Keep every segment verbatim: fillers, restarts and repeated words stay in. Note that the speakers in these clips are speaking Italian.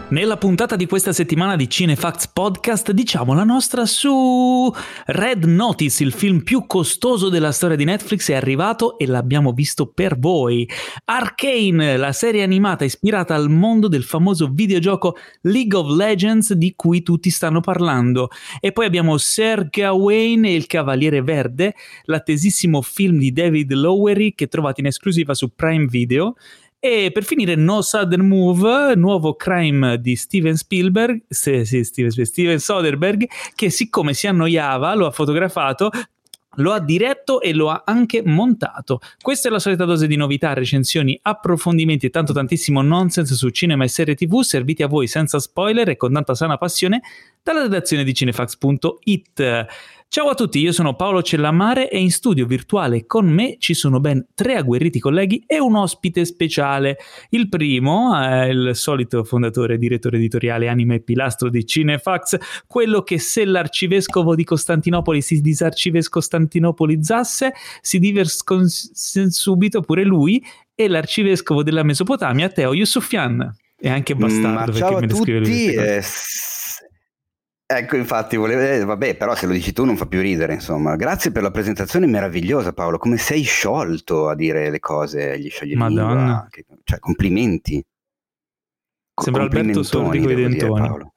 Nella puntata di questa settimana di Cinefacts Podcast diciamo la nostra su Red Notice, il film più costoso della storia di Netflix, è arrivato e l'abbiamo visto per voi. Arcane, la serie animata ispirata al mondo del famoso videogioco League of Legends di cui tutti stanno parlando. E poi abbiamo Sir Gawain e il Cavaliere Verde, l'attesissimo film di David Lowery che trovate in esclusiva su Prime Video. E per finire No Sudden Move, nuovo crime di Steven Spielberg, sì, sì, Steven, Steven Soderbergh, che siccome si annoiava lo ha fotografato, lo ha diretto e lo ha anche montato. Questa è la solita dose di novità, recensioni, approfondimenti e tanto tantissimo nonsense su cinema e serie tv, serviti a voi senza spoiler e con tanta sana passione dalla redazione di cinefax punto it. Ciao a tutti, io sono Paolo Cellamare e in studio virtuale con me ci sono ben tre agguerriti colleghi e un ospite speciale. Il primo è il solito fondatore e direttore editoriale, anima e pilastro di Cinefax, quello che se l'arcivescovo di Costantinopoli si disarcivescostantinopolizzasse si diversconse subito pure lui, e l'arcivescovo della Mesopotamia, Teo Yusufian. E anche bastardo, Ma ciao perché a me ne tutti, eh, ecco, infatti volevo eh, vabbè, però se lo dici tu non fa più ridere, insomma. Grazie per la presentazione meravigliosa, Paolo, come sei sciolto a dire le cose, gli sciogli lingua, che, cioè complimenti. Sembra Alberto Sordi coi dentoni, Paolo.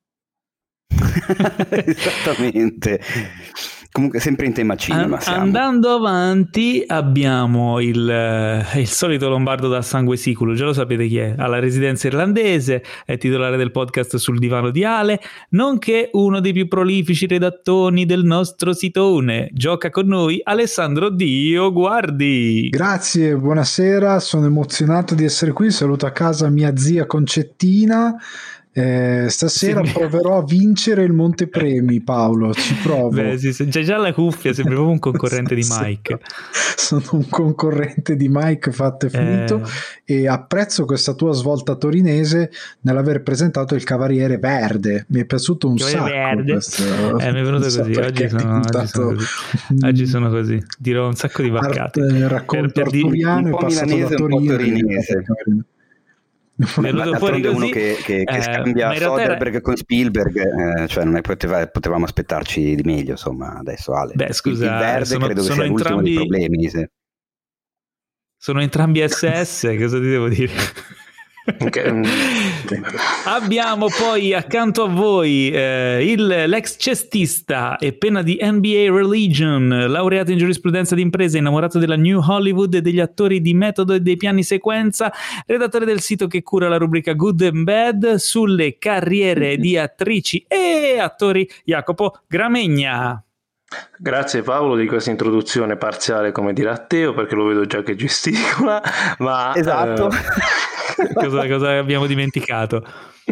Esattamente. Comunque sempre in tema cinema. An- andando avanti abbiamo il, il solito lombardo da sangue siculo, già lo sapete chi è, alla residenza irlandese, è titolare del podcast Sul divano di Ale, nonché uno dei più prolifici redattori del nostro sitone. Gioca con noi Alessandro Dio Guardi. Grazie, buonasera, sono emozionato di essere qui, saluto a casa mia zia Concettina. Eh, stasera sì, proverò a vincere il montepremi, Paolo, ci provo. Beh, sì, c'è già la cuffia, sembra proprio un concorrente di Mike. Sono un concorrente di Mike fatto e finito, eh... e apprezzo questa tua svolta torinese nell'aver presentato il Cavaliere Verde, mi è piaciuto un sacco verde. Questo... Eh, mi è venuto così, oggi sono, oggi sono così, oggi sono così, dirò un sacco di vaccate. Art, racconto per, per arturiano un po' milanese, un po' torinese. Ma, ma fuori così, uno che, che, che eh, scambia Soderbergh era... con Spielberg, eh, cioè non è, poteva, potevamo aspettarci di meglio, insomma, adesso Ale. Beh, scusa, il, il verde sono, credo che sono sia entrambi, l'ultimo dei problemi. Se... Sono entrambi S S, cosa ti devo dire? Okay. Abbiamo poi accanto a voi eh, il, l'ex cestista e penna di N B A Religion, laureato in giurisprudenza d'impresa, innamorato della New Hollywood e degli attori di metodo e dei piani sequenza, redattore del sito che cura la rubrica Good and Bad sulle carriere di attrici e attori, Jacopo Gramegna. Grazie Paolo di questa introduzione parziale, come dirà Teo, perché lo vedo già che gesticola, ma esatto. eh... cosa, cosa abbiamo dimenticato?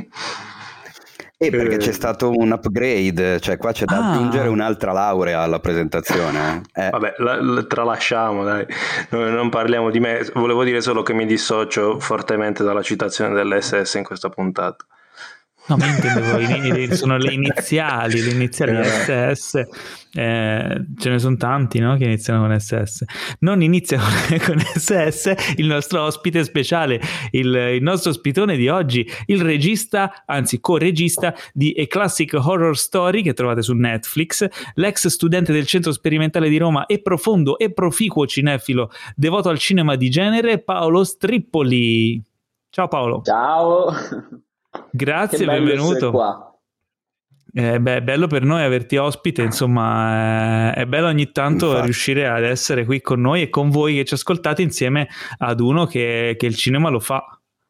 E perché eh... c'è stato un upgrade, cioè qua c'è da ah. aggiungere un'altra laurea alla presentazione. Eh. Vabbè, la, la tralasciamo, dai, non, non parliamo di me. Volevo dire solo che mi dissocio fortemente dalla citazione dell'S S in questa puntata. No, ma intendevo, sono le iniziali, le iniziali S S, eh, ce ne sono tanti, no, che iniziano con S S. Non inizia con S S il nostro ospite speciale, il, il nostro ospitone di oggi, il regista, anzi co-regista di A Classic Horror Story, che trovate su Netflix, l'ex studente del Centro Sperimentale di Roma e profondo e proficuo cinefilo devoto al cinema di genere, Paolo Strippoli. Ciao Paolo. Ciao. Grazie, benvenuto. Qua. Eh, beh, è bello per noi averti ospite, insomma, eh, è bello ogni tanto Infatti. riuscire ad essere qui con noi e con voi che ci ascoltate insieme ad uno che, che il cinema lo fa.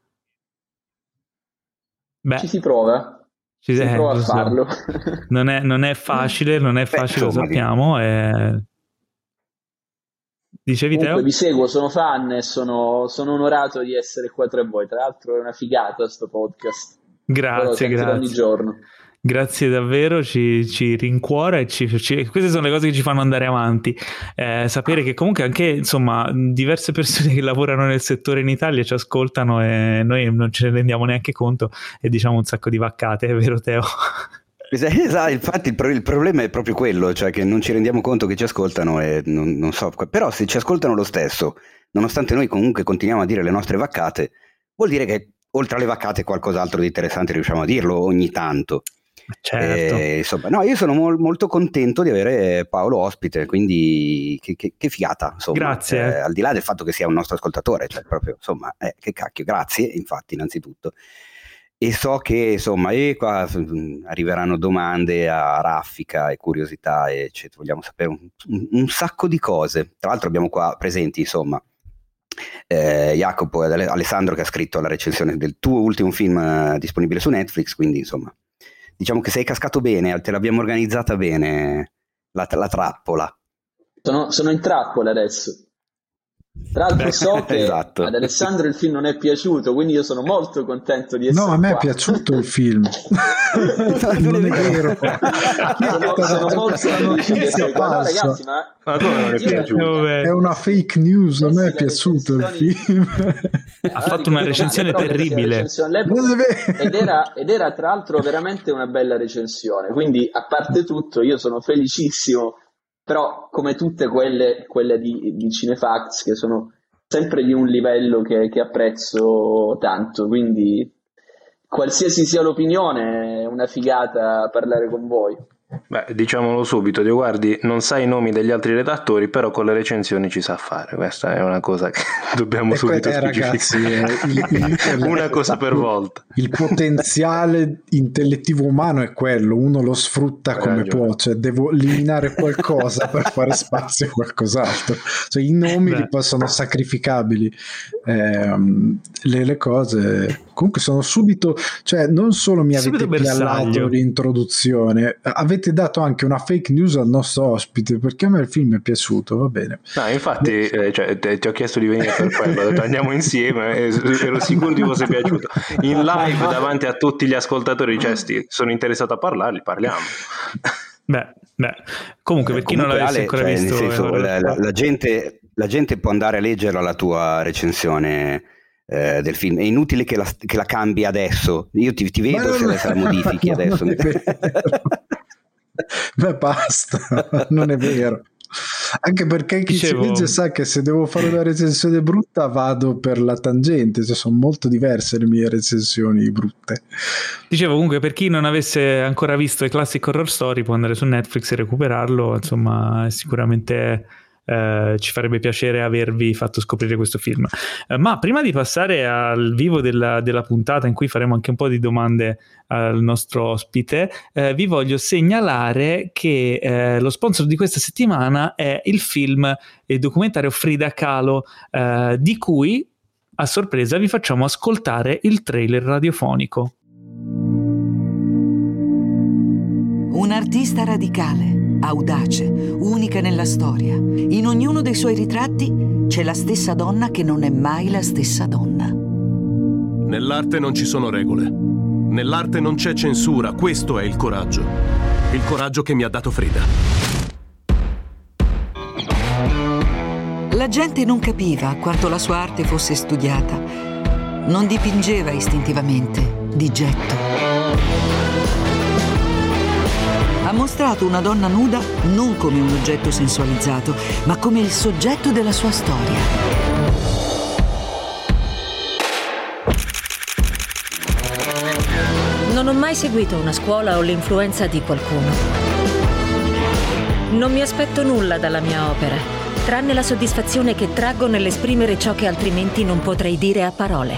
Beh, ci si prova, ci si eh, prova a farlo. Non è, non è facile, non è facile, Beh, lo sappiamo. E... Dicevi Comunque, Teo? Vi seguo, sono fan e sono, sono onorato di essere qua tra voi. Tra l'altro è una figata sto podcast. Grazie, grazie. Ogni giorno. Grazie davvero, ci, ci rincuora e ci, ci, queste sono le cose che ci fanno andare avanti. Eh, sapere che comunque anche insomma diverse persone che lavorano nel settore in Italia ci ascoltano e noi non ce ne rendiamo neanche conto e diciamo un sacco di vaccate, è vero Teo? Esatto, infatti il, pro- il problema è proprio quello, cioè che non ci rendiamo conto che ci ascoltano e non, non so, però se ci ascoltano lo stesso, nonostante noi comunque continuiamo a dire le nostre vaccate, vuol dire che oltre alle vaccate qualcos'altro di interessante riusciamo a dirlo ogni tanto. Certo. Eh, insomma, no, io sono mol, molto contento di avere Paolo ospite, quindi che, che, che figata, insomma. Grazie. Eh, al di là del fatto che sia un nostro ascoltatore, cioè proprio, insomma, eh, che cacchio, grazie, infatti, innanzitutto. E so che, insomma, e qua arriveranno domande a raffica e curiosità, e cioè, vogliamo sapere un, un, un sacco di cose. Tra l'altro abbiamo qua presenti, insomma, eh, Jacopo e Alessandro, che ha scritto la recensione del tuo ultimo film eh, disponibile su Netflix, quindi, insomma, diciamo che sei cascato bene, te l'abbiamo organizzata bene la, la trappola. Sono, sono in trappola adesso. Tra l'altro so che esatto. ad Alessandro il film non è piaciuto, quindi io sono molto contento di essere No, a me qua. è piaciato il film. Non è vero. sono, sono molto felice di essere qua. No, ragazzi, ma, ma come non è piaciuto? È una fake news, a me è piaciuto il film. Ha fatto una recensione terribile. Recensione ed, era, ed era tra l'altro veramente una bella recensione, quindi a parte tutto io sono felicissimo, però come tutte quelle, quelle di, di Cinefacts, che sono sempre di un livello che, che apprezzo tanto, quindi qualsiasi sia l'opinione è una figata parlare con voi. Beh, diciamolo subito, Dio, guardi, non sai i nomi degli altri redattori, però con le recensioni ci sa fare. Questa è una cosa che dobbiamo e subito que- eh, specificare. Ragazzi, il, il, il, una cosa per volta. Il potenziale intellettivo umano è quello, uno lo sfrutta come ragione. può, cioè devo eliminare qualcosa per fare spazio a qualcos'altro. Cioè, i nomi li possono sacrificabili, eh, le, le cose. Comunque sono subito, cioè non solo mi avete piallato l'introduzione, avete dato anche una fake news al nostro ospite, perché a me il film è piaciuto, va bene. No, infatti eh, cioè, te, ti ho chiesto di venire per quello, ho detto andiamo insieme, e ero sicuro di fosse piaciuto. In live davanti a tutti gli ascoltatori dicesti sono interessato a parlarli, parliamo. Beh, beh. Comunque per chi non l'avesse ancora cioè, visto, nel senso, la, la, la, gente, la gente può andare a leggerla la tua recensione eh, del film, è inutile che la, che la cambi adesso, io ti, ti vedo non, se la, se la modifichi no, adesso. Beh, basta, non è vero. Anche perché chi Dicevo... ci legge sa che se devo fare una recensione brutta vado per la tangente, cioè sono molto diverse le mie recensioni brutte. Dicevo, comunque, per chi non avesse ancora visto i Classic Horror Story può andare su Netflix e recuperarlo, insomma sicuramente eh, ci farebbe piacere avervi fatto scoprire questo film. Eh, ma prima di passare al vivo della, della puntata, in cui faremo anche un po' di domande al nostro ospite, eh, vi voglio segnalare che eh, lo sponsor di questa settimana è il film e documentario Frida Kahlo, eh, di cui a sorpresa vi facciamo ascoltare il trailer radiofonico. Un'artista radicale, audace, unica nella storia. In ognuno dei suoi ritratti c'è la stessa donna che non è mai la stessa donna. Nell'arte non ci sono regole. Nell'arte non c'è censura. Questo è il coraggio. Il coraggio che mi ha dato Frida. La gente non capiva quanto la sua arte fosse studiata. Non dipingeva istintivamente, di getto. Ha mostrato una donna nuda non come un oggetto sensualizzato, ma come il soggetto della sua storia. Non ho mai seguito una scuola o l'influenza di qualcuno. Non mi aspetto nulla dalla mia opera, tranne la soddisfazione che traggo nell'esprimere ciò che altrimenti non potrei dire a parole.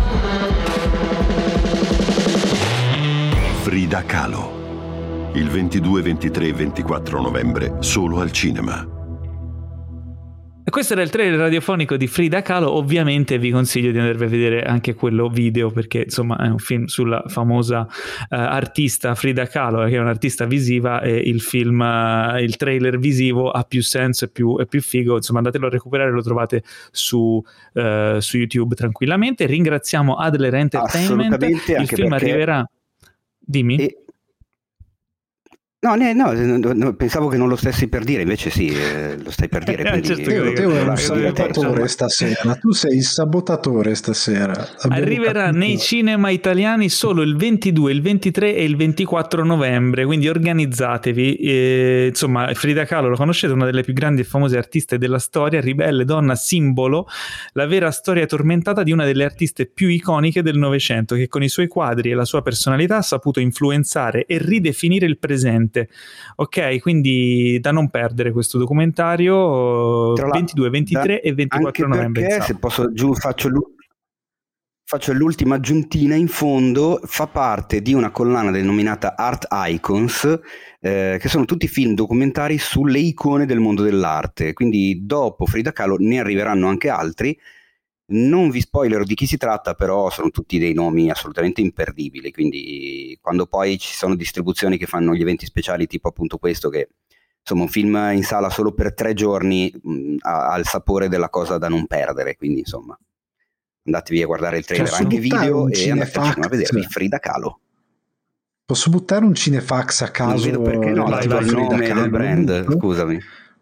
Frida Kahlo. Il ventidue, ventitré e ventiquattro novembre, solo al cinema. E questo era il trailer radiofonico di Frida Kahlo. Ovviamente vi consiglio di andarvi a vedere anche quello video, perché insomma è un film sulla famosa uh, artista Frida Kahlo, che è un'artista visiva, e il film, uh, il trailer visivo ha più senso e più, è più figo. Insomma, andatelo a recuperare, lo trovate su, uh, su YouTube tranquillamente. Ringraziamo Adler Entertainment. Il film perché... arriverà. Dimmi. E... No, ne, no, no, pensavo che non lo stessi per dire, invece sì, eh, lo stai per dire. Quindi... certo Teo, Teo è un sabotatore stasera, tu sei il sabotatore stasera. Abbiamo Arriverà capito. nei cinema italiani solo il ventidue, il ventitré e il ventiquattro novembre, quindi organizzatevi. E, insomma, Frida Kahlo, lo conoscete, una delle più grandi e famose artiste della storia, ribelle, donna, simbolo, la vera storia tormentata di una delle artiste più iconiche del Novecento, che con i suoi quadri e la sua personalità ha saputo influenzare e ridefinire il presente. Ok, quindi da non perdere questo documentario, ventidue, ventitré da, e ventiquattro novembre. Perché se posso giù faccio, faccio l'ultima aggiuntina in fondo, fa parte di una collana denominata Art Icons, eh, che sono tutti film documentari sulle icone del mondo dell'arte, quindi dopo Frida Kahlo ne arriveranno anche altri. Non vi spoilerò di chi si tratta, però sono tutti dei nomi assolutamente imperdibili, quindi quando poi ci sono distribuzioni che fanno gli eventi speciali tipo appunto questo, che insomma un film in sala solo per tre giorni mh, ha, ha il sapore della cosa da non perdere, quindi insomma andatevi a guardare il trailer, Posso anche video, e andate a vedervi Frida Kahlo. Posso buttare un cinefax a caso? Non vedo perché no, vai, vai, il nome Kahlo, del brand, lo scusami.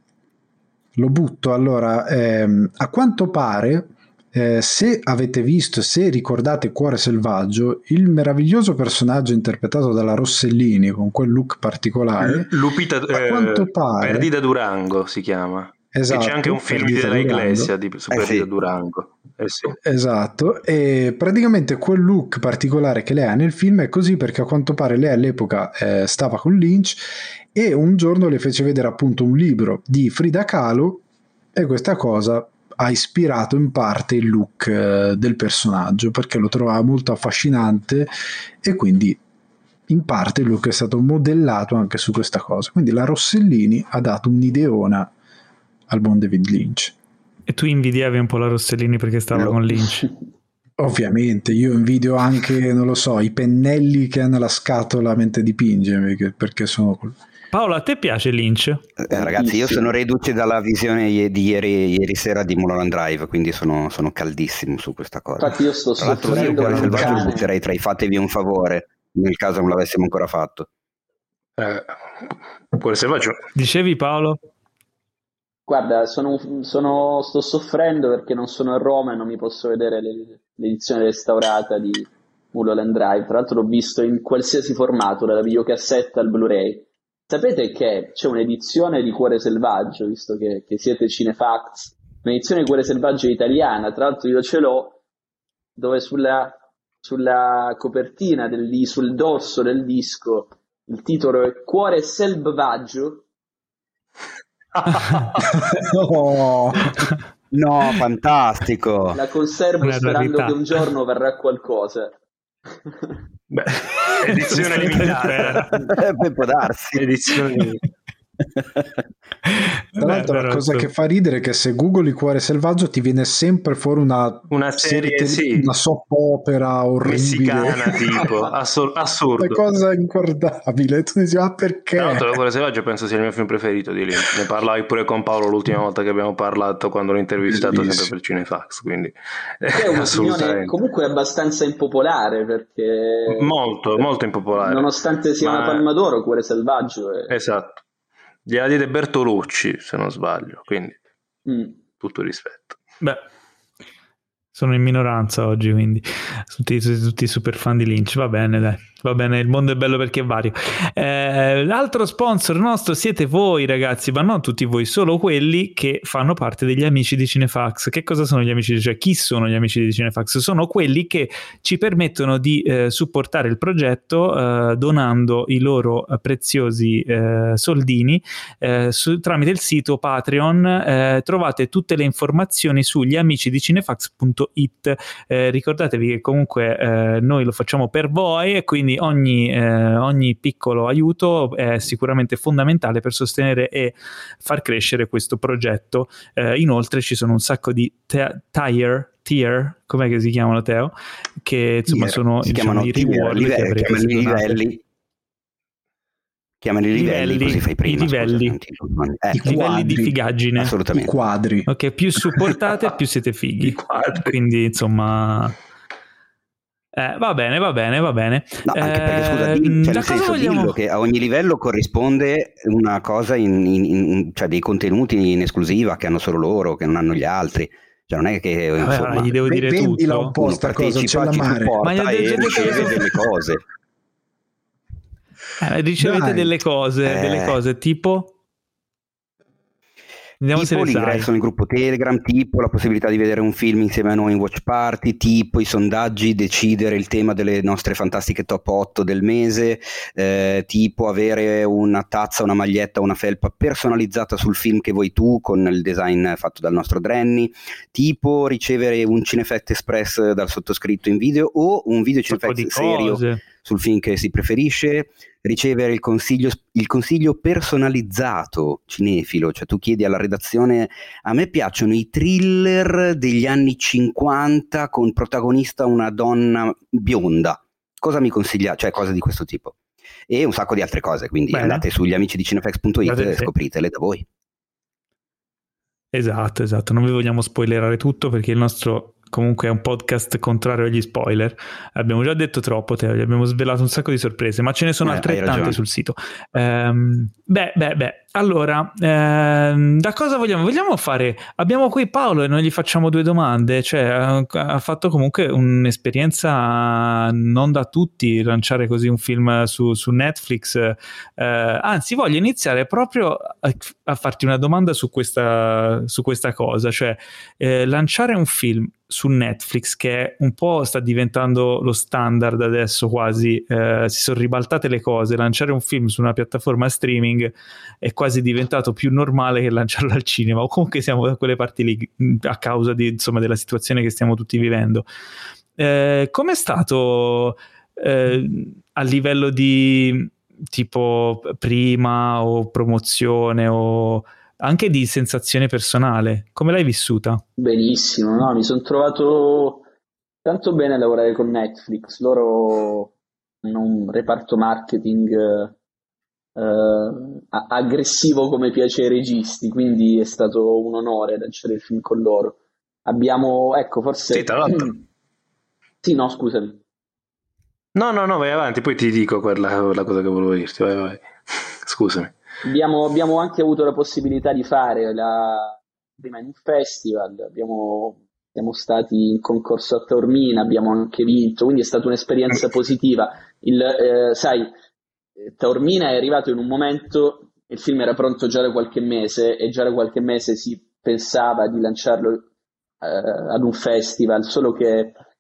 Lo butto, allora, ehm, a quanto pare... Eh, se avete visto, se ricordate Cuore Selvaggio, il meraviglioso personaggio interpretato dalla Rossellini con quel look particolare, Lupita, a quanto eh, pare, Perdita Durango si chiama. esatto, e c'è anche un film di della Iglesia di, su eh Perdita sì. Durango. Eh sì. Esatto, e praticamente quel look particolare che lei ha nel film è così perché a quanto pare lei all'epoca eh, stava con Lynch e un giorno le fece vedere appunto un libro di Frida Kahlo e questa cosa ha ispirato in parte il look eh, del personaggio, perché lo trovava molto affascinante e quindi in parte il look è stato modellato anche su questa cosa. Quindi la Rossellini ha dato un'ideona al buon David Lynch. E tu invidiavi un po' la Rossellini perché stava no. con Lynch? Ovviamente, io invidio anche, non lo so, i pennelli che ha nella scatola mentre dipinge, perché, perché sono... Paolo, a te piace Lynch? Eh, ragazzi, io sono reduce dalla visione di ieri, ieri sera di Mulholland Drive, quindi sono, sono caldissimo su questa cosa. Infatti io sto Tra l'altro io Cuore Selvaggio lo butterei tra i fatevi un favore, nel caso non l'avessimo ancora fatto. Eh, Cuore Selvaggio. Dicevi, Paolo? Guarda, sono, sono, sto soffrendo perché non sono a Roma e non mi posso vedere le, l'edizione restaurata di Mulholland Drive. Tra l'altro l'ho visto in qualsiasi formato, dalla videocassetta al Blu-ray. Sapete che c'è un'edizione di Cuore Selvaggio, visto che, che siete Cinefax, un'edizione di Cuore Selvaggio italiana, tra l'altro io ce l'ho, dove sulla, sulla copertina, del, sul dorso del disco, il titolo è Cuore Selvaggio. no. no, fantastico. La conservo Una sperando rarità. che un giorno verrà qualcosa. Beh, edizione limitata. Eh, può darsi. Edizione limitata. Tra l'altro Beh, la cosa però, che fa ridere è che se googli Cuore Selvaggio ti viene sempre fuori una, Una serie, tele- sì. una soap opera orribile, Messicana tipo, assur- assurdo. una cosa inguardabile. Tu dici, ma perché? Tra l'altro Cuore Selvaggio penso sia il mio film preferito di Lynch. Ne parlavi pure con Paolo l'ultima volta che abbiamo parlato, quando l'ho intervistato Bellissimo. sempre per Cinefax, quindi È un'opinione assolutamente. comunque abbastanza impopolare, perché Molto, molto impopolare. nonostante sia Ma- una Palma d'Oro, Cuore Selvaggio è... Esatto. Gliela diede Bertolucci, se non sbaglio, quindi Mm. tutto rispetto. Beh, sono in minoranza oggi, quindi tutti, tutti super fan di Lynch. Va bene, dai, va bene, il mondo è bello perché è vario. Eh, l'altro sponsor nostro siete voi, ragazzi, ma non tutti voi, solo quelli che fanno parte degli amici di Cinefax. Che cosa sono gli amici di Cioè, chi sono gli amici di Cinefax? Sono quelli che ci permettono di eh, supportare il progetto eh, donando i loro eh, preziosi eh, soldini eh, su, tramite il sito Patreon. Eh, trovate tutte le informazioni sugli amici di cinefax punto it. Eh, ricordatevi che comunque eh, noi lo facciamo per voi e quindi ogni, eh, ogni piccolo aiuto è sicuramente fondamentale per sostenere e far crescere questo progetto. Eh, inoltre ci sono un sacco di te- tier tier, com'è che si chiamano, Teo? Che insomma Tier. sono si diciamo, chiamano i tier, reward che livelli, avrete chiamali se donate. livelli. Chiamali i livelli, Livelli, così fai prima. i livelli. Scusa, non ti- eh, I livelli di quadri. figaggine. I assolutamente. quadri. Ok, più supportate più siete fighi. I quadri. Quindi insomma Eh, va bene, va bene, va bene. No, anche perché, scusa, di, cioè, nel senso, vogliamo... dillo che a ogni livello corrisponde una cosa, in, in, in, cioè dei contenuti in esclusiva che hanno solo loro, che non hanno gli altri. Cioè non è che Vabbè, insomma, gli devo dire vendila tutto. un po' sta cosa, c'è la mare. Ma gli e riceve delle cose. Eh, ricevete Dai. delle cose, eh. delle cose tipo... Andiamo tipo l'ingresso nel gruppo Telegram, tipo la possibilità di vedere un film insieme a noi in watch party, tipo i sondaggi, decidere il tema delle nostre fantastiche top otto del mese, eh, tipo avere una tazza, una maglietta, una felpa personalizzata sul film che vuoi tu con il design fatto dal nostro Drenny, tipo ricevere un Cinefect Express dal sottoscritto in video o un video Cinefect serio sul film che si preferisce, ricevere il consiglio, il consiglio personalizzato cinefilo, cioè tu chiedi alla redazione: a me piacciono i thriller degli anni cinquanta con protagonista una donna bionda, cosa mi consiglia? Cioè cose di questo tipo e un sacco di altre cose, quindi Bene. andate sugli amici di cinefx punto it e scopritele da voi. Esatto, esatto, non vi vogliamo spoilerare tutto perché il nostro comunque è un podcast contrario agli spoiler, abbiamo già detto troppo, te, abbiamo svelato un sacco di sorprese, ma ce ne sono eh, altrettante sul sito. Ehm, beh, beh, beh, allora, ehm, da cosa vogliamo? Vogliamo fare, abbiamo qui Paolo e noi gli facciamo due domande, cioè ha, ha fatto comunque un'esperienza non da tutti lanciare così un film su, su Netflix, eh, anzi voglio iniziare proprio a, a farti una domanda su questa, su questa cosa, cioè eh, lanciare un film su Netflix che un po' sta diventando lo standard adesso quasi, eh, si sono ribaltate le cose, lanciare un film su una piattaforma streaming è quasi diventato più normale che lanciarlo al cinema, o comunque siamo da quelle parti lì a causa di, insomma, della situazione che stiamo tutti vivendo. Eh, com'è stato eh, a livello di tipo prima o promozione o anche di sensazione personale, come l'hai vissuta? Benissimo, no? Mi sono trovato tanto bene a lavorare con Netflix, loro hanno un reparto marketing eh, aggressivo come piace ai registi, quindi è stato un onore lanciare il film con loro. Abbiamo, ecco, forse... Sì, tra l'altro. Sì, no, scusami. No, no, no, vai avanti, poi ti dico quella, la cosa che volevo dirti, vai, vai. Scusami. Abbiamo, abbiamo anche avuto la possibilità di fare la prima in un festival, abbiamo, siamo stati in concorso a Taormina, abbiamo anche vinto, quindi è stata un'esperienza positiva. Il, eh, sai, Taormina è arrivato in un momento, il film era pronto già da qualche mese e già da qualche mese si pensava di lanciarlo eh, ad un festival, solo che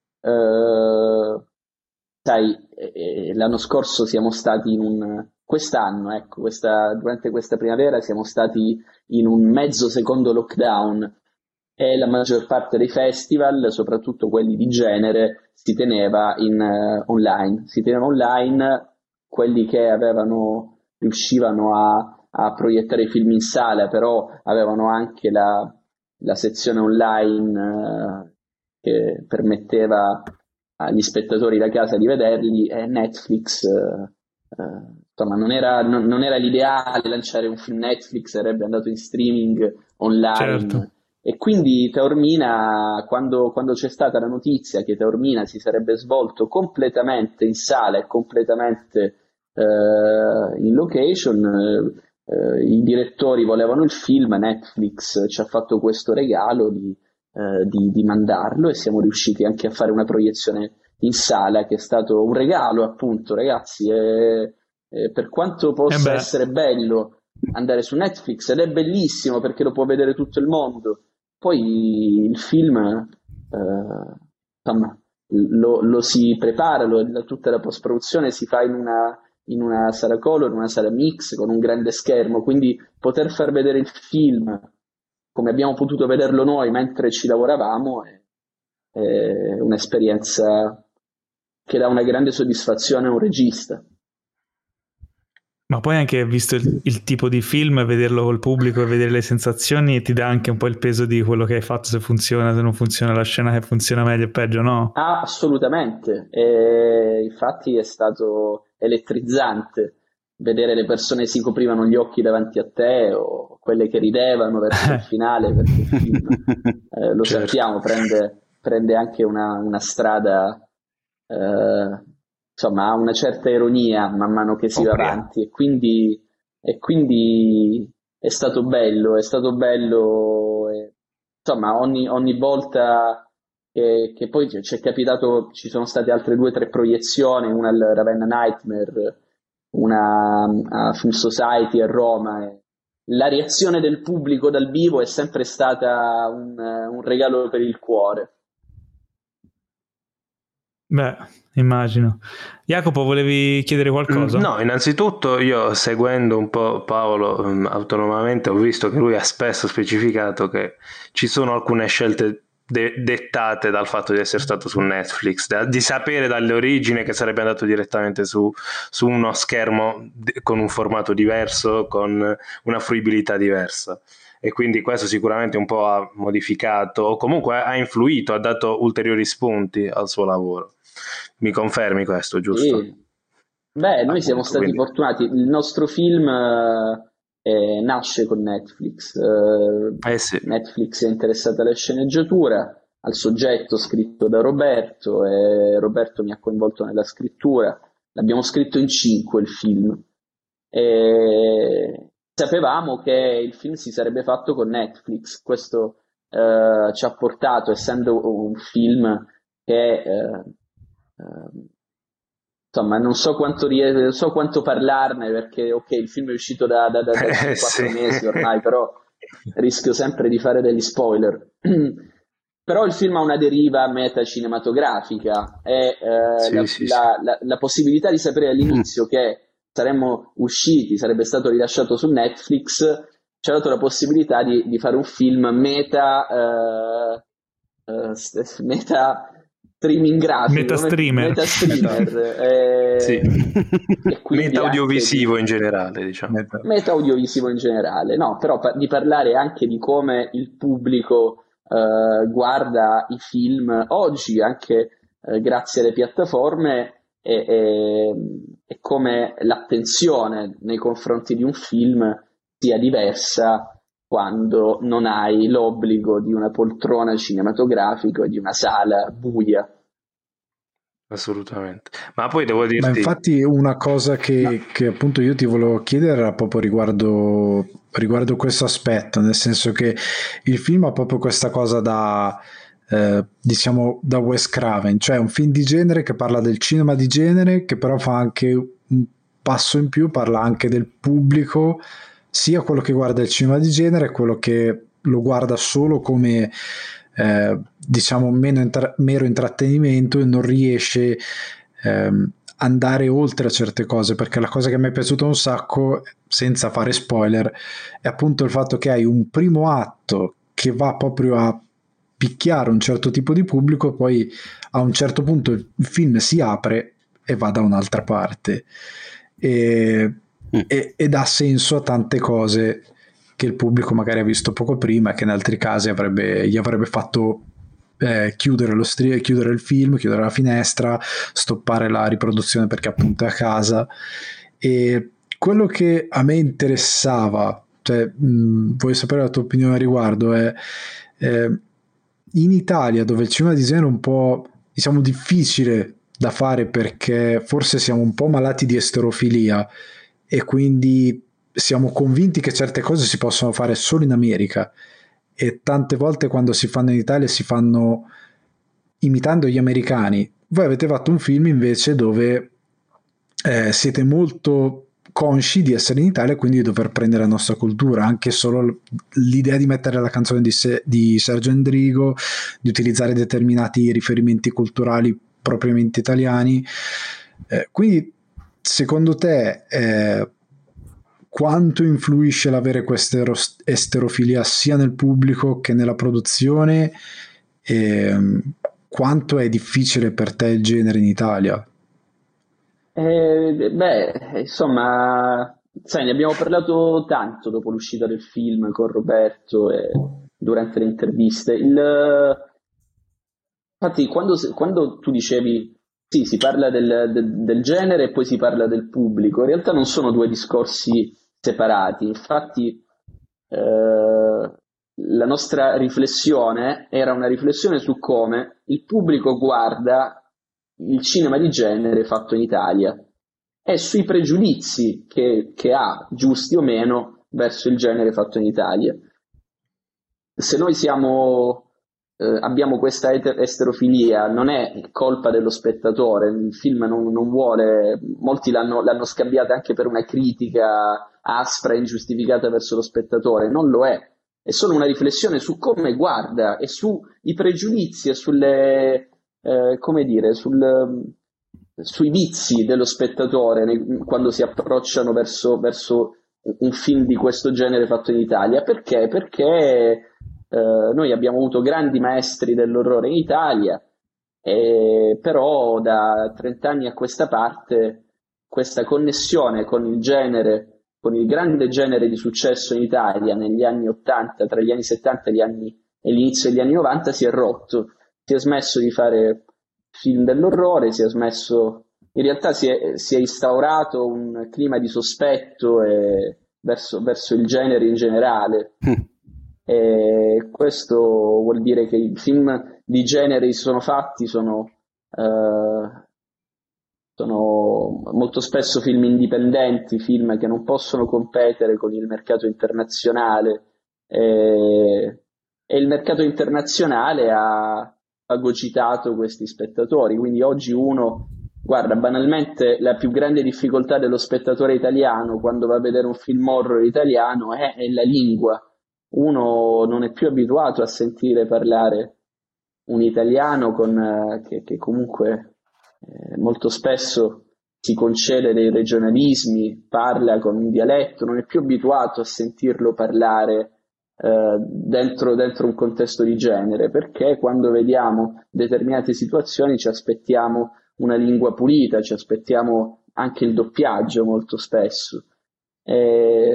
eh, sai, eh, l'anno scorso siamo stati in un... Quest'anno, ecco, questa, durante questa primavera siamo stati in un mezzo secondo lockdown e la maggior parte dei festival, soprattutto quelli di genere, si teneva in uh, online. Si teneva online, quelli che avevano, riuscivano a, a proiettare i film in sala, però avevano anche la, la sezione online uh, che permetteva agli spettatori da casa di vederli, e Netflix... Uh, uh, Insomma, non era, non, non era l'ideale lanciare un film Netflix, sarebbe andato in streaming online. Certo. E quindi Taormina, quando, quando c'è stata la notizia che Taormina si sarebbe svolto completamente in sala e completamente eh, in location, eh, i direttori volevano il film, Netflix ci ha fatto questo regalo di, eh, di, di mandarlo e siamo riusciti anche a fare una proiezione in sala, che è stato un regalo, appunto, ragazzi. È, Eh, per quanto possa eh essere bello andare su Netflix, ed è bellissimo perché lo può vedere tutto il mondo, poi il film eh, insomma, lo, lo si prepara, lo, tutta la post-produzione si fa in una, in una sala color, in una sala mix con un grande schermo, quindi poter far vedere il film come abbiamo potuto vederlo noi mentre ci lavoravamo è, è un'esperienza che dà una grande soddisfazione a un regista. Ma poi anche visto il, il tipo di film, vederlo col pubblico e vedere le sensazioni ti dà anche un po' il peso di quello che hai fatto, se funziona, se non funziona, la scena che funziona meglio o peggio, no? Ah, assolutamente. E infatti è stato elettrizzante vedere le persone che si coprivano gli occhi davanti a te o quelle che ridevano verso il finale, perché il film, eh, lo certo. sappiamo, prende, prende anche una, una strada eh, insomma ha una certa ironia man mano che si va avanti, e quindi, e quindi è stato bello, è stato bello, e, insomma ogni, ogni volta che, che poi ci è capitato, ci sono state altre due o tre proiezioni, una al Ravenna Nightmare, una a Film Society a Roma, e la reazione del pubblico dal vivo è sempre stata un, un regalo per il cuore. Beh, immagino. Jacopo, volevi chiedere qualcosa? No, innanzitutto io, seguendo un po' Paolo um, autonomamente, ho visto che lui ha spesso specificato che ci sono alcune scelte de- dettate dal fatto di essere stato su Netflix, da- di sapere dalle origini che sarebbe andato direttamente su, su uno schermo de- con un formato diverso, con una fruibilità diversa. E quindi questo sicuramente un po' ha modificato, o comunque ha influito, ha dato ulteriori spunti al suo lavoro. Mi confermi questo, giusto? Sì. Beh, noi Appunto, siamo stati quindi... fortunati. Il nostro film eh, nasce con Netflix. Eh, eh sì. Netflix è interessata alla sceneggiatura, al soggetto scritto da Roberto, e Roberto mi ha coinvolto nella scrittura. L'abbiamo scritto in cinque il film. E sapevamo che il film si sarebbe fatto con Netflix. Questo eh, ci ha portato, essendo un film che eh, Uh, insomma non so quanto ries- non so quanto parlarne, perché ok, il film è uscito da, da, da, da eh, quattro sì. mesi ormai, però rischio sempre di fare degli spoiler. Però il film ha una deriva metacinematografica, e uh, sì, la, sì, la, sì. La, la possibilità di sapere all'inizio che saremmo usciti, sarebbe stato rilasciato su Netflix, ci ha dato la possibilità di, di fare un film meta uh, uh, meta streaming grafico, meta streamer, meta streamer eh, sì. E meta audiovisivo di, in generale, diciamo. Meta. meta audiovisivo in generale, no, però pa- di parlare anche di come il pubblico eh, guarda i film oggi, anche eh, grazie alle piattaforme, e, e, e come l'attenzione nei confronti di un film sia diversa quando non hai l'obbligo di una poltrona cinematografica e di una sala buia. Assolutamente. Ma poi devo dirti... Ma infatti una cosa che, no. che appunto io ti volevo chiedere era proprio riguardo, riguardo questo aspetto, nel senso che il film ha proprio questa cosa da, eh, diciamo, da Wes Craven, cioè un film di genere che parla del cinema di genere, che però fa anche un passo in più, parla anche del pubblico, sia quello che guarda il cinema di genere, quello che lo guarda solo come eh, diciamo meno intra- mero intrattenimento e non riesce ehm, andare oltre a certe cose, perché la cosa che mi è piaciuta un sacco, senza fare spoiler, è appunto il fatto che hai un primo atto che va proprio a picchiare un certo tipo di pubblico e poi a un certo punto il film si apre e va da un'altra parte e E, e dà senso a tante cose che il pubblico magari ha visto poco prima, che in altri casi avrebbe, gli avrebbe fatto eh, chiudere lo stri- chiudere il film, chiudere la finestra, stoppare la riproduzione perché appunto è a casa. E quello che a me interessava, cioè mh, voglio sapere la tua opinione a riguardo, è eh, in Italia, dove il cinema di genere è un po', diciamo, difficile da fare perché forse siamo un po' malati di esterofilia e quindi siamo convinti che certe cose si possono fare solo in America, e tante volte quando si fanno in Italia si fanno imitando gli americani. Voi avete fatto un film invece dove eh, siete molto consci di essere in Italia e quindi di dover prendere la nostra cultura, anche solo l'idea di mettere la canzone di, Se- di Sergio Endrigo, di utilizzare determinati riferimenti culturali propriamente italiani, eh, quindi secondo te eh, quanto influisce l'avere questa esterofilia sia nel pubblico che nella produzione, e quanto è difficile per te il genere in Italia? Eh, beh, insomma, sai, ne abbiamo parlato tanto dopo l'uscita del film con Roberto e durante le interviste. Il... Infatti, quando, quando tu dicevi sì, si parla del, del, del genere e poi si parla del pubblico, in realtà non sono due discorsi separati. Infatti eh, la nostra riflessione era una riflessione su come il pubblico guarda il cinema di genere fatto in Italia e sui pregiudizi che, che ha, giusti o meno, verso il genere fatto in Italia. Se noi siamo... Eh, abbiamo questa esterofilia, non è colpa dello spettatore, il film non, non vuole, molti l'hanno, l'hanno scambiata anche per una critica aspra e ingiustificata verso lo spettatore, non lo è, è solo una riflessione su come guarda e sui pregiudizi e sulle, eh, come dire, sul, sui vizi dello spettatore quando si approcciano verso, verso un film di questo genere fatto in Italia. Perché? Perché Uh, noi abbiamo avuto grandi maestri dell'orrore in Italia, eh, però da trent'anni a questa parte questa connessione con il genere, con il grande genere di successo in Italia negli anni ottanta, tra gli anni settanta e, gli anni, e l'inizio degli anni novanta, si è rotto. Si è smesso di fare film dell'orrore, si è smesso, in realtà si è, si è instaurato un clima di sospetto e, verso, verso il genere in generale. Mm. E questo vuol dire che i film di genere che si sono fatti sono, eh, sono molto spesso film indipendenti, film che non possono competere con il mercato internazionale, e, e il mercato internazionale ha fagocitato questi spettatori. Quindi oggi uno, guarda, banalmente la più grande difficoltà dello spettatore italiano quando va a vedere un film horror italiano è, è la lingua. Uno non è più abituato a sentire parlare un italiano con, eh, che, che comunque eh, molto spesso si concede dei regionalismi, parla con un dialetto, non è più abituato a sentirlo parlare eh, dentro, dentro un contesto di genere, perché quando vediamo determinate situazioni ci aspettiamo una lingua pulita, ci aspettiamo anche il doppiaggio molto spesso. E,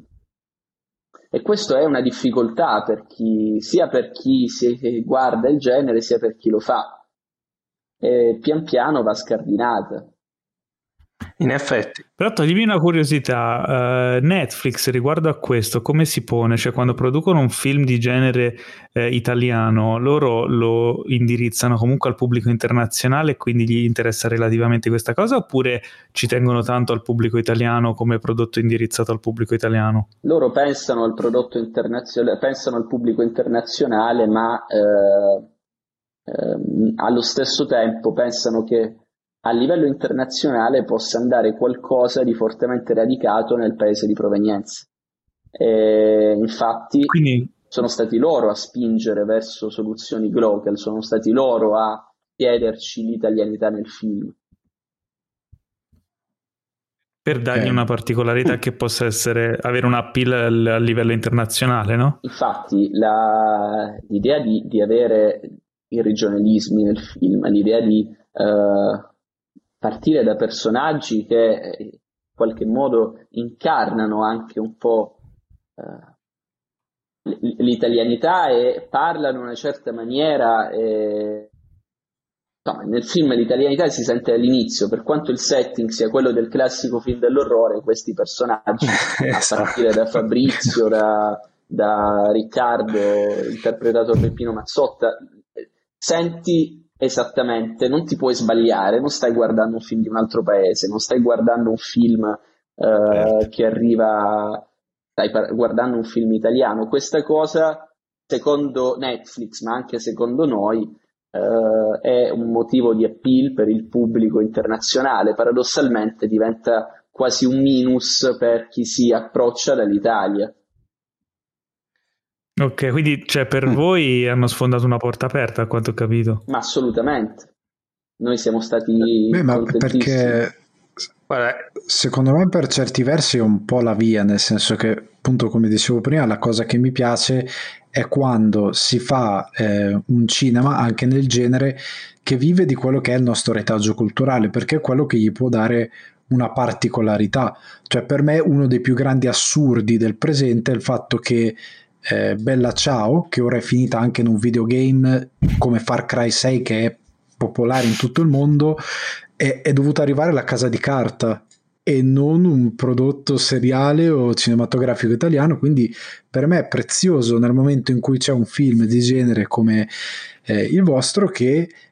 E questo è una difficoltà per chi, sia per chi si guarda il genere, sia per chi lo fa. E pian piano va scardinata. In effetti. Però toglimi una curiosità, uh, Netflix riguardo a questo come si pone? Cioè quando producono un film di genere eh, italiano, loro lo indirizzano comunque al pubblico internazionale e quindi gli interessa relativamente questa cosa, oppure ci tengono tanto al pubblico italiano come prodotto indirizzato al pubblico italiano? Loro pensano al prodotto internazionale, pensano al pubblico internazionale, ma eh, eh, allo stesso tempo pensano che a livello internazionale possa andare qualcosa di fortemente radicato nel paese di provenienza. E infatti Quindi... sono stati loro a spingere verso soluzioni global, sono stati loro a chiederci l'italianità nel film. Per dargli okay. una particolarità che possa essere avere un appeal a livello internazionale, no? Infatti la, l'idea di, di avere i regionalismi nel film, l'idea di uh, partire da personaggi che in qualche modo incarnano anche un po' uh, l'italianità e parlano in una certa maniera. E... No, nel film l'italianità si sente all'inizio, per quanto il setting sia quello del classico film dell'orrore, questi personaggi, esatto. a partire da Fabrizio, da, da Riccardo, interpretato da Peppino Mazzotta, senti esattamente, non ti puoi sbagliare, non stai guardando un film di un altro paese, non stai guardando un film eh, che arriva, stai par- guardando un film italiano. Questa cosa, secondo Netflix, ma anche secondo noi, eh, è un motivo di appeal per il pubblico internazionale. Paradossalmente diventa quasi un minus per chi si approccia dall'Italia. Ok, quindi cioè, per mm. voi hanno sfondato una porta aperta, a quanto ho capito. Ma assolutamente. Noi siamo stati Beh, ma perché secondo me per certi versi è un po' la via, nel senso che, appunto, come dicevo prima, la cosa che mi piace è quando si fa eh, un cinema anche nel genere che vive di quello che è il nostro retaggio culturale, perché è quello che gli può dare una particolarità. Cioè, per me uno dei più grandi assurdi del presente è il fatto che Eh, Bella Ciao, che ora è finita anche in un videogame come Far Cry sei, che è popolare in tutto il mondo, è, è dovuta arrivare alla Casa di Carta e non un prodotto seriale o cinematografico italiano. Quindi per me è prezioso nel momento in cui c'è un film di genere come eh, il vostro che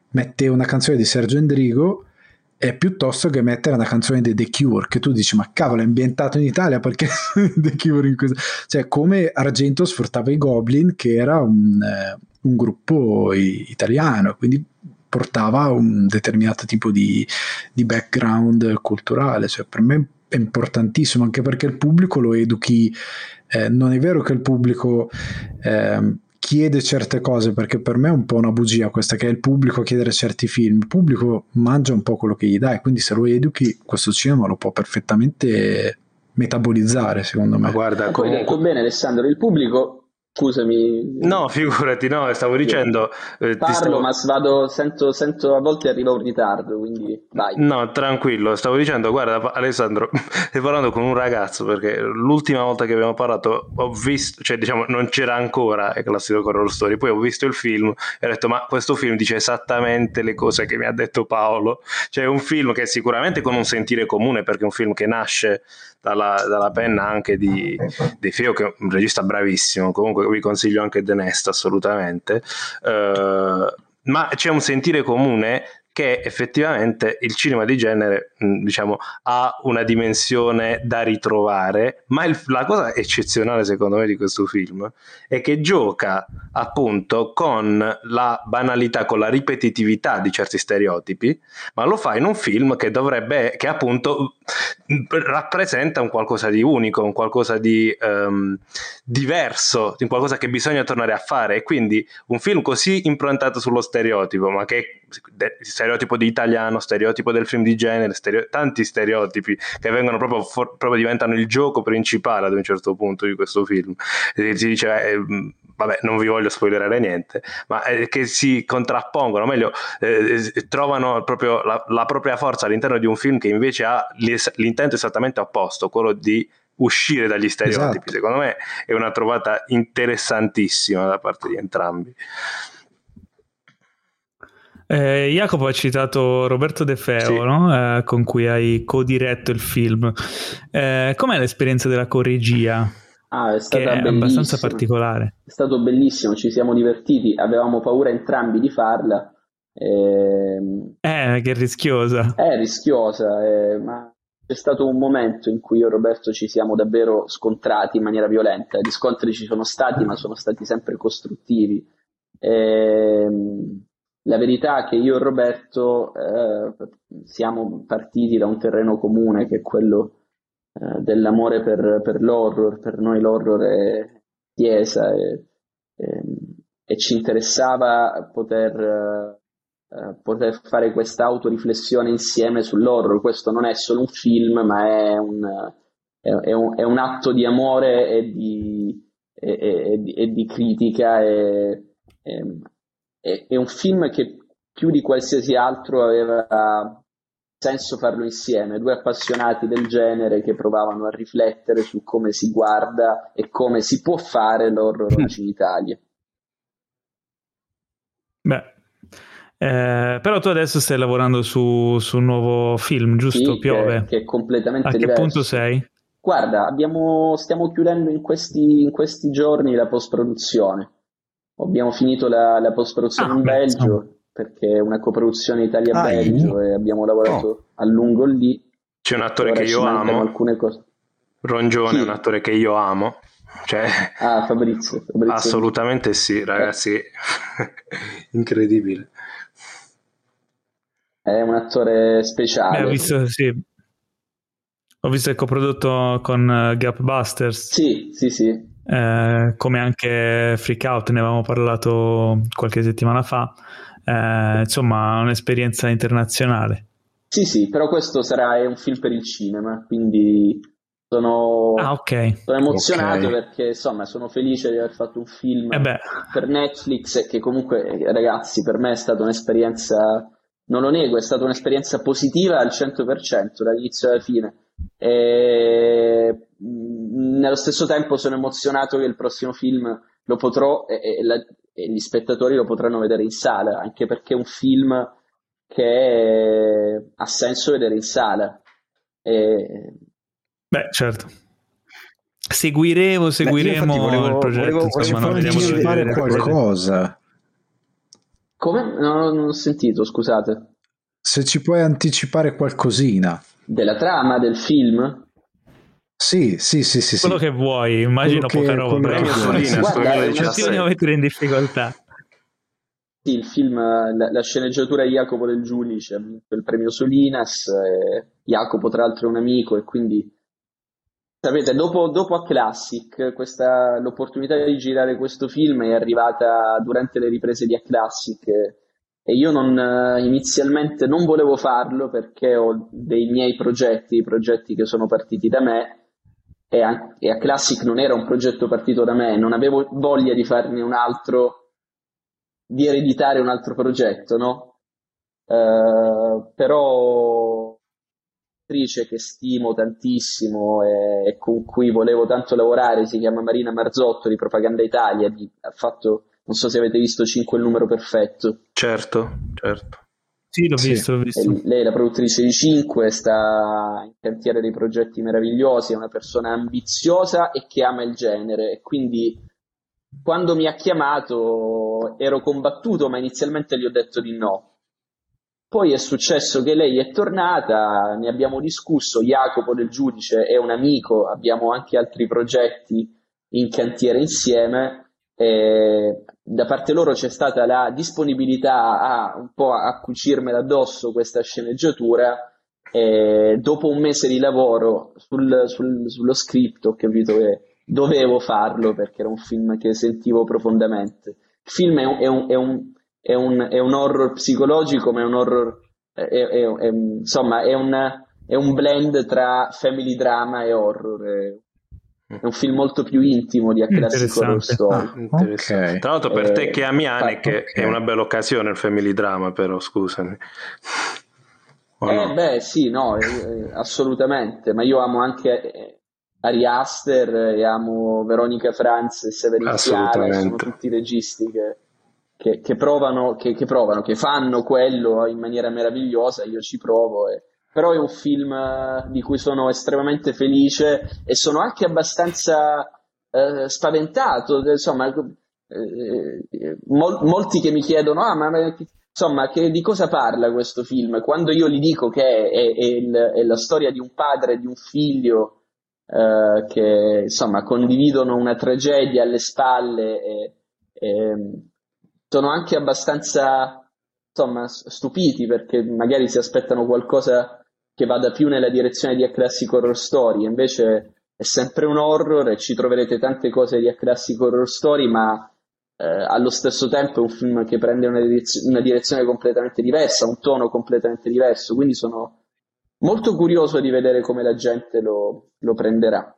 mette una canzone di Sergio Endrigo è piuttosto che mettere una canzone dei The Cure, che tu dici ma cavolo è ambientato in Italia, perché The Cure in questo... cioè come Argento sfruttava i Goblin, che era un, eh, un gruppo i- italiano, quindi portava un determinato tipo di, di background culturale. Cioè per me è importantissimo, anche perché il pubblico lo educhi. Eh, non è vero che il pubblico eh, chiede certe cose, perché per me è un po' una bugia questa, che è il pubblico a chiedere certi film. Il pubblico mangia un po' quello che gli dai, quindi se lo educhi questo cinema lo può perfettamente metabolizzare, secondo me. Ma guarda, ma poi detto bene Alessandro, il pubblico, scusami, no, figurati, no, stavo dicendo eh, parlo stavo... ma vado, sento, sento a volte arriva un ritardo, quindi vai. No, tranquillo, stavo dicendo, guarda Alessandro, stai parlando con un ragazzo, perché l'ultima volta che abbiamo parlato ho visto, cioè diciamo non c'era ancora il classico Horror Story, poi ho visto il film e ho detto ma questo film dice esattamente le cose che mi ha detto Paolo, cioè è un film che sicuramente con un sentire comune, perché è un film che nasce dalla, dalla penna anche di, di Feo, che è un regista bravissimo, comunque vi consiglio anche The Nest assolutamente, uh, ma c'è un sentire comune che effettivamente il cinema di genere, diciamo, ha una dimensione da ritrovare, ma il, la cosa eccezionale secondo me di questo film è che gioca appunto con la banalità, con la ripetitività di certi stereotipi, ma lo fa in un film che dovrebbe, che appunto rappresenta un qualcosa di unico, un qualcosa di um, diverso, un qualcosa che bisogna tornare a fare, e quindi un film così improntato sullo stereotipo, ma che stereotipo di italiano, stereotipo del film di genere, stereo, tanti stereotipi che vengono proprio, for, proprio diventano il gioco principale ad un certo punto di questo film. E si dice eh, vabbè, non vi voglio spoilerare niente, ma eh, che si contrappongono, o meglio eh, trovano proprio la, la propria forza all'interno di un film che invece ha l'intento esattamente opposto, quello di uscire dagli stereotipi. Esatto. Secondo me è una trovata interessantissima da parte di entrambi. Eh, Jacopo ha citato Roberto De Feo, sì. no? eh, con cui hai co-diretto il film. Eh, com'è l'esperienza della co-regia? Ah, è stata che è abbastanza particolare. È stato bellissimo, ci siamo divertiti, avevamo paura entrambi di farla. Eh, eh che è rischiosa. È rischiosa, eh, ma c'è stato un momento in cui io e Roberto ci siamo davvero scontrati in maniera violenta. Gli scontri ci sono stati, ma sono stati sempre costruttivi. Eh, La verità è che io e Roberto eh, siamo partiti da un terreno comune, che è quello eh, dell'amore per, per l'horror. Per noi l'horror è chiesa e, e, e ci interessava poter, eh, poter fare questa autoriflessione insieme sull'horror. Questo non è solo un film, ma è un, è, è un, è un atto di amore e di, e, e, e di critica e, e è un film che più di qualsiasi altro aveva senso farlo insieme, due appassionati del genere che provavano a riflettere su come si guarda e come si può fare l'horror oggi in Italia. Beh, eh, però tu adesso stai lavorando su, su un nuovo film, giusto? Sì, Piove? Che, che è completamente A che diverso. punto sei? Guarda, abbiamo, stiamo chiudendo in questi, in questi giorni la post-produzione. Abbiamo finito la, la post-produzione ah, in Belgio, no. perché è una coproduzione Italia-Belgio ah, e abbiamo lavorato oh. a lungo lì. C'è un attore che io amo, alcune cose. Rongione Chi? È un attore che io amo. Cioè, ah, Fabrizio, Fabrizio. Assolutamente sì, ragazzi, eh. incredibile. È un attore speciale. Beh, ho visto, sì. Ho visto il coprodotto con Gap Busters. Sì, sì, sì. Eh, come anche Freak Out, ne avevamo parlato qualche settimana fa, eh, insomma un'esperienza internazionale. Sì sì, però questo sarà un film per il cinema, quindi sono, ah, okay. sono emozionato okay. perché insomma sono felice di aver fatto un film eh beh. per Netflix, che comunque ragazzi per me è stata un'esperienza, non lo nego, è stata un'esperienza positiva al cento per cento dall'inizio alla fine. E nello stesso tempo sono emozionato che il prossimo film lo potrò e, e, la, e gli spettatori lo potranno vedere in sala, anche perché è un film che è, ha senso vedere in sala. E... Beh, certo. Seguiremo, seguiremo Beh, volevo, il progetto. Volevo, insomma, volevo non vediamo fare qualcosa. Come? No, non ho sentito, scusate. Se ci puoi anticipare qualcosina. Della trama del film? Sì, sì, sì, sì. Quello sì. che vuoi, immagino Quello poca che- roba. quello che vuoi. Guarda, Non ti vogliamo mettere in difficoltà. Sì, il film, la, la sceneggiatura di Jacopo Del Giudice ha vinto il premio Solinas. E Jacopo, tra l'altro, è un amico, e quindi sapete, dopo, dopo A Classic, questa, l'opportunità di girare questo film è arrivata durante le riprese di A Classic, e, e io non, eh, inizialmente non volevo farlo perché ho dei miei progetti, progetti che sono partiti da me, e a, e A Classic non era un progetto partito da me, non avevo voglia di farne un altro, di ereditare un altro progetto, no? Eh, però un'attrice che stimo tantissimo e, e con cui volevo tanto lavorare, si chiama Marina Marzotto di Propaganda Italia, di, ha fatto, non so se avete visto Cinque il numero perfetto. Certo, certo. Sì, l'ho Sì. visto, l'ho visto. E lei è la produttrice di Cinque, sta in cantiere dei progetti meravigliosi, è una persona ambiziosa e che ama il genere, e quindi quando mi ha chiamato ero combattuto, ma inizialmente gli ho detto di no. Poi è successo che lei è tornata, ne abbiamo discusso, Jacopo Del Giudice è un amico, abbiamo anche altri progetti in cantiere insieme, e da parte loro c'è stata la disponibilità a un po' a cucirmela addosso questa sceneggiatura, e dopo un mese di lavoro sul, sul, sullo script ho capito che dovevo farlo perché era un film che sentivo profondamente. Il film è un, è un, è un È un, è un horror psicologico, ma è un horror, è, è, è, insomma, è un, è un blend tra family drama e horror. È, è un film molto più intimo di A Classic Horror Story. Ah, Interessante. ok. Tra l'altro, per Eh, te che ami Haneke, ok. è una bella occasione il family drama, però scusami. O eh no? beh, sì, no, eh, assolutamente. Ma io amo anche eh, Ari Aster e amo Veronica Franz e Severin Fiala, sono Assolutamente. tutti registi che Che, che provano, che, che provano, che fanno quello in maniera meravigliosa. Io ci provo, e... però è un film eh, di cui sono estremamente felice e sono anche abbastanza eh, spaventato. Insomma, eh, eh, mol- molti che mi chiedono, ah, ma, ma insomma, che, di cosa parla questo film? Quando io gli dico che è, è, è, il, è la storia di un padre e di un figlio eh, che insomma condividono una tragedia alle spalle, e, e sono anche abbastanza, insomma, stupiti perché magari si aspettano qualcosa che vada più nella direzione di A Classic Horror Story, invece è sempre un horror e ci troverete tante cose di A Classic Horror Story, ma eh, allo stesso tempo è un film che prende una, direz- una direzione completamente diversa, un tono completamente diverso, quindi sono molto curioso di vedere come la gente lo, lo prenderà.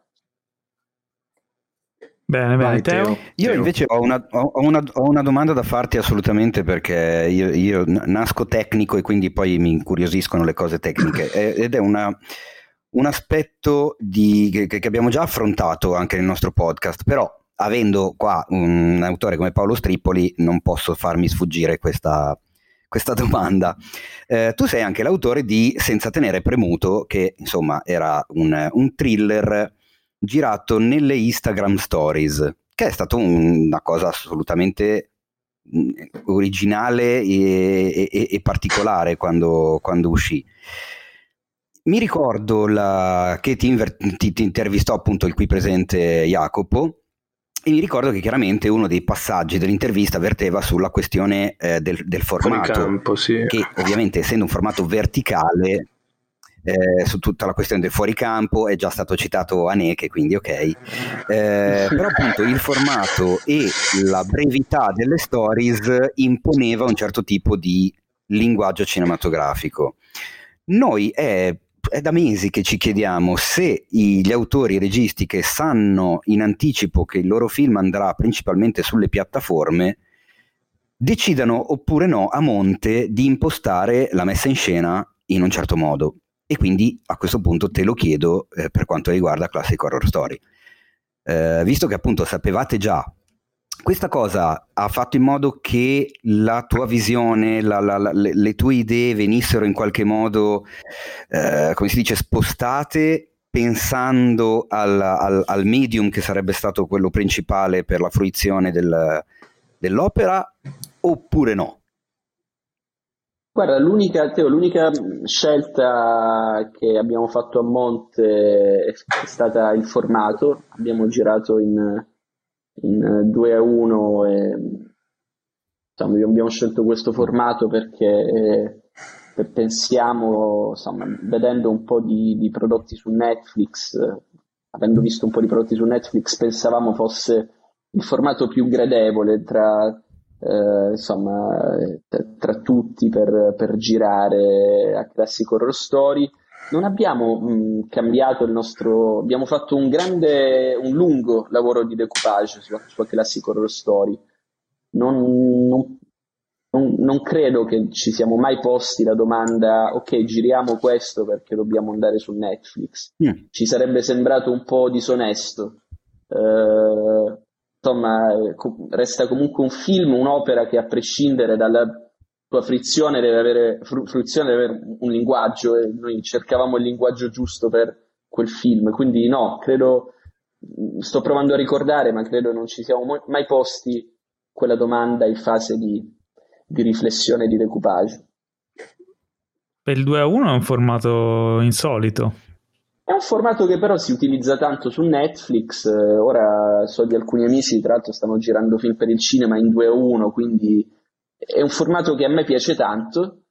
Bene, bene, Vai, Teo. Teo. Io Teo. invece ho una, ho, una, ho una domanda da farti assolutamente, perché io, io nasco tecnico e quindi poi mi incuriosiscono le cose tecniche, ed è una, un aspetto di, che, che abbiamo già affrontato anche nel nostro podcast, però avendo qua un autore come Paolo Strippoli non posso farmi sfuggire questa, questa domanda. Eh, tu sei anche l'autore di Senza tenere premuto, che insomma era un, un thriller girato nelle Instagram Stories, che è stata un, una cosa assolutamente originale e, e, e particolare quando, quando uscì. Mi ricordo la, che ti, inver, ti, ti intervistò appunto il qui presente Jacopo, e mi ricordo che chiaramente uno dei passaggi dell'intervista verteva sulla questione eh, del, del formato, Fuoricampo, sì. che ovviamente essendo un formato verticale, Eh, su tutta la questione del fuoricampo è già stato citato Haneke, quindi ok, eh, però appunto il formato e la brevità delle stories imponeva un certo tipo di linguaggio cinematografico. Noi è, è da mesi che ci chiediamo se gli autori e i registi che sanno in anticipo che il loro film andrà principalmente sulle piattaforme decidano oppure no a monte di impostare la messa in scena in un certo modo. E quindi a questo punto te lo chiedo eh, per quanto riguarda Classic Horror Story. Eh, visto che appunto sapevate già, questa cosa ha fatto in modo che la tua visione, la, la, la, le, le tue idee venissero in qualche modo, eh, come si dice, spostate pensando al, al, al medium che sarebbe stato quello principale per la fruizione del, dell'opera, oppure no? Guarda, l'unica, Teo, l'unica scelta che abbiamo fatto a monte è stata il formato. Abbiamo girato in, in due a uno e insomma, abbiamo scelto questo formato perché eh, pensiamo, insomma, vedendo un po' di, di prodotti su Netflix, eh, avendo visto un po' di prodotti su Netflix, pensavamo fosse il formato più gradevole tra... Uh, insomma t- tra tutti per, per girare a Classic Horror Story. Non abbiamo mh, cambiato il nostro, abbiamo fatto un grande, un lungo lavoro di decoupage su, su Classic Horror Story. Non, non, non, non credo che ci siamo mai posti la domanda ok, giriamo questo perché dobbiamo andare su Netflix. Mm. Ci sarebbe sembrato un po' disonesto. uh, Insomma, resta comunque un film, un'opera che a prescindere dalla sua frizione deve avere, fru- fruizione deve avere un linguaggio, e noi cercavamo il linguaggio giusto per quel film. Quindi no, credo, sto provando a ricordare, ma credo non ci siamo mai posti quella domanda in fase di, di riflessione e di decoupage. Per il due a uno è un formato insolito. È un formato che però si utilizza tanto su Netflix. Ora so di alcuni amici, tra l'altro, stanno girando film per il cinema in due a uno, quindi è un formato che a me piace tanto.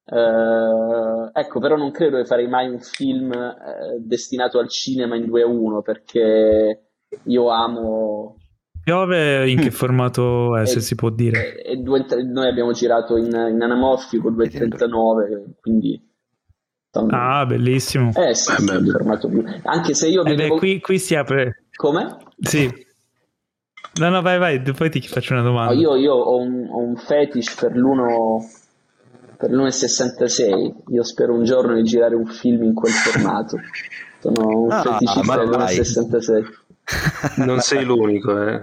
Eh, ecco, però non credo che farei mai un film eh, destinato al cinema in due a uno, perché io amo... Piove in che formato è, è se si può dire? È, è due, noi abbiamo girato in, in anamorfico due virgola trentanove, quindi... Ah, bellissimo. Eh sì, sì, il formato più. Anche se io eh vedevo... beh, qui, qui si apre. Come? Sì. No, no, vai, vai, poi ti faccio una domanda. No, io, io ho, un, ho un fetish per l'uno per l'uno virgola sessantasei. Io spero un giorno di girare un film in quel formato. Sono un ah, feticista dell'uno virgola sessantasei. Non sei l'unico, eh.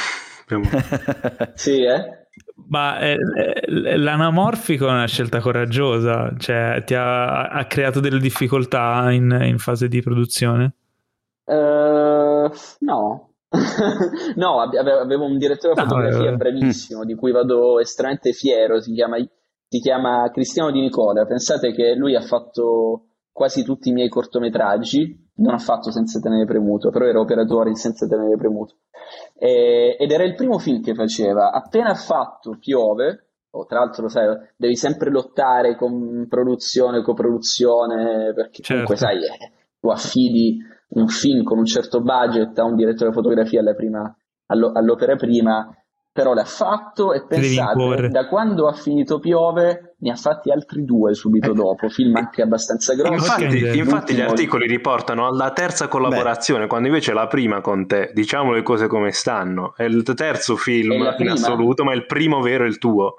Sì, eh? Ma eh, l'anamorfico è una scelta coraggiosa, cioè ti ha, ha creato delle difficoltà in, in fase di produzione? Uh, no. No, avevo un direttore di fotografia no, bravissimo, mm. di cui vado estremamente fiero, si chiama, si chiama Cristiano Di Nicola. Pensate che lui ha fatto quasi tutti i miei cortometraggi, non ha fatto Senza tenere premuto, però era operatore in Senza tenere premuto. E, ed era il primo film che faceva. Appena fatto Piove, oh, tra l'altro sai, devi sempre lottare con produzione, coproduzione, perché certo. comunque sai, eh, tu affidi un film con un certo budget a un direttore di fotografia alla prima, allo, all'opera prima, però l'ha fatto e pensate, da quando ha finito Piove ne ha fatti altri due subito dopo, film anche abbastanza grossi. Infatti, infatti gli articoli riportano alla terza collaborazione, Beh. quando invece la prima con te, diciamo le cose come stanno, è il terzo film in assoluto, ma il primo vero è il tuo.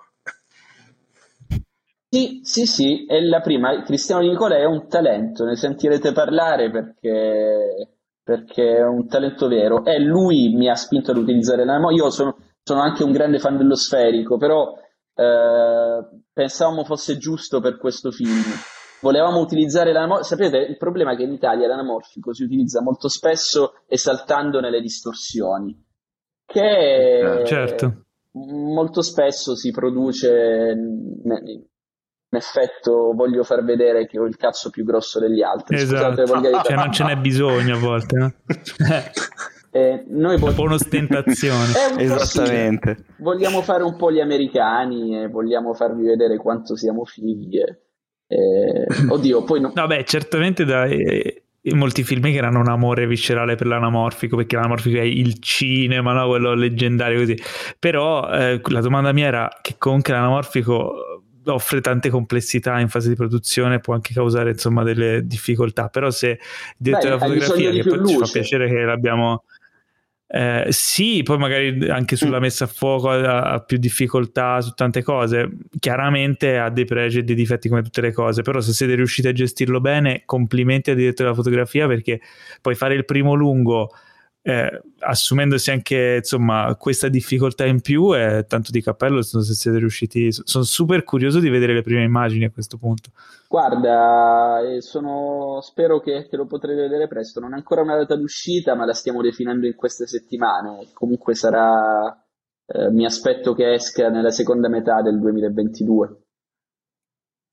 Sì, sì, sì, è la prima. Cristiano Di Nicola è un talento, ne sentirete parlare perché, perché è un talento vero. E lui mi ha spinto ad utilizzare la... Io sono, sono anche un grande fan dello sferico, però eh, pensavamo fosse giusto per questo film. Volevamo utilizzare l'anamorfico. Sapete, il problema è che in Italia l'anamorfico si utilizza molto spesso esaltandone le distorsioni, che certo. molto spesso si produce... in effetto voglio far vedere che ho il cazzo più grosso degli altri. Esatto. Scusate, cioè non ce n'è bisogno a volte, no? eh, noi un po' un'ostentazione. Un esattamente. Sì. Vogliamo fare un po' gli americani e vogliamo farvi vedere quanto siamo figli. Eh, oddio, poi no. Vabbè, certamente dai, molti film che erano un amore viscerale per l'anamorfico, perché l'anamorfico è il cinema, no? Quello leggendario così. Però eh, la domanda mia era che comunque l'anamorfico offre tante complessità in fase di produzione, può anche causare insomma delle difficoltà, però se il direttore della fotografia, che poi luce. Ci fa piacere che l'abbiamo eh, sì, poi magari anche sulla messa a fuoco ha, ha più difficoltà su tante cose, chiaramente ha dei pregi e dei difetti come tutte le cose, però se siete riusciti a gestirlo bene, complimenti al direttore della fotografia, perché poi fare il primo lungo Eh, assumendosi anche insomma questa difficoltà in più è tanto di cappello se siete riusciti. Sono super curioso di vedere le prime immagini a questo punto. Guarda, sono, spero che, che lo potrete vedere presto. Non è ancora una data d'uscita, ma la stiamo definendo in queste settimane. Comunque sarà eh, mi aspetto che esca nella seconda metà del duemilaventidue.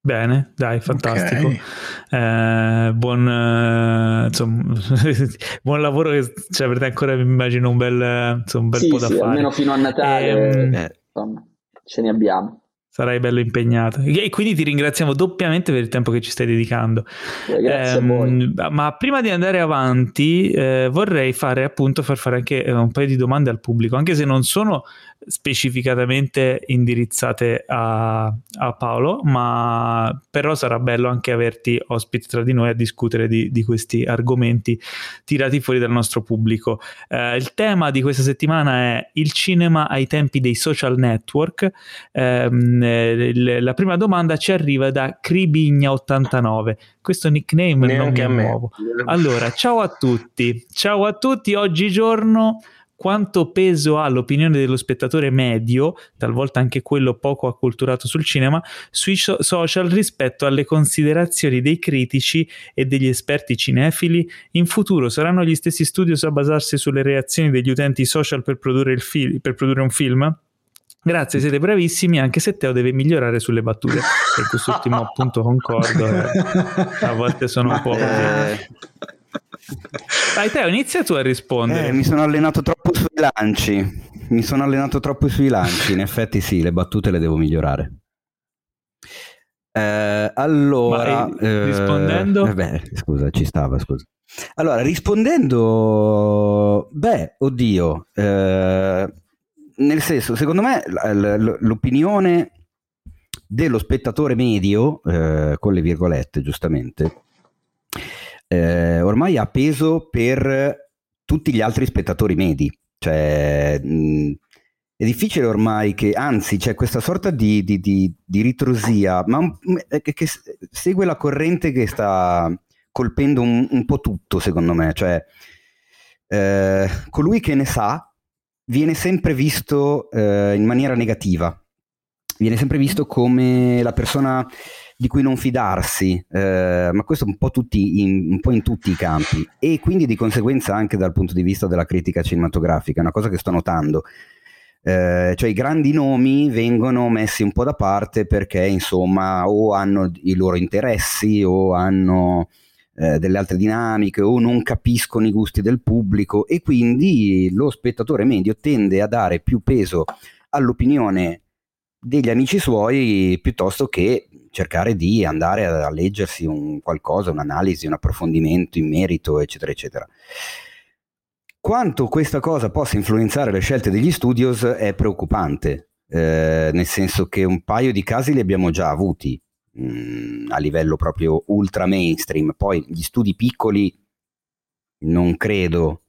Bene, dai, fantastico. Okay. Eh, buon, eh, insomma, buon lavoro. Che, cioè, per te ancora mi immagino un bel, insomma, un bel sì, po' da sì, fare. Almeno fino a Natale, eh, insomma, ce ne abbiamo. Sarai bello impegnato e quindi ti ringraziamo doppiamente per il tempo che ci stai dedicando. Eh, grazie eh, a voi. Ma prima di andare avanti eh, vorrei fare appunto far fare anche un paio di domande al pubblico, anche se non sono specificatamente indirizzate a, a Paolo, ma però sarà bello anche averti ospite tra di noi a discutere di, di questi argomenti tirati fuori dal nostro pubblico. Eh, il tema di questa settimana è il cinema ai tempi dei social network. Eh, la prima domanda ci arriva da Cribigna ottantanove. Questo nickname Neanche non mi è nuovo. Allora, ciao a tutti. Ciao a tutti. Oggigiorno quanto peso ha l'opinione dello spettatore medio, talvolta anche quello poco acculturato sul cinema, sui social rispetto alle considerazioni dei critici e degli esperti cinefili? In futuro saranno gli stessi studios a basarsi sulle reazioni degli utenti social per produrre, il fil- per produrre un film? Grazie, siete bravissimi, anche se Teo deve migliorare sulle battute. Per quest'ultimo appunto concordo, eh. A volte sono un po'... Eh... Vai Teo, inizia tu a rispondere. Eh, mi sono allenato troppo sui lanci. Mi sono allenato troppo sui lanci. In effetti sì, le battute le devo migliorare. Eh, allora... Ma, eh, rispondendo... Eh, beh, scusa, ci stava, scusa. Allora, rispondendo... Beh, oddio... Eh, nel senso, secondo me l- l'opinione dello spettatore medio, eh, con le virgolette, giustamente... Eh, ormai ha peso per tutti gli altri spettatori medi, cioè mh, è difficile ormai che, anzi c'è questa sorta di, di, di, di ritrosia, ma un, che, che segue la corrente che sta colpendo un, un po' tutto, secondo me, cioè eh, colui che ne sa viene sempre visto eh, in maniera negativa, viene sempre visto come la persona di cui non fidarsi, eh, ma questo un po' tutti in, un po' in tutti i campi, e quindi di conseguenza anche dal punto di vista della critica cinematografica, è una cosa che sto notando, eh, cioè i grandi nomi vengono messi un po' da parte perché insomma o hanno i loro interessi o hanno eh, delle altre dinamiche o non capiscono i gusti del pubblico, e quindi lo spettatore medio tende a dare più peso all'opinione degli amici suoi piuttosto che cercare di andare a, a leggersi un qualcosa, un'analisi, un approfondimento in merito, eccetera eccetera. Quanto questa cosa possa influenzare le scelte degli studios è preoccupante, eh, nel senso che un paio di casi li abbiamo già avuti mh, a livello proprio ultra mainstream. Poi gli studi piccoli non credo,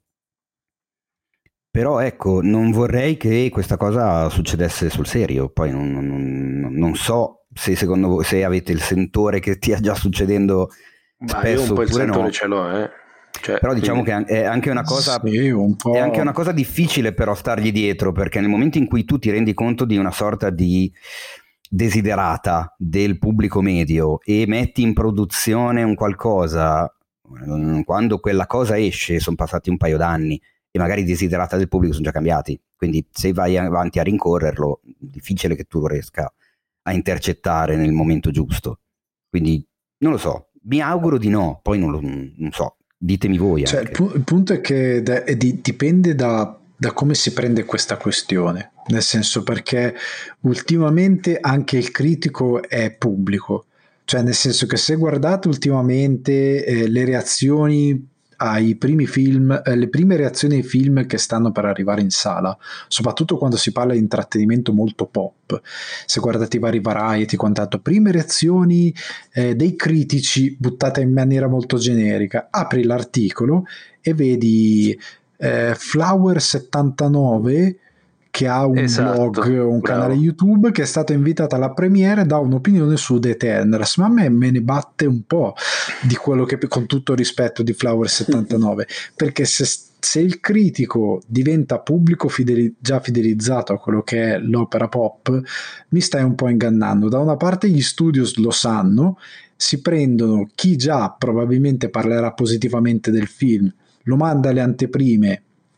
però ecco, non vorrei che questa cosa succedesse sul serio. Poi non, non, non so se secondo voi, se avete il sentore che stia già succedendo. Ma spesso, io un po' il sentore no. Ce l'ho, eh. Cioè, però diciamo quindi... che è anche una cosa sì, un po'... è anche una cosa difficile però stargli dietro, perché nel momento in cui tu ti rendi conto di una sorta di desiderata del pubblico medio e metti in produzione un qualcosa, quando quella cosa esce sono passati un paio d'anni e magari i desiderata del pubblico sono già cambiati, quindi se vai avanti a rincorrerlo è difficile che tu riesca a intercettare nel momento giusto. Quindi non lo so, mi auguro di no, poi non, lo, non so, ditemi voi. Cioè, il, pu- il punto è che da, è di, dipende da, da come si prende questa questione, nel senso, perché ultimamente anche il critico è pubblico, cioè nel senso che se guardate ultimamente eh, le reazioni ai primi film, eh, le prime reazioni ai film che stanno per arrivare in sala, soprattutto quando si parla di intrattenimento molto pop, se guardate i vari Variety, quant'altro, prime reazioni eh, dei critici buttate in maniera molto generica, apri l'articolo e vedi eh, Flower settantanove che ha un esatto, blog, un bravo. canale YouTube, che è stato invitato alla premiere, dà un'opinione su The Eternals, ma a me me ne batte un po' di quello che, con tutto il rispetto, di Flower settantanove, perché se, se il critico diventa pubblico fideli, già fidelizzato a quello che è l'opera pop, mi stai un po' ingannando. Da una parte gli studios lo sanno, si prendono chi già probabilmente parlerà positivamente del film, lo manda alle anteprime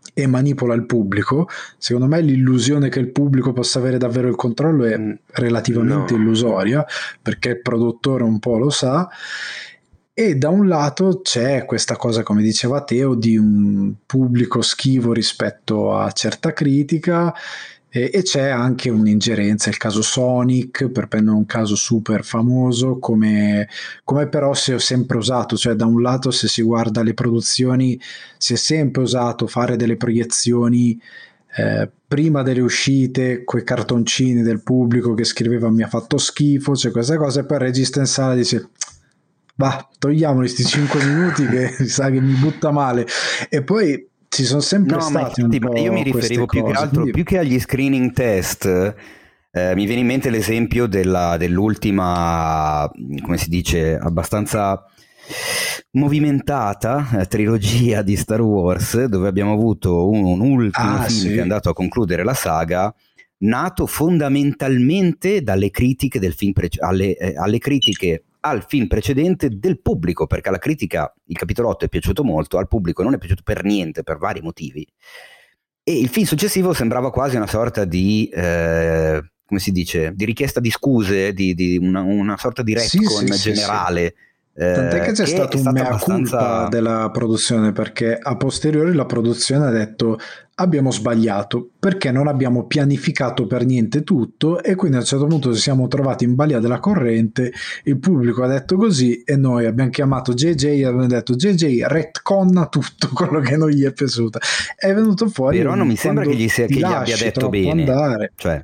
e manipola il pubblico. Secondo me l'illusione che il pubblico possa avere davvero il controllo è relativamente no. illusoria, perché il produttore un po' lo sa. E da un lato c'è questa cosa, come diceva Teo, di un pubblico schivo rispetto a certa critica, e, e c'è anche un'ingerenza, il caso Sonic, per prendere un caso super famoso, come, come però si è sempre usato, cioè da un lato se si guarda le produzioni si è sempre usato fare delle proiezioni eh, prima delle uscite, quei cartoncini del pubblico che scriveva mi ha fatto schifo, cioè queste cose, e poi il regista in sala dice bah, togliamo questi cinque minuti che mi sa che mi butta male. E poi ci sono sempre no, stati ma un infatti, po' io mi riferivo più cose, che altro, quindi... più che agli screening test, eh, mi viene in mente l'esempio della, dell'ultima, come si dice, abbastanza movimentata eh, trilogia di Star Wars, dove abbiamo avuto un, un ultimo ah, film sì. che è andato a concludere la saga, nato fondamentalmente dalle critiche del film pre- alle, eh, alle critiche al film precedente del pubblico, perché alla critica il capitolo otto è piaciuto molto, al pubblico non è piaciuto per niente per vari motivi, e il film successivo sembrava quasi una sorta di eh, come si dice, di richiesta di scuse, di, di una, una sorta di retcon sì, sì, generale. Sì, sì. Tant'è che c'è che stato un mea abbastanza... culpa della produzione, perché a posteriori la produzione ha detto abbiamo sbagliato perché non abbiamo pianificato per niente tutto, e quindi a un certo punto ci siamo trovati in balia della corrente, il pubblico ha detto così e noi abbiamo chiamato J J e abbiamo detto J J retconna tutto quello che non gli è piaciuto. È venuto fuori, però non mi sembra che gli, sia, che gli abbia detto bene andare. Cioè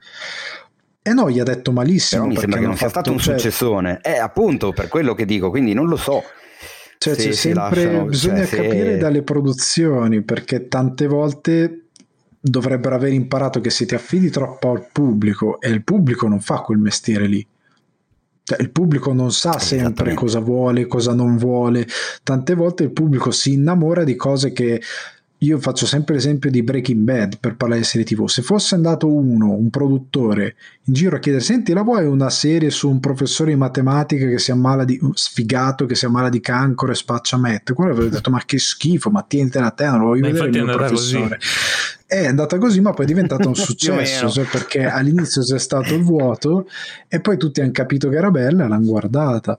E no, gli ha detto malissimo. Però mi sembra che non sia stato un cioè... successone. È appunto per quello che dico, quindi non lo so. Cioè, c'è sempre lasciano, bisogna cioè, capire se... dalle produzioni, perché tante volte dovrebbero aver imparato che se ti affidi troppo al pubblico, e il pubblico non fa quel mestiere lì. Cioè, il pubblico non sa sempre cosa vuole, cosa non vuole. Tante volte il pubblico si innamora di cose che... Io faccio sempre l'esempio di Breaking Bad per parlare di serie tivù. Se fosse andato uno, un produttore, in giro a chiedere senti, la vuoi una serie su un professore di matematica che si ammala di sfigato, che si ammala di cancro e spaccia meth, quello avrebbe detto ma che schifo, ma tientela a te, non lo voglio vedere il mio professore. Così. È andata così, ma poi è diventato un successo, cioè perché all'inizio c'è stato il vuoto e poi tutti hanno capito che era bella e l'hanno guardata.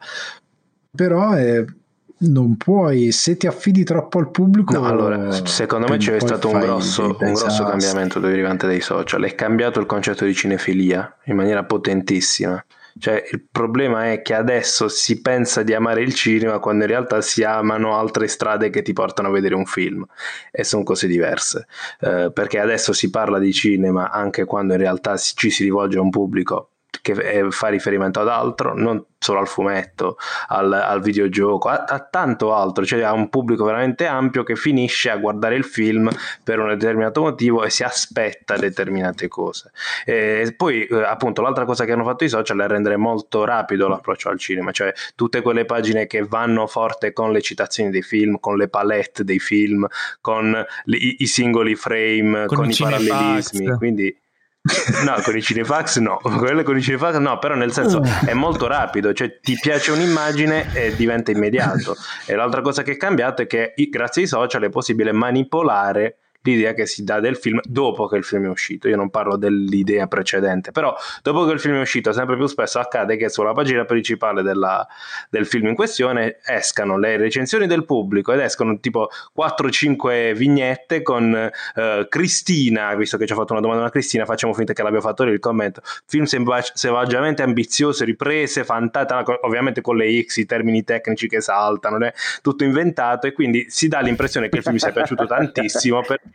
Però è... non puoi, se ti affidi troppo al pubblico. No, allora, secondo me c'è stato un grosso, un grosso cambiamento derivante dai social. È cambiato il concetto di cinefilia in maniera potentissima. Cioè, il problema è che adesso si pensa di amare il cinema quando in realtà si amano altre strade che ti portano a vedere un film, e sono cose diverse, eh, perché adesso si parla di cinema anche quando in realtà ci si rivolge a un pubblico che fa riferimento ad altro, non solo al fumetto, al, al videogioco, a, a tanto altro, cioè a un pubblico veramente ampio che finisce a guardare il film per un determinato motivo e si aspetta determinate cose. E poi eh, appunto l'altra cosa che hanno fatto i social è rendere molto rapido l'approccio al cinema, cioè tutte quelle pagine che vanno forte con le citazioni dei film, con le palette dei film, con li, i singoli frame, con, con i parallelismi, quindi no, con i cinefax no, quello con i cinefax no, però nel senso è molto rapido, cioè ti piace un'immagine e diventa immediato. E l'altra cosa che è cambiato è che grazie ai social è possibile manipolare l'idea che si dà del film dopo che il film è uscito. Io non parlo dell'idea precedente, però dopo che il film è uscito sempre più spesso accade che sulla pagina principale della, del film in questione escano le recensioni del pubblico ed escono tipo quattro cinque vignette con uh, Cristina, visto che ci ha fatto una domanda a Cristina, facciamo finta che l'abbia fatto lì il commento, film selvaggiamente ambizioso, riprese, fantastiche, ovviamente con le X, i termini tecnici che saltano, è tutto inventato, e quindi si dà l'impressione che il film sia piaciuto tantissimo perché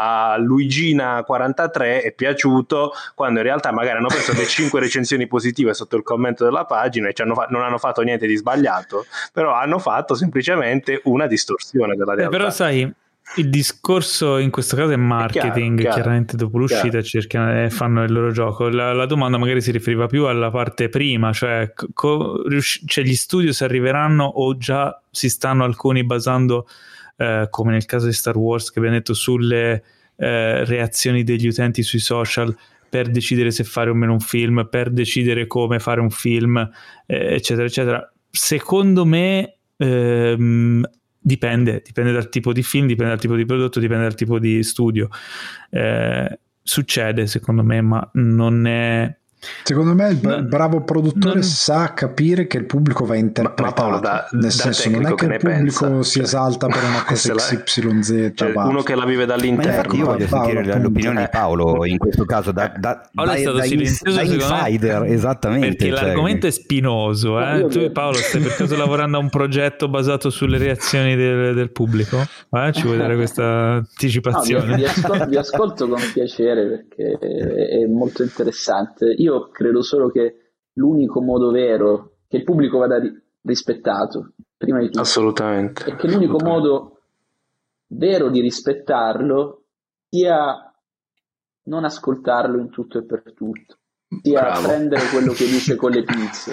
a Luigina quarantatré è piaciuto, quando in realtà magari hanno preso le cinque recensioni positive sotto il commento della pagina e ci hanno fa- non hanno fatto niente di sbagliato, però hanno fatto semplicemente una distorsione della realtà. Eh, però sai, il discorso in questo caso è marketing, è chiaro, chiaro, chiaramente dopo l'uscita chiaro. cercano e fanno il loro gioco. La, la domanda magari si riferiva più alla parte prima, cioè, co- rius- cioè gli studios arriveranno o già si stanno alcuni basando Uh, come nel caso di Star Wars che abbiamo detto sulle uh, reazioni degli utenti sui social per decidere se fare o meno un film, per decidere come fare un film, eh, eccetera eccetera. Secondo me ehm, dipende, dipende dal tipo di film, dipende dal tipo di prodotto, dipende dal tipo di studio. Eh, succede secondo me, ma non è... Secondo me il no, bravo produttore non... sa capire che il pubblico va interpretato, ma, da, nel da senso non è che, che il pubblico pensa, si esalta per una cosa X Y Z, cioè, uno che la vive dall'interno. Io voglio Paolo, sentire appunto, l'opinione di Paolo in questo caso da, da, da, è stato da, silenzioso, da insider, me, esattamente, perché cioè, l'argomento è spinoso, eh? Tu Paolo stai per caso lavorando a un progetto basato sulle reazioni del, del pubblico? Eh? Ci vuoi dare questa anticipazione? No, vi, vi, ascolto, vi ascolto con piacere perché è, è molto interessante. Io credo solo che l'unico modo vero che il pubblico vada ri- rispettato prima di tutto, assolutamente, e che l'unico modo vero di rispettarlo sia non ascoltarlo in tutto e per tutto, sia Bravo. prendere quello che dice con le pinze.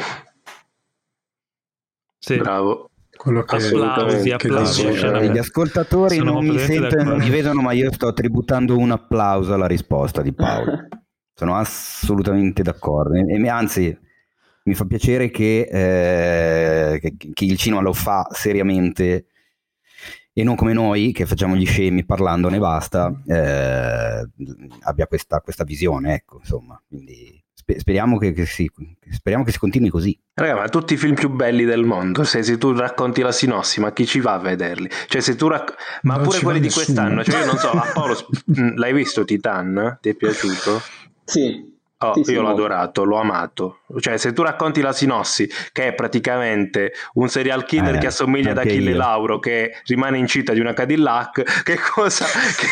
Sì. Bravo. Quello che applausi, che applausi. Che gli ascoltatori Sono non mi sentono, non mi vedono, ma io sto tributando un applauso alla risposta di Paolo. Sono assolutamente d'accordo, e anzi mi fa piacere che, eh, che, che il cinema lo fa seriamente e non come noi che facciamo gli scemi parlandone basta, eh, abbia questa, questa visione, ecco, insomma, quindi sper- speriamo che, che si speriamo che si continui così. Raga, ma tutti i film più belli del mondo, se, se tu racconti la sinossi, ma chi ci va a vederli? Cioè se tu rac- ma non pure quelli di nessuno. Quest'anno, cioè io non so, a Paolo, l'hai visto Titan? Ti è piaciuto? Sì. Oh, sì, io sì, l'ho adorato, l'ho amato. Cioè, se tu racconti la sinossi, che è praticamente un serial killer eh, che assomiglia ad Achille io. Lauro, che rimane incinta di una Cadillac, che cosa? Che,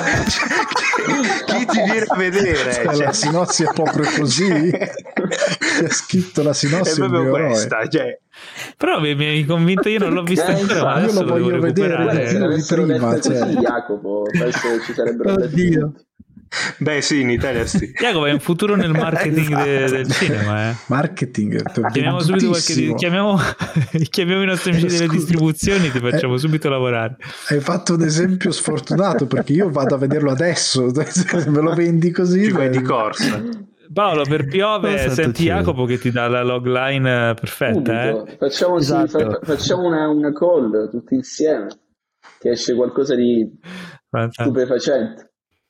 cioè, chi ti viene a vedere? Cioè, cioè, la sinossi è proprio così. Chi ha scritto la sinossi è proprio questa. Cioè. Però mi hai convinto, io non l'ho visto ancora, ma io lo voglio vedere. Se l'avessero prima, detto cioè. così, Jacopo, penso ci sarebbero Oddio. Beh sì, in Italia sì. Jacopo, è un futuro nel marketing esatto. de, del cinema, eh. Marketing, chiamiamo subito qualche chiamiamo, chiamiamo i nostri amici delle distribuzioni, ti facciamo eh, subito lavorare. Hai fatto un esempio sfortunato, perché io vado a vederlo adesso, me lo vendi così, ci vai di corsa. Paolo, per piove senti Jacopo che ti dà la logline perfetta, eh. Facciamo, esatto. sì, fa, facciamo una, una call tutti insieme, che esce qualcosa di Fantastico. Stupefacente.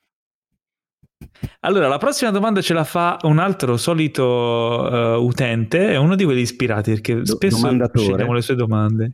Allora, la prossima domanda ce la fa un altro solito uh, utente, è uno di quelli ispirati, perché Do- spesso scegliamo le sue domande.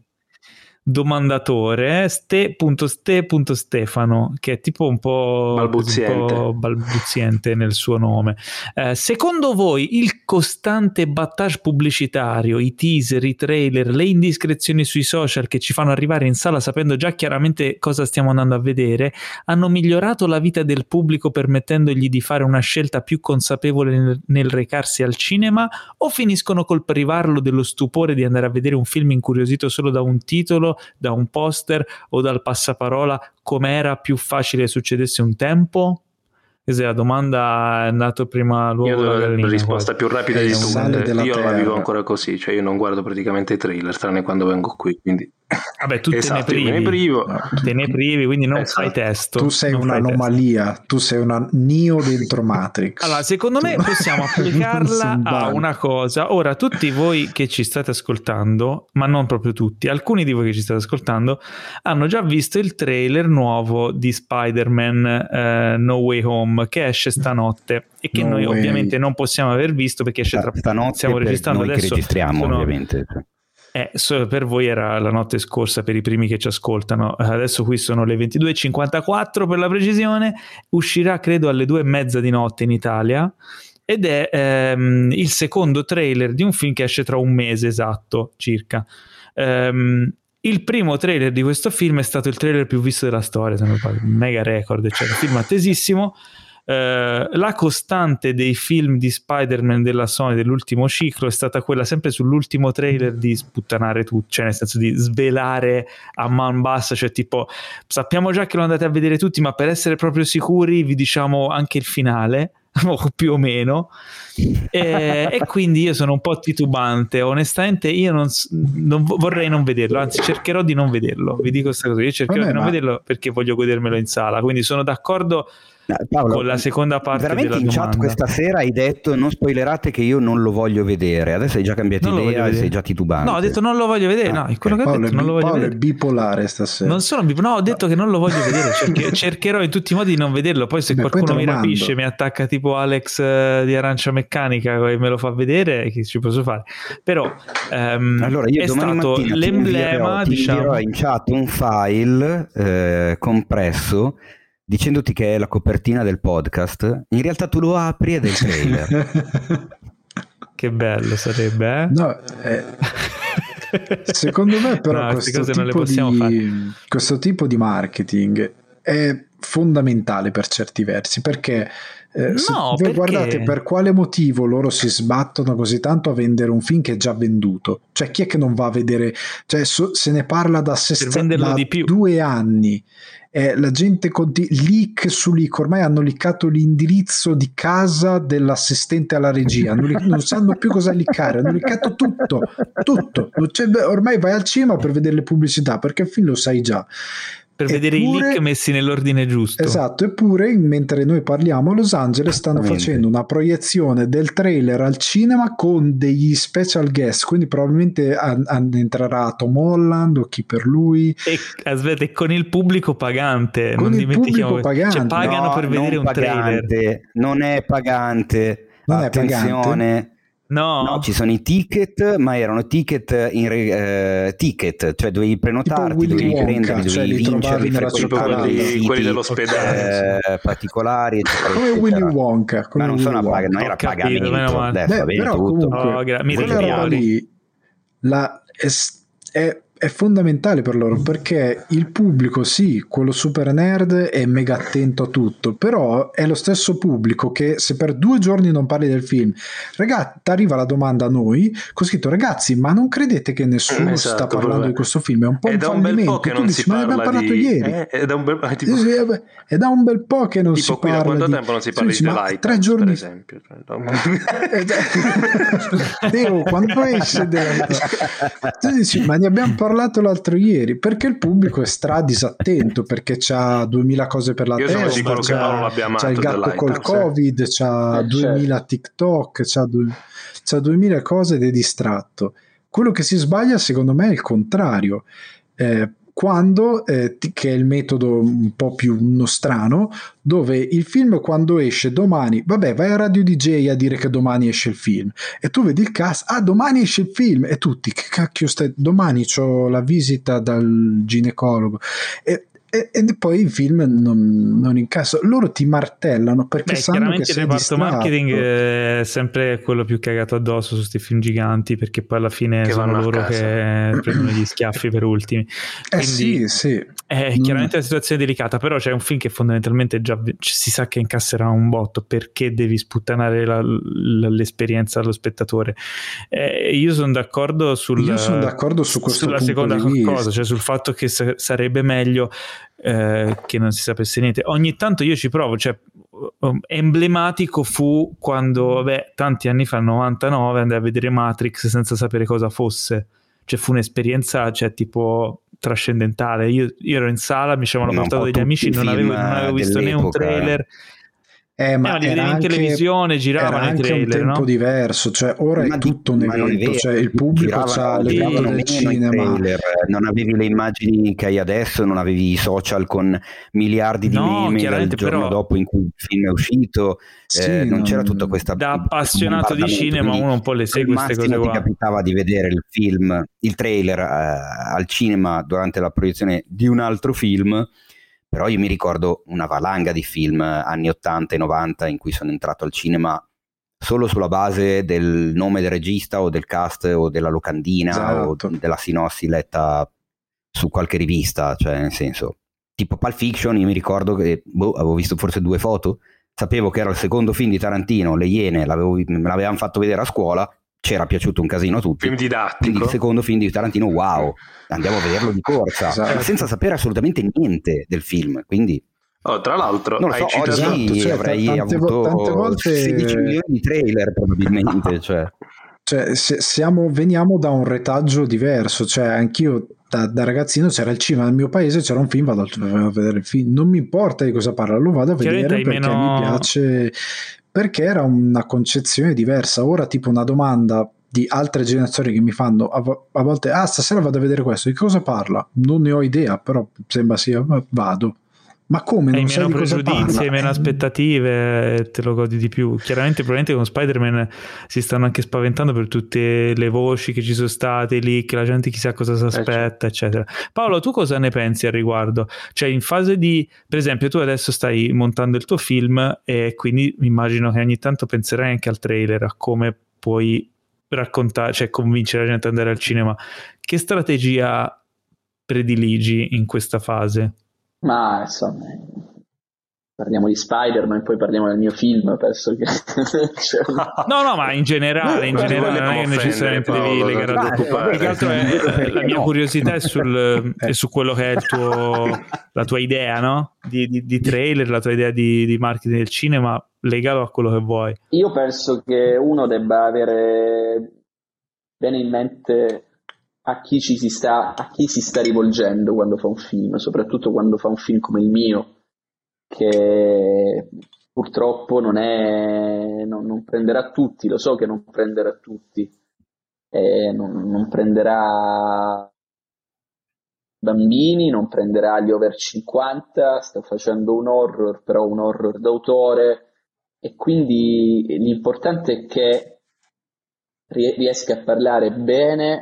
Domandatore ste.ste.stefano, che è tipo un po' balbuziente, un po' balbuziente nel suo nome. Eh, secondo voi il costante battage pubblicitario, i teaser, i trailer, le indiscrezioni sui social che ci fanno arrivare in sala sapendo già chiaramente cosa stiamo andando a vedere, hanno migliorato la vita del pubblico permettendogli di fare una scelta più consapevole nel, nel recarsi al cinema, o finiscono col privarlo dello stupore di andare a vedere un film incuriosito solo da un titolo, da un poster o dal passaparola, come era più facile succedesse un tempo? Questa è la domanda, è nato prima l'uovo. Io la la risposta più rapida di tutte. Io terra. la vivo ancora così, cioè io non guardo praticamente i trailer tranne quando vengo qui, quindi vabbè, tu esatto, te ne privi, me ne privo. No, te ne privi, quindi non esatto. fai testo. Tu sei un'anomalia, tu sei una Neo dentro Matrix. Allora, secondo me possiamo applicarla a una cosa. Ora, tutti voi che ci state ascoltando, ma non proprio tutti, alcuni di voi che ci state ascoltando hanno già visto il trailer nuovo di Spider-Man uh, No Way Home, che esce stanotte e che no noi way. ovviamente non possiamo aver visto perché esce tra stanotte. Stiamo registrando noi adesso. Che registriamo, sono... ovviamente. Eh, so, per voi era la notte scorsa, per i primi che ci ascoltano. Adesso qui sono le ventidue e cinquantaquattro per la precisione. Uscirà credo alle due e mezza di notte in Italia ed è ehm, il secondo trailer di un film che esce tra un mese esatto circa. ehm, il primo trailer di questo film è stato il trailer più visto della storia, se non sbaglio, un mega record, eccetera. Film attesissimo. Uh, la costante dei film di Spider-Man della Sony dell'ultimo ciclo è stata quella sempre sull'ultimo trailer di sputtanare tutto, cioè nel senso di svelare a man bassa, cioè tipo sappiamo già che lo andate a vedere tutti, ma per essere proprio sicuri vi diciamo anche il finale o più o meno, e, e quindi io sono un po' titubante onestamente. Io non, non vorrei non vederlo, anzi cercherò di non vederlo, vi dico questa cosa, io cercherò Vabbè, di non ma... vederlo perché voglio godermelo in sala, quindi sono d'accordo Paolo, con la seconda parte veramente della in domanda. Chat questa sera hai detto non spoilerate che io non lo voglio vedere, adesso hai già cambiato Non idea e sei già titubante. No, ho detto non lo voglio vedere, Ah, no, è quello che ho Paolo, detto, è, non lo voglio Paolo vedere. è bipolare stasera. Non sono bipolare, no, ho detto che non lo voglio vedere, cerchi- cercherò in tutti i modi di non vederlo, poi se Beh, qualcuno poi mi te lo rapisce, mando. mi attacca tipo Alex eh, di Arancia Meccanica e me lo fa vedere, che ci posso fare? Però ehm, Allora io è domani stato mattina ti l'emblema, invierò, ti diciamo... invierò in chat un file eh, compresso dicendoti che è la copertina del podcast, in realtà tu lo apri ed è il trailer. Che bello sarebbe, eh? No, eh, secondo me però No, queste questo, cose non le tipo possiamo di, fare. questo tipo di marketing è fondamentale per certi versi, perché eh, se No, voi perché? guardate per quale motivo loro si sbattono così tanto a vendere un film che è già venduto, cioè chi è che non va a vedere, cioè so, se ne parla da, se Per sta, venderlo da di più. due anni. Eh, la gente conti- leak su leak, ormai hanno liccato l'indirizzo di casa dell'assistente alla regia, non, li- non sanno più cosa liccare, hanno liccato tutto, tutto. Non c'è- ormai vai al cinema per vedere le pubblicità perché il film lo sai già. Per vedere i Eppure- leak messi nell'ordine giusto. Esatto, eppure mentre noi parliamo a Los Angeles stanno Esattamente. facendo una proiezione del trailer al cinema con degli special guest, quindi probabilmente an- an- entrerà Tom Holland o chi per lui. E aspetta, e con il pubblico pagante, Con non il dimentichiamo, pubblico pagante. cioè pagano No, per vedere non un trailer. pagante, non è pagante, Non è attenzione. No, No, ci sono i ticket, ma erano ticket in re- eh, ticket, cioè dovevi prenotarti, Tipo Willy dovevi Wonka, prenderli, cioè dovevi li trovavi vincerli, nella frequentare città, dei quelli- siti quelli dell'ospedale, eh, particolari, eccetera, Come eccetera. Willy Wonka, come Ma non, Willy sono a Wonka. pag- non era Ho capito, pagamento, meno male. adesso va Beh, bene però tutto. comunque Oh, gra- mi quella rendo roba fuori. lì la, è, è, è fondamentale per loro, perché il pubblico, sì, quello super nerd è mega attento a tutto, però è lo stesso pubblico che se per due giorni non parli del film, ragazzi, arriva la domanda a noi con scritto: ragazzi, ma non credete che nessuno Esatto, sta parlando vabbè. di questo film? È un po' È un da un bel fallimento. po' che Tu non dici, si ma ne abbiamo parla parlato di... ieri. Eh, è da un bel... tipo... Sì, sì, vabbè, è da un bel po' che non Tipo si qui da parla quanto di... tempo non si Tu parla dici, di ma The Light, tre per giorni esempio. Teo, quando esce della... tu dici, ma ne abbiamo parlato l'altro ieri, perché il pubblico è stra disattento, perché c'ha duemila cose per la Io sono testa, sicuro che Paolo l'abbia amato, c'ha il gatto The col Lighthouse, covid, c'ha Eh, duemila certo. TikTok, c'ha, du- c'ha duemila cose ed è distratto. Quello che si sbaglia secondo me è il contrario. Eh, quando, eh, ti- che è il metodo un po' più nostrano, dove il film quando esce domani, vabbè, vai a Radio D J a dire che domani esce il film e tu vedi il cast, ah, domani esce il film, e tutti, che cacchio stai, domani c'ho la visita dal ginecologo, e, e, e poi il film non, non incassa, loro ti martellano perché beh, sanno che chiaramente il sei reparto distratto. marketing è sempre quello più cagato addosso su sti film giganti, perché poi alla fine Che sono vanno a loro casa. che prendono gli schiaffi per ultimi. Eh Quindi sì, sì. è Mm. chiaramente una situazione delicata, però c'è un film che fondamentalmente già si sa che incasserà un botto, perché devi sputtanare la, la, l'esperienza allo spettatore. Eh, io sono d'accordo sul, Io sono d'accordo su questo sulla punto seconda di vista. cosa, cioè sul fatto che sa- sarebbe meglio eh, che non si sapesse niente. Ogni tanto io ci provo, cioè um, emblematico fu quando, vabbè, tanti anni fa, novantanove, andai a vedere Matrix senza sapere cosa fosse, cioè fu un'esperienza, cioè tipo trascendentale. Io, io ero in sala, mi ci avevano Ma un portato po' degli amici, tutti i non avevo, film non avevo visto né un dell'epoca. trailer. Eh, Eh, ma ma li era vedevi in anche, televisione, giravano era i anche trailer, un tempo no? diverso, cioè ora Ma è di- tutto un ma non è evento, vero, cioè il pubblico giravano- c'ha l'evento giravano del meno i cinema. trailer, non avevi le immagini che hai adesso, non avevi i social con miliardi di No, meme chiaramente, il giorno però- dopo in cui il film è uscito, Sì, eh, non non- c'era tutta questa Da appassionato di bombardamento, cinema quindi uno un po' le segue al queste massimo cose ti qua. capitava di vedere il film, il trailer eh, al cinema durante la proiezione di un altro film. Però io mi ricordo una valanga di film anni ottanta e novanta in cui sono entrato al cinema solo sulla base del nome del regista o del cast o della locandina Esatto. o della sinossi letta su qualche rivista, cioè nel senso, tipo Pulp Fiction, io mi ricordo che boh, avevo visto forse due foto, sapevo che era il secondo film di Tarantino, Le Iene, l'avevo, me l'avevano fatto vedere a scuola, c'era piaciuto un casino a tutti, Film quindi didattico. il secondo film di Tarantino, wow, andiamo a vederlo di corsa, Esatto. ma senza sapere assolutamente niente del film, quindi Oh, tra l'altro, non lo hai so, citato... oggi Esatto, cioè, avrei tante vo- avuto tante volte- sedici milioni di trailer probabilmente, cioè. Cioè, se, siamo, veniamo da un retaggio diverso, cioè anch'io da, da ragazzino c'era il cinema nel mio paese, c'era un film, vado a vedere il film, non mi importa di cosa parla, lo vado a vedere perché meno... mi piace, perché era una concezione diversa. Ora tipo una domanda di altre generazioni che mi fanno a, a volte, ah stasera vado a vedere questo, di cosa parla? Non ne ho idea, però sembra sia, vado. Ma come? Non hai sai meno di cosa pregiudizi, parla? hai meno aspettative, te lo godi di più. Chiaramente probabilmente con Spider-Man si stanno anche spaventando per tutte le voci che ci sono state lì, che la gente chissà cosa si aspetta, eccetera. Paolo, tu cosa ne pensi al riguardo? Cioè in fase di, per esempio, tu adesso stai montando il tuo film e quindi immagino che ogni tanto penserai anche al trailer, a come puoi raccontare, cioè convincere la gente ad andare al cinema. Che strategia prediligi in questa fase? Ma insomma, parliamo di Spider-Man, poi parliamo del mio film, penso che c'è una... no no ma in generale in generale non è che necessariamente devi legare a preoccupare. Più che altro è, la mia curiosità è sul è su quello che è il tuo la tua idea, no? Di, di, di trailer, la tua idea di, di marketing del cinema, legato a quello che vuoi. Io penso che uno debba avere bene in mente a chi ci si sta, a chi si sta rivolgendo quando fa un film, soprattutto quando fa un film come il mio, che purtroppo non è non, non prenderà tutti, lo so che non prenderà tutti, eh, non, non prenderà bambini, non prenderà gli over cinquanta, sta facendo un horror, però un horror d'autore, e quindi l'importante è che riesca a parlare bene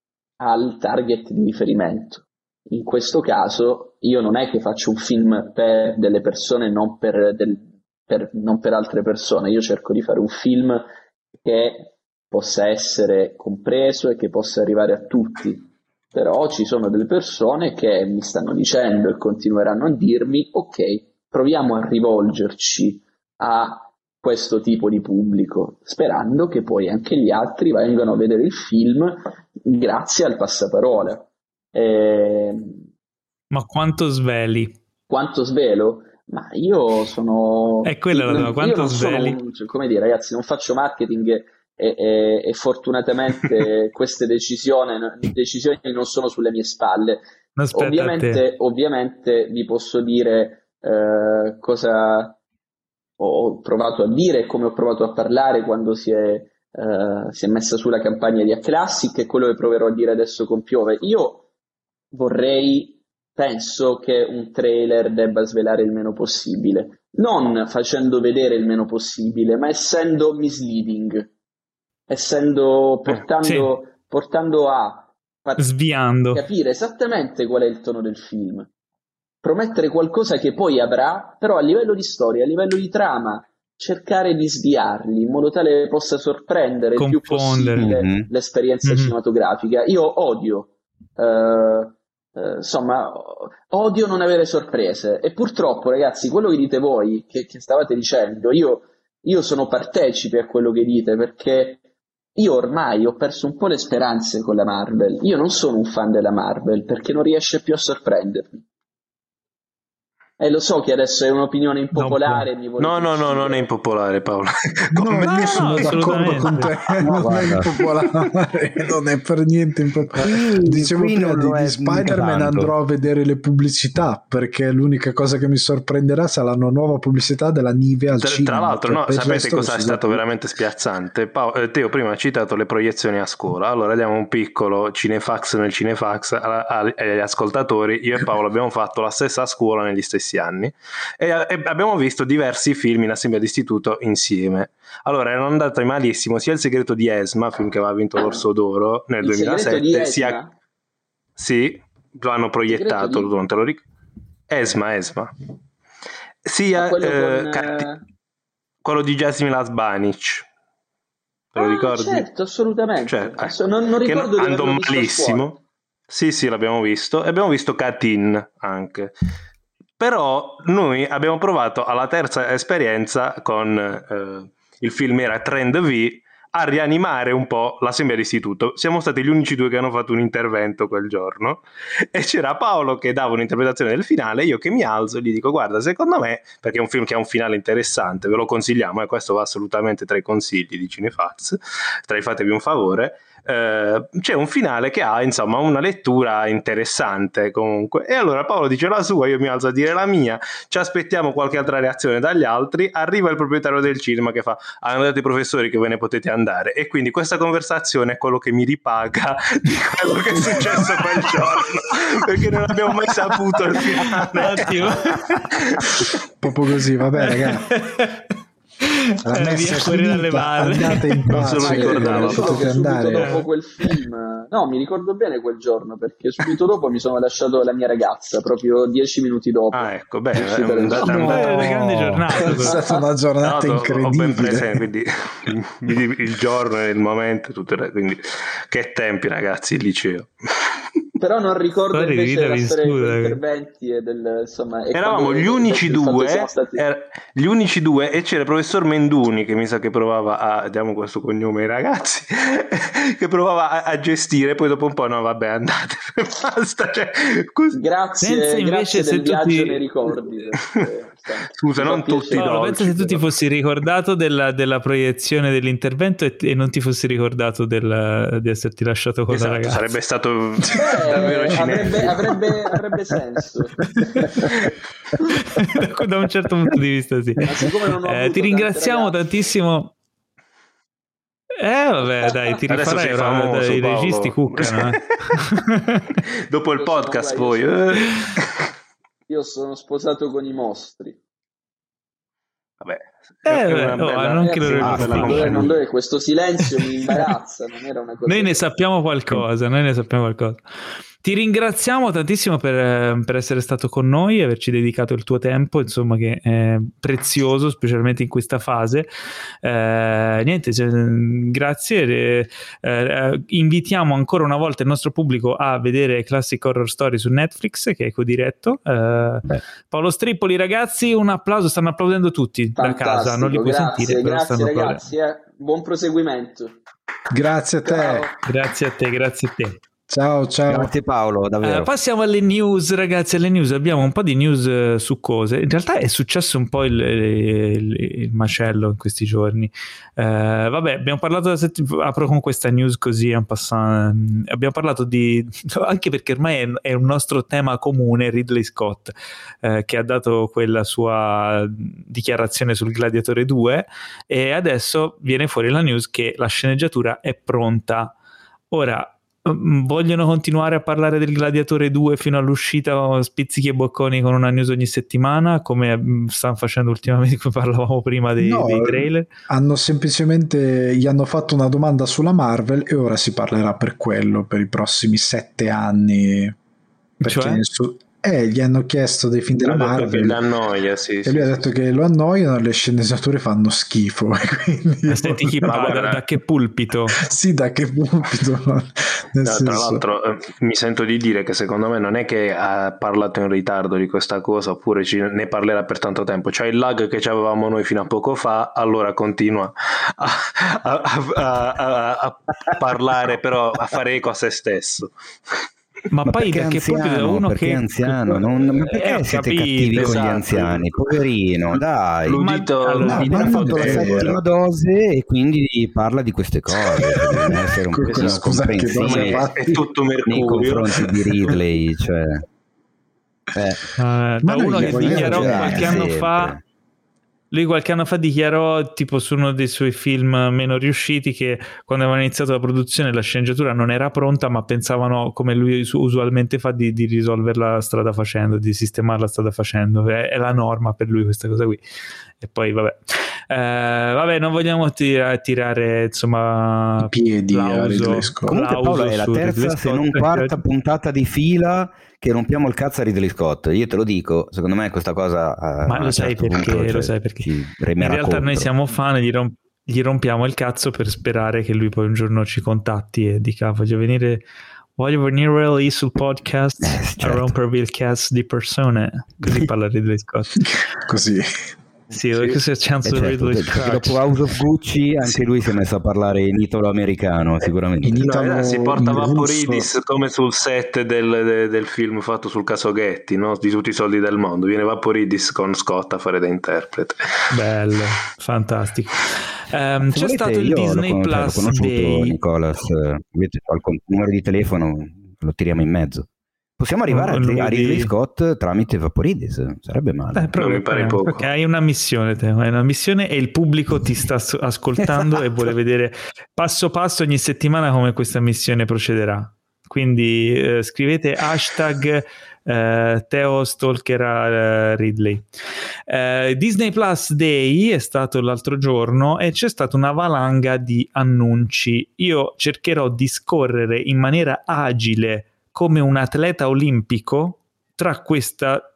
al target di riferimento. In questo caso io non è che faccio un film per delle persone, non per, del, per, non per altre persone, io cerco di fare un film che possa essere compreso e che possa arrivare a tutti, però ci sono delle persone che mi stanno dicendo e continueranno a dirmi ok, proviamo a rivolgerci a questo tipo di pubblico, sperando che poi anche gli altri vengano a vedere il film grazie al passaparola. Eh, Ma quanto sveli? Quanto svelo? Ma io sono... È quella la domanda, quanto sveli? Un, cioè, come dire, ragazzi, non faccio marketing e, e, e fortunatamente queste decisioni, decisioni non sono sulle mie spalle. Ovviamente, ovviamente vi posso dire eh, cosa... ho provato a dire e come ho provato a parlare quando si è, uh, si è messa su la campagna di A-Classic, e quello che proverò a dire adesso con Piove. Io vorrei, penso che un trailer debba svelare il meno possibile, non facendo vedere il meno possibile, ma essendo misleading, essendo portando, eh, sì. portando a far sviando, capire esattamente qual è il tono del film. Promettere qualcosa che poi avrà, però a livello di storia, a livello di trama, cercare di sviarli in modo tale che possa sorprendere il più possibile mm-hmm. l'esperienza mm-hmm. cinematografica. Io odio, eh, eh, insomma, odio non avere sorprese, e purtroppo, ragazzi, quello che dite voi, che, che stavate dicendo, io, io sono partecipe a quello che dite, perché io ormai ho perso un po' le speranze con la Marvel. Io non sono un fan della Marvel perché non riesce più a sorprendermi. E eh, lo so che adesso è un'opinione impopolare. No, no, no, no, non è impopolare, Paolo. No, no, io sono no, d'accordo con te. No, non è impopolare, non è per niente impopolare. Qui, Dicevo qui prima di, di Spider-Man andrò a vedere le pubblicità, perché l'unica cosa che mi sorprenderà sarà la nuova pubblicità della Nivea al tra, cinema. Tra l'altro, no, sapete cosa è stato veramente spiazzante? Paolo, eh, Teo prima ha citato le proiezioni a scuola. Allora diamo un piccolo cinefax nel cinefax agli ascoltatori. Io e Paolo abbiamo fatto la stessa a scuola negli stessi anni e, e abbiamo visto diversi film in assemblea d'istituto insieme. Allora erano andati malissimo sia Il segreto di Esma, film che aveva vinto l'Orso d'Oro nel Il duemilasette, sia sì, lo hanno proiettato, di... non te lo ricordo. Esma, Esma. Sia quello, eh, con, Catti... quello di Jasmine Lasbanic. Te lo ah, ricordi? Certo, assolutamente. Cioè, Adesso, non, non ricordo che andò malissimo. Sì, sì, l'abbiamo visto. E abbiamo visto Katin anche. Però noi abbiamo provato alla terza esperienza con eh, il film era Trend V a rianimare un po' l'assemblea d'istituto. Siamo stati gli unici due che hanno fatto un intervento quel giorno e c'era Paolo che dava un'interpretazione del finale, io che mi alzo e gli dico guarda, secondo me, perché è un film che ha un finale interessante, ve lo consigliamo e questo va assolutamente tra i consigli di Cinefacts, tra i fatevi un favore, Uh, c'è un finale che ha insomma una lettura interessante comunque, e allora Paolo dice la sua, io mi alzo a dire la mia, ci aspettiamo qualche altra reazione dagli altri, arriva il proprietario del cinema che fa hanno detto i professori che ve ne potete andare, e quindi questa conversazione è quello che mi ripaga di quello che è successo quel giorno, perché non abbiamo mai saputo il finale. Proprio così, vabbè ragazzi. La eh, via fuori dalle balle, andate in pace, non se lo ricordavo. potete andare. Subito dopo quel film, no, mi ricordo bene quel giorno perché subito dopo mi sono lasciato la mia ragazza, proprio dieci minuti dopo. Ah, ecco, bene, è no, andata, no, andata... una grande giornata. È stata una giornata no, incredibile. Ho ben presente, quindi il giorno e il momento, tutto, quindi che tempi ragazzi, il liceo. Però non ricordo Storia invece la storia studa, degli interventi e del, insomma, e eravamo gli unici due stati... er, gli unici due e c'era il professor Menduni che mi sa che provava a, diamo questo cognome ai ragazzi, che provava a, a gestire, poi dopo un po' no vabbè andate basta, cioè, così. grazie, pensa invece grazie se del tu viaggio ti... nei ricordi perché, scusa non tutti no, dolci, pensa se tu ti fossi ricordato della, della proiezione dell'intervento e, e non ti fossi ricordato del, di esserti lasciato con esatto, la ragazza, sarebbe stato Beh, davvero avrebbe, avrebbe, avrebbe senso da un certo punto di vista sì. Non eh, ti ringraziamo tantissimo. Eh vabbè dai, ti rifarai ora, famoso, dai, i Paolo. registi cuccano eh. Dopo il Io podcast sono, poi io, eh. io sono sposato con i mostri. Vabbè, eh, è beh, una no, bella, anche loro ah, lo non dove, non dove, questo silenzio mi imbarazza, non era una cosa. Noi ne sappiamo qualcosa, noi ne sappiamo qualcosa. Ti ringraziamo tantissimo per, per essere stato con noi e averci dedicato il tuo tempo, insomma, che è prezioso, specialmente in questa fase. Eh, niente, cioè, grazie. Eh, eh, invitiamo ancora una volta il nostro pubblico a vedere Classic Horror Story su Netflix, che è codiretto. Eh, Paolo Strippoli, ragazzi, un applauso, stanno applaudendo tutti. Fantastico, da casa, non li puoi grazie, sentire. Però grazie stanno ragazzi, eh. Buon proseguimento. Grazie a te. Ciao. Grazie a te, grazie a te. Ciao, ciao. Grazie Paolo, davvero. Uh, passiamo alle news, ragazzi. Alle news abbiamo un po' di news uh, su cose. In realtà è successo un po' il, il, il macello in questi giorni. Uh, vabbè, abbiamo parlato da sett- apro con questa news così en passant. Abbiamo parlato di, anche perché ormai è, è un nostro tema comune, Ridley Scott, uh, che ha dato quella sua dichiarazione sul Gladiatore due, e adesso viene fuori la news che la sceneggiatura è pronta. Ora, vogliono continuare a parlare del Gladiatore due fino all'uscita spizzichi e bocconi con una news ogni settimana, come stanno facendo ultimamente, come parlavamo prima dei, no, dei trailer? Hanno semplicemente gli hanno fatto una domanda sulla Marvel e ora si parlerà per quello per i prossimi sette anni, perché cioè? su, eh, gli hanno chiesto dei film della Marvel, annoia, sì, e sì, lui sì, ha detto sì. che lo annoiano, le sceneggiature fanno schifo, quindi Senti chi parla, da, da che pulpito? sì, da che pulpito. Nel No, senso... tra l'altro eh, mi sento di dire che secondo me non è che ha parlato in ritardo di questa cosa oppure ci, ne parlerà per tanto tempo, c'è il lag che avevamo noi fino a poco fa, allora continua a, a, a, a, a parlare, però a fare eco a se stesso. Ma, ma poi da che pulpito, da uno perché che è anziano, non, ma perché eh, siete capito, cattivi esatto. con gli anziani, poverino, dai. L'udito, allora, No, ma ha fatto la settima dose e quindi parla di queste cose, devono essere un Co- pochino scusa, che dose comprensivi fa? è tutto nei mercurio. confronti di Ridley, cioè. Eh. Uh, da noi uno gli che vogliamo dichiarò bene, qualche anno sempre. fa, lui qualche anno fa dichiarò tipo su uno dei suoi film meno riusciti che quando avevano iniziato la produzione la sceneggiatura non era pronta, ma pensavano, come lui usualmente fa, di, di risolverla strada facendo, di sistemarla strada facendo. È, è la norma per lui questa cosa qui. E poi vabbè eh, vabbè non vogliamo tirare, tirare insomma i piedi a Ridley plauso, Scott. Comunque Paolo è la su terza Ridley se Scott, non quarta perché... puntata di fila che rompiamo il cazzo a Ridley Scott, io te lo dico, secondo me questa cosa eh, ma lo sai certo perché, punto, cioè, lo sai perché ci in remerà realtà contro. noi siamo fan e gli, romp- gli rompiamo il cazzo per sperare che lui poi un giorno ci contatti e dica voglio venire voglio venire lì sul podcast eh, certo. a rompervi il cazzo di persone, così parla Ridley Scott. Così. Sì, perché se c'è un certo, dopo House of Gucci anche sì. lui si è messo a parlare in italo americano sicuramente. In italo, no, si porta Vaporidis come sul set del, del, del film fatto sul caso Getty, no? Di tutti i soldi del mondo, viene Vaporidis con Scott a fare da interprete. Bello, fantastico. Um, c'è stato il Disney lo, Plus cioè, Day. Nicolas, avete il numero di telefono, lo tiriamo in mezzo. Possiamo arrivare a, a Ridley Scott tramite Vaporidis, sarebbe male. Eh, però mi pare poco. Perché hai una missione, te, hai una missione e il pubblico ti sta ascoltando esatto. e vuole vedere passo passo ogni settimana come questa missione procederà. Quindi eh, scrivete hashtag eh, Teo stalkerà eh, Ridley. Eh, Disney Plus Day è stato l'altro giorno e c'è stata una valanga di annunci. Io cercherò di scorrere in maniera agile come un atleta olimpico tra questa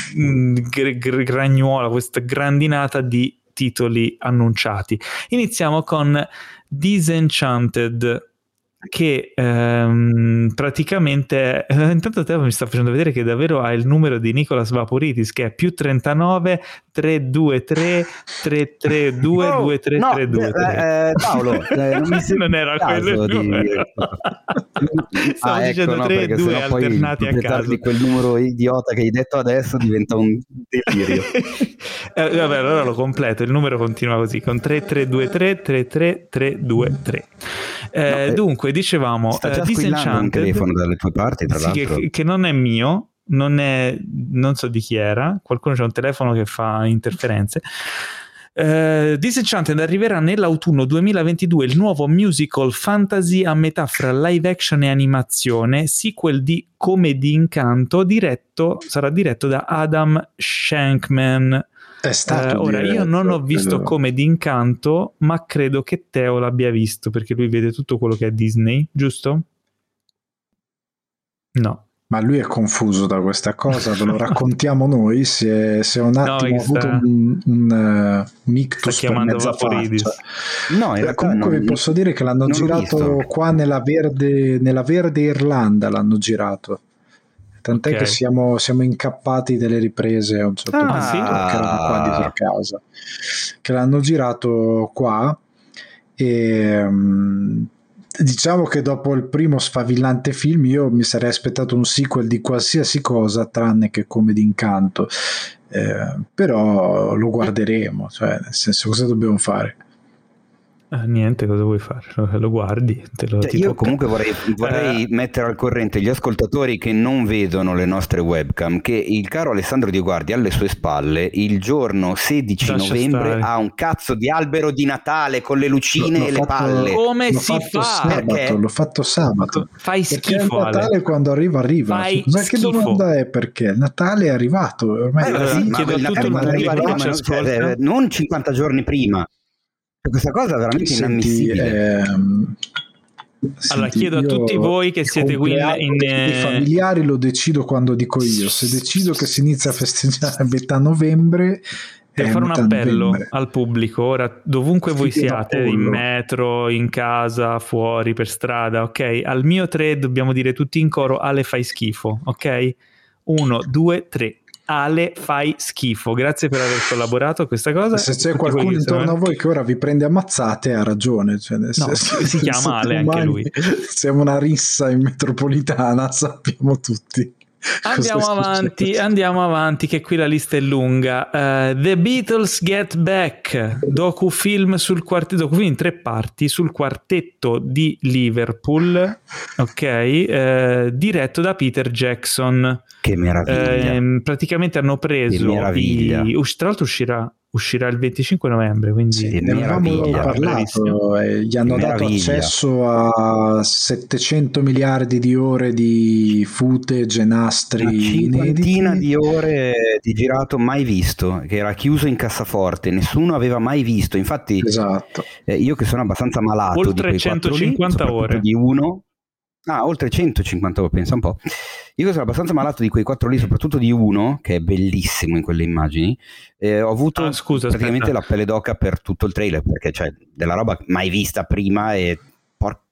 gr- gr- gragnuola, questa grandinata di titoli annunciati. Iniziamo con Disenchanted, che ehm, praticamente eh, intanto te mi sta facendo vedere che davvero ha il numero di Nicolas Vaporidis, che è più trentanove trecentoventitré trecentotrentadue oh, ventitré no, eh, Paolo eh, non, mi non era quello il numero di... stavo ah, dicendo ecco, tre e due alternati a caso di quel numero idiota che hai detto adesso diventa un delirio. eh, vabbè, allora lo completo, il numero continua così con tre tre due tre tre tre tre due tre. Eh, no, eh, dunque dicevamo sta già uh, squillando un telefono dalle tue parti, tra sì, l'altro che, che non è mio, non è, non so di chi era, qualcuno c'ha un telefono che fa interferenze. Uh, Disenchanted arriverà nell'autunno duemilaventidue, il nuovo musical fantasy a metà fra live action e animazione, sequel di Come d'Incanto, diretto, sarà diretto da Adam Shankman. È stato uh, ora io non ho visto però... Come d'Incanto, ma credo che Teo l'abbia visto perché lui vede tutto quello che è Disney, giusto? No. Ma lui è confuso da questa cosa, ve lo raccontiamo noi, si è, si è un attimo no, avuto sta... un, un, uh, un ictus per mezza faccia. No, in comunque non, vi posso dire che l'hanno girato qua nella verde, nella verde Irlanda, l'hanno girato. Tant'è okay. che siamo, siamo incappati delle riprese a un certo ah, punto, sì? che erano qua dietro casa, che l'hanno girato qua e... Um, diciamo che dopo il primo sfavillante film io mi sarei aspettato un sequel di qualsiasi cosa tranne che Come d'Incanto, eh, però lo guarderemo, cioè nel senso, cosa dobbiamo fare? Eh, niente, cosa vuoi fare? Lo guardi, te lo, cioè, io tocca. Comunque vorrei, vorrei eh. mettere al corrente gli ascoltatori che non vedono le nostre webcam che il caro Alessandro Di Guardi alle sue spalle il giorno sedici Lascia novembre stare. ha un cazzo di albero di Natale con le lucine l'ho, e l'ho le fatto, palle. Come l'ho si fatto fa? Sabato, perché? L'ho fatto sabato. Fai schifo, perché il Natale Ale. Quando arriva arriva. Fai Ma che schifo. domanda è perché? Il Natale è arrivato ormai. Allora, sì, chiedo a tutto il arriva, arriva, che ci ascolta. non cinquanta giorni prima. Questa cosa è veramente Senti, inammissibile. Ehm, allora chiedo a tutti voi che siete qui in, in i familiari lo decido quando dico io. Se decido che si inizia a festeggiare a metà novembre, per fare un appello novembre. Al pubblico, ora dovunque voi siate, in metro, in casa, fuori, per strada, ok? Al mio tre dobbiamo dire tutti in coro: Ale fai schifo, ok? Uno, due, tre. Ale fai schifo, grazie per aver collaborato a questa cosa. Se c'è qualcuno intorno a voi che ora vi prende ammazzate, ha ragione, cioè, nel no, senso, si chiama Ale anche lui. Siamo una rissa in metropolitana, sappiamo tutti. Andiamo avanti, andiamo avanti, che qui la lista è lunga. Uh, The Beatles Get Back, docufilm sul quartetto, docufilm in tre parti sul quartetto di Liverpool, ok, uh, diretto da Peter Jackson. Che meraviglia! Uh, praticamente hanno preso i, us- tra l'altro uscirà uscirà il venticinque novembre, quindi sì, ne avevamo parlato, eh, gli hanno dato accesso a settecento miliardi di ore di footage e nastri, una cinquantina di ore di girato mai visto, che era chiuso in cassaforte, nessuno aveva mai visto, infatti esatto. eh, io che sono abbastanza malato oltre di quei centocinquanta lì, ore di uno ah oltre centocinquanta ore, pensa un po'. Io che sono abbastanza malato di quei quattro lì, soprattutto di uno, che è bellissimo in quelle immagini, eh, ho avuto ah, scusa, praticamente aspetta. la pelle d'oca per tutto il trailer, perché c'è della roba mai vista prima e por-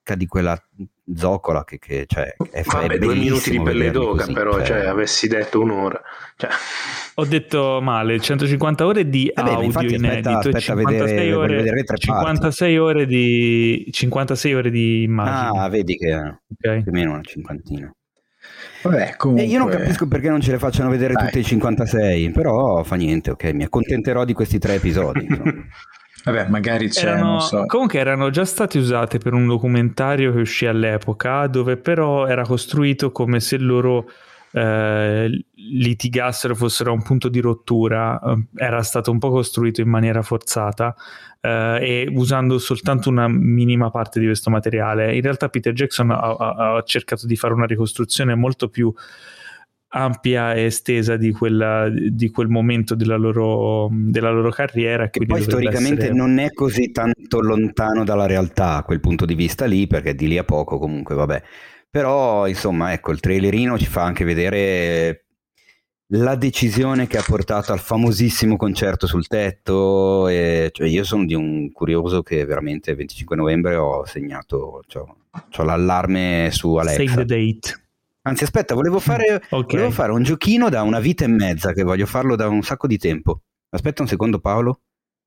manca di quella zoccola che, che cioè, è, Vabbè, è due minuti di pelle d'oca, così, però cioè... cioè, avessi detto un'ora, cioè... Ho detto male, centocinquanta ore di eh beh, audio inedito, aspetta, aspetta e cinquantasei, vedere, ore, vedere tre cinquantasei ore di cinquantasei ore di immagini. Ah, vedi che okay. più o meno una cinquantina. Vabbè, comunque... E io non capisco perché non ce le facciano vedere Dai. tutte i cinquantasei, però fa niente, ok, mi accontenterò di questi tre episodi. Vabbè, magari c'è, erano, non so. Comunque erano già state usate per un documentario che uscì all'epoca, dove però era costruito come se loro eh, litigassero, fossero a un punto di rottura. Era stato un po' costruito in maniera forzata eh, e usando soltanto una minima parte di questo materiale. In realtà Peter Jackson ha, ha, ha cercato di fare una ricostruzione molto più ampia e estesa di, quella, di quel momento della loro, della loro carriera, che poi storicamente essere... non è così tanto lontano dalla realtà a quel punto di vista lì, perché di lì a poco comunque vabbè, però insomma ecco, il trailerino ci fa anche vedere la decisione che ha portato al famosissimo concerto sul tetto, e, cioè, io sono di un curioso che veramente il venticinque novembre ho segnato, cioè, ho l'allarme su Alexa. Save the date. Anzi, aspetta, volevo fare, okay. volevo fare un giochino da una vita e mezza, che voglio farlo da un sacco di tempo. Aspetta un secondo, Paolo.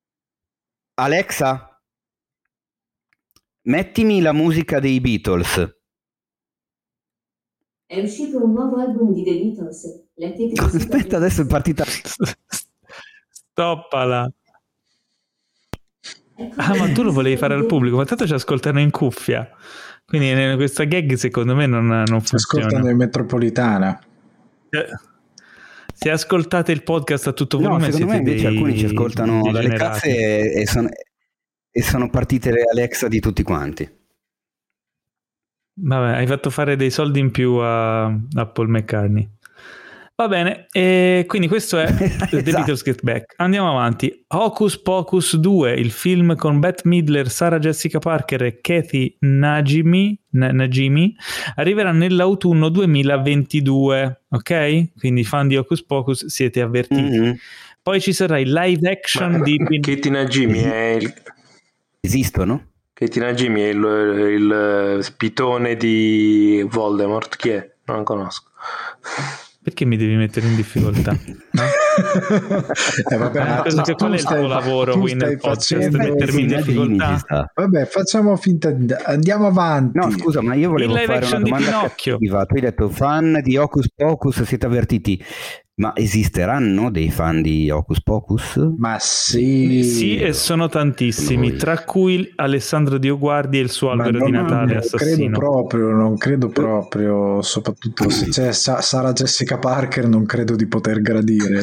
Alexa, mettimi la musica dei Beatles. È uscito un nuovo album di The Beatles. Lettete aspetta, adesso è partita. Stoppala. Ah, ma tu lo volevi fare al pubblico, ma tanto ci ascoltano in cuffia. Quindi questa gag secondo me non, non funziona. Ascoltano in metropolitana. Se ascoltate il podcast a tutto volume, no, secondo me invece dei, alcuni ci ascoltano dalle case e, e, sono, e sono partite le Alexa di tutti quanti. Vabbè, hai fatto fare dei soldi in più a, a Paul McCartney. Va bene, e quindi questo è The esatto. Beatles Get Back. Andiamo avanti. Hocus Pocus due, il film con Bette Midler, Sarah Jessica Parker e Kathy Najimy, Najimy arriverà nell'autunno duemilaventidue, ok? Quindi fan di Hocus Pocus siete avvertiti. Mm-hmm. Poi ci sarà il live action Ma, di... Kathy Najimy è il... Esistono? Kathy Najimy è il, il pitone di Voldemort. Chi è? Non lo conosco. Perché mi devi mettere in difficoltà? No? eh, vabbè, ma cosa, tu, qual è il tuo lavoro qui nel podcast? Mettermi in difficoltà? Vabbè, facciamo finta di... andiamo avanti. No, scusa, ma io volevo fare una domanda cattiva. Tu hai detto fan di Hocus Pocus, siete avvertiti. Ma esisteranno dei fan di Hocus Pocus? Ma sì. Sì, e sono tantissimi, Noi. tra cui Alessandro Dioguardi e il suo albero di Natale non assassino. Credo proprio, non credo proprio, soprattutto se c'è Sarah Jessica Parker non credo di poter gradire.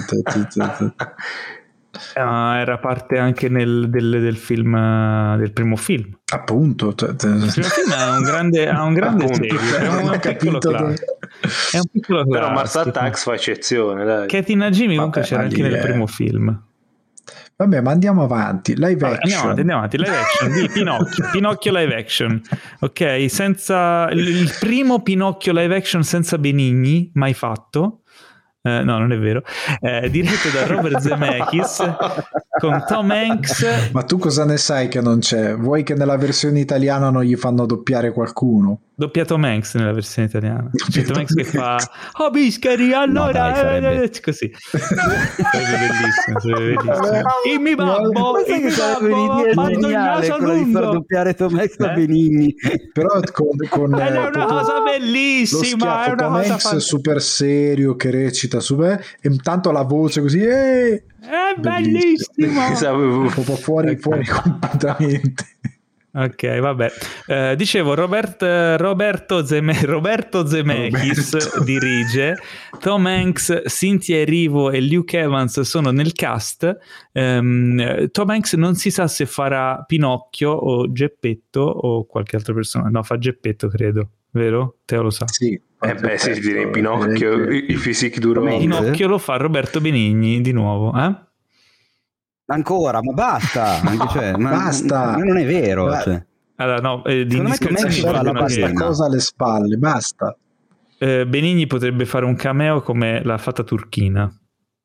Ah, era parte anche nel, del, del film, del primo film. Appunto. Il primo film ha un grande, ha un grande seguito, è un, un piccolo classico. È un piccolo classico. Però Mars Attacks fa eccezione, dai. Kathy Najimy comunque c'era anche nel primo film. Vabbè, ma andiamo avanti. Live Vabbè, action. Andiamo avanti, andiamo avanti. Live action di Pinocchio. Pinocchio live action. Ok, senza il primo Pinocchio live action senza Benigni mai fatto. Eh, no, non è vero. Eh, diretto da Robert Zemeckis con Tom Hanks. Ma tu cosa ne sai che non c'è? Vuoi che nella versione italiana non gli fanno doppiare qualcuno? Doppia Tom Hanks nella versione italiana. C'è Tom Hanks che fa oh Biscari, allora no, dai, eh, così sarebbe bellissimo, sarebbe bellissimo. Il mio babbo, il mio babbo geniale quello di far doppiare Tom Hanks da eh? Benigni. Però con, con è eh, una cosa bellissima, è una Tom cosa Hanks fan... super serio che recita super, e intanto la voce così eh, è bellissimo, un po' fuori, fuori completamente. Ok, vabbè. Eh, dicevo, Robert, Roberto, Zeme, Roberto Zemeckis Roberto. dirige, Tom Hanks, Cynthia Erivo e Luke Evans sono nel cast. Um, Tom Hanks non si sa se farà Pinocchio o Geppetto o qualche altra persona. No, fa Geppetto, credo, vero? Teo lo sa. Sì. Eh beh, sì, direi Pinocchio, i, i physique du role. Pinocchio lo fa Roberto Benigni di nuovo, eh? Ancora, ma basta, anche, cioè, ma, basta, ma non è vero. Cioè. Allora, no, eh, di fa la basta cosa alle spalle, basta. Eh, Benigni potrebbe fare un cameo come l'ha fatta Turchina,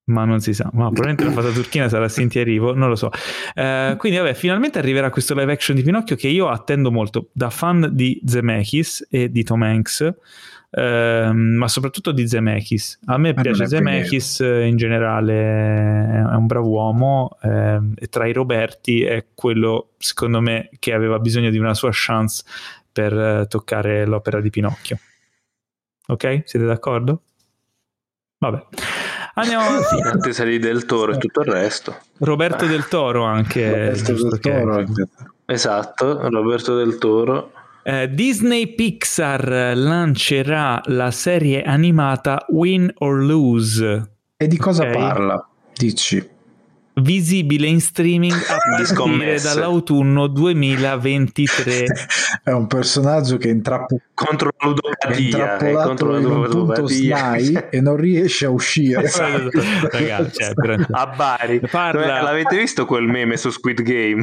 ma non si sa, ma probabilmente la fata turchina sarà Cynthia Erivo, non lo so. Eh, quindi vabbè, finalmente arriverà questo live action di Pinocchio che io attendo molto, da fan di Zemeckis e di Tom Hanks, eh, ma soprattutto di Zemeckis. A me ma piace Zemeckis in generale, è un bravo uomo, eh, e tra i Roberti è quello secondo me che aveva bisogno di una sua chance per eh, toccare l'opera di Pinocchio. Ok? Siete d'accordo? Vabbè, andiamo in attesa di Del Toro e tutto il resto. Roberto Del Toro anche, Roberto Del Toro. Esatto, Roberto Del Toro. eh, Disney Pixar lancerà la serie animata Win or Lose. E di cosa okay? parla? Dici? Visibile in streaming a partire dall'autunno duemilaventitré. È un personaggio che intrappo... contro la ludopatia, è contro la ludopatia e non riesce a uscire. Ragazzi, cioè, per... a Bari. Parla... L'avete visto quel meme su Squid Game?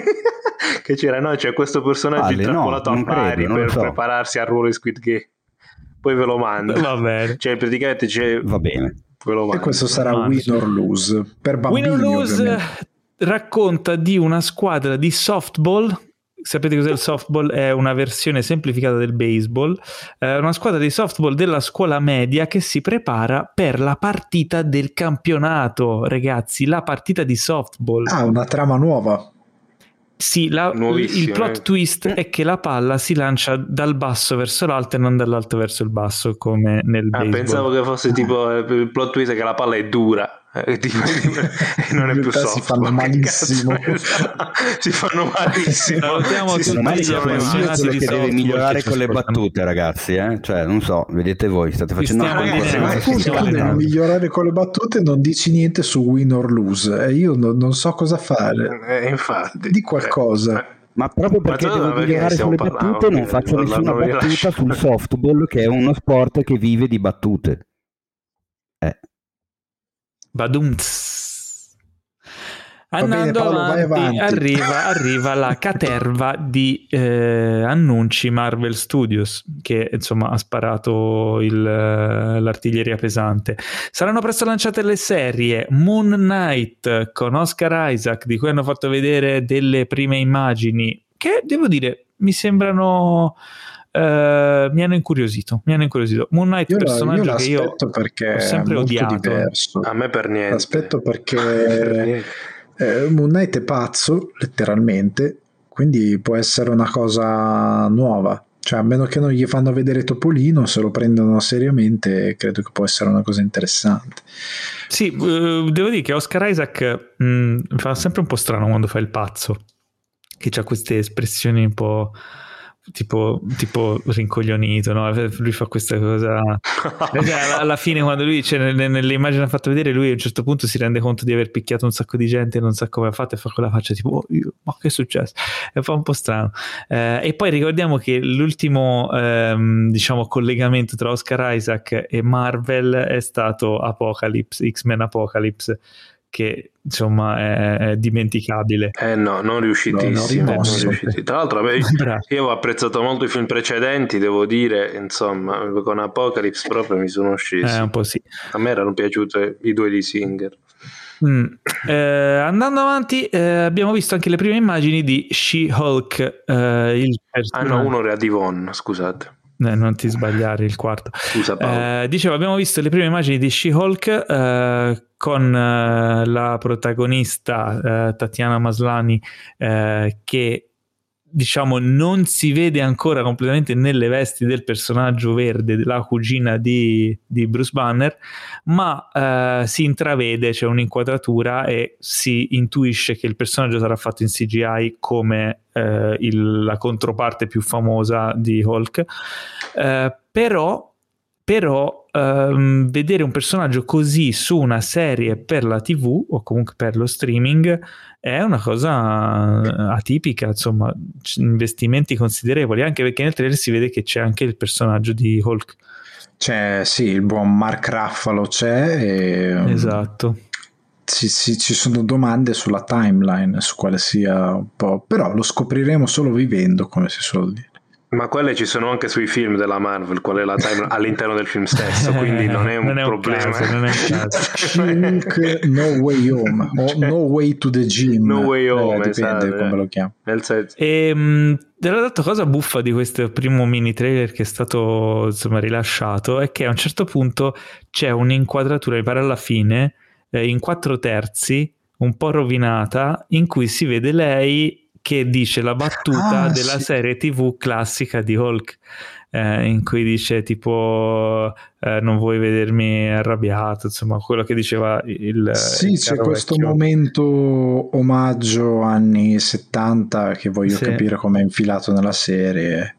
Che c'era, no? C'è questo personaggio vale, intrappolato no, a Bari credo, per so. prepararsi al ruolo di Squid Game. Poi ve lo mando. Va bene. Cioè, praticamente c'è... Va bene. E questo sarà Win or Lose per bambini. Win or Lose ovviamente. Racconta di una squadra di softball. Sapete cos'è il softball? È una versione semplificata del baseball. È una squadra di softball della scuola media che si prepara per la partita del campionato, ragazzi, la partita di softball. Ah, una trama nuova. Sì, la, il plot twist è che la palla si lancia dal basso verso l'alto e non dall'alto verso il basso come nel ah, baseball. Pensavo che fosse tipo il plot twist è che la palla è dura e non è più soft. Si fanno malissimo. Si fanno malissimo. Salutiamo tutti gli appassionati di che deve migliorare con le ascoltano. battute, ragazzi, eh? Cioè, non so, vedete voi, state facendo una cosa. Ma appunto tu devi migliorare con le battute, non dici niente su Win or Lose e io non, non so cosa fare. Eh, infatti. Di qualcosa. Ma proprio perché Ma devo migliorare sulle battute okay, non faccio nessuna battuta sul softball, che è uno sport che vive di battute. Eh. Badumts. Andando bene, Paolo, avanti, avanti. Arriva, arriva la caterva di eh, annunci Marvel Studios che insomma ha sparato il, l'artiglieria pesante. Saranno presto lanciate le serie Moon Knight con Oscar Isaac, di cui hanno fatto vedere delle prime immagini che devo dire mi sembrano Uh, mi hanno incuriosito mi hanno incuriosito Moon Knight, io personaggio io che io perché ho sempre è odiato. Diverso. A me per niente. L'aspetto perché eh, Moon Knight è pazzo letteralmente, quindi può essere una cosa nuova, cioè a meno che non gli fanno vedere Topolino, se lo prendono seriamente credo che può essere una cosa interessante. Sì, uh, devo dire che Oscar Isaac mh, fa sempre un po' strano quando fa il pazzo, che ha queste espressioni un po' tipo, tipo rincoglionito, no? Lui fa questa cosa alla fine quando lui cioè, nelle immagini ha fatto vedere, lui a un certo punto si rende conto di aver picchiato un sacco di gente e non sa come ha fatto e fa quella faccia tipo oh, io, ma che è successo? E fa un po' strano eh, e poi ricordiamo che l'ultimo ehm, diciamo collegamento tra Oscar Isaac e Marvel è stato Apocalypse, X-Men Apocalypse, che insomma è, è dimenticabile. Eh no, non riuscitissimo, no, non non riusciti. Tra l'altro beh, io ho apprezzato molto i film precedenti, devo dire, insomma, con Apocalypse proprio mi sono scesi. Eh, un po' sì. A me erano piaciuti i due di Singer. Mm. Eh, andando avanti eh, abbiamo visto anche le prime immagini di She-Hulk, eh, il ah no, uno era di Von, scusate. Eh, non ti sbagliare il quarto. Scusa Paolo. Eh, dicevo, abbiamo visto le prime immagini di She-Hulk eh, con eh, la protagonista eh, Tatiana Maslany eh, che diciamo non si vede ancora completamente nelle vesti del personaggio verde della cugina di, di Bruce Banner, ma eh, si intravede, c'è un'inquadratura e si intuisce che il personaggio sarà fatto in C G I come eh, il, la controparte più famosa di Hulk, eh, però però ehm, vedere un personaggio così su una serie per la tivù o comunque per lo streaming è una cosa atipica, insomma, investimenti considerevoli, anche perché nel trailer si vede che c'è anche il personaggio di Hulk. C'è, sì, il buon Mark Ruffalo c'è e, esatto. Ci, ci, ci sono domande sulla timeline su quale sia un po', però lo scopriremo solo vivendo, come si suol dire. Ma quelle ci sono anche sui film della Marvel, qual è la timeline all'interno del film stesso, quindi non è un non è problema. Un caso, non è un caso. No Way Home o No Way to the Gym. No Way Home, eh, dipende esatto, come lo chiamo. Nel senso. E mh, te l'ho detto, cosa buffa di questo primo mini trailer che è stato insomma rilasciato è che a un certo punto c'è un'inquadratura, mi pare alla fine, eh, in quattro terzi, un po' rovinata, in cui si vede lei che dice la battuta ah, della sì. serie tivù classica di Hulk, eh, in cui dice tipo eh, non vuoi vedermi arrabbiato, insomma quello che diceva il sì il c'è questo vecchio. Momento omaggio anni settanta che voglio sì. capire come è infilato nella serie.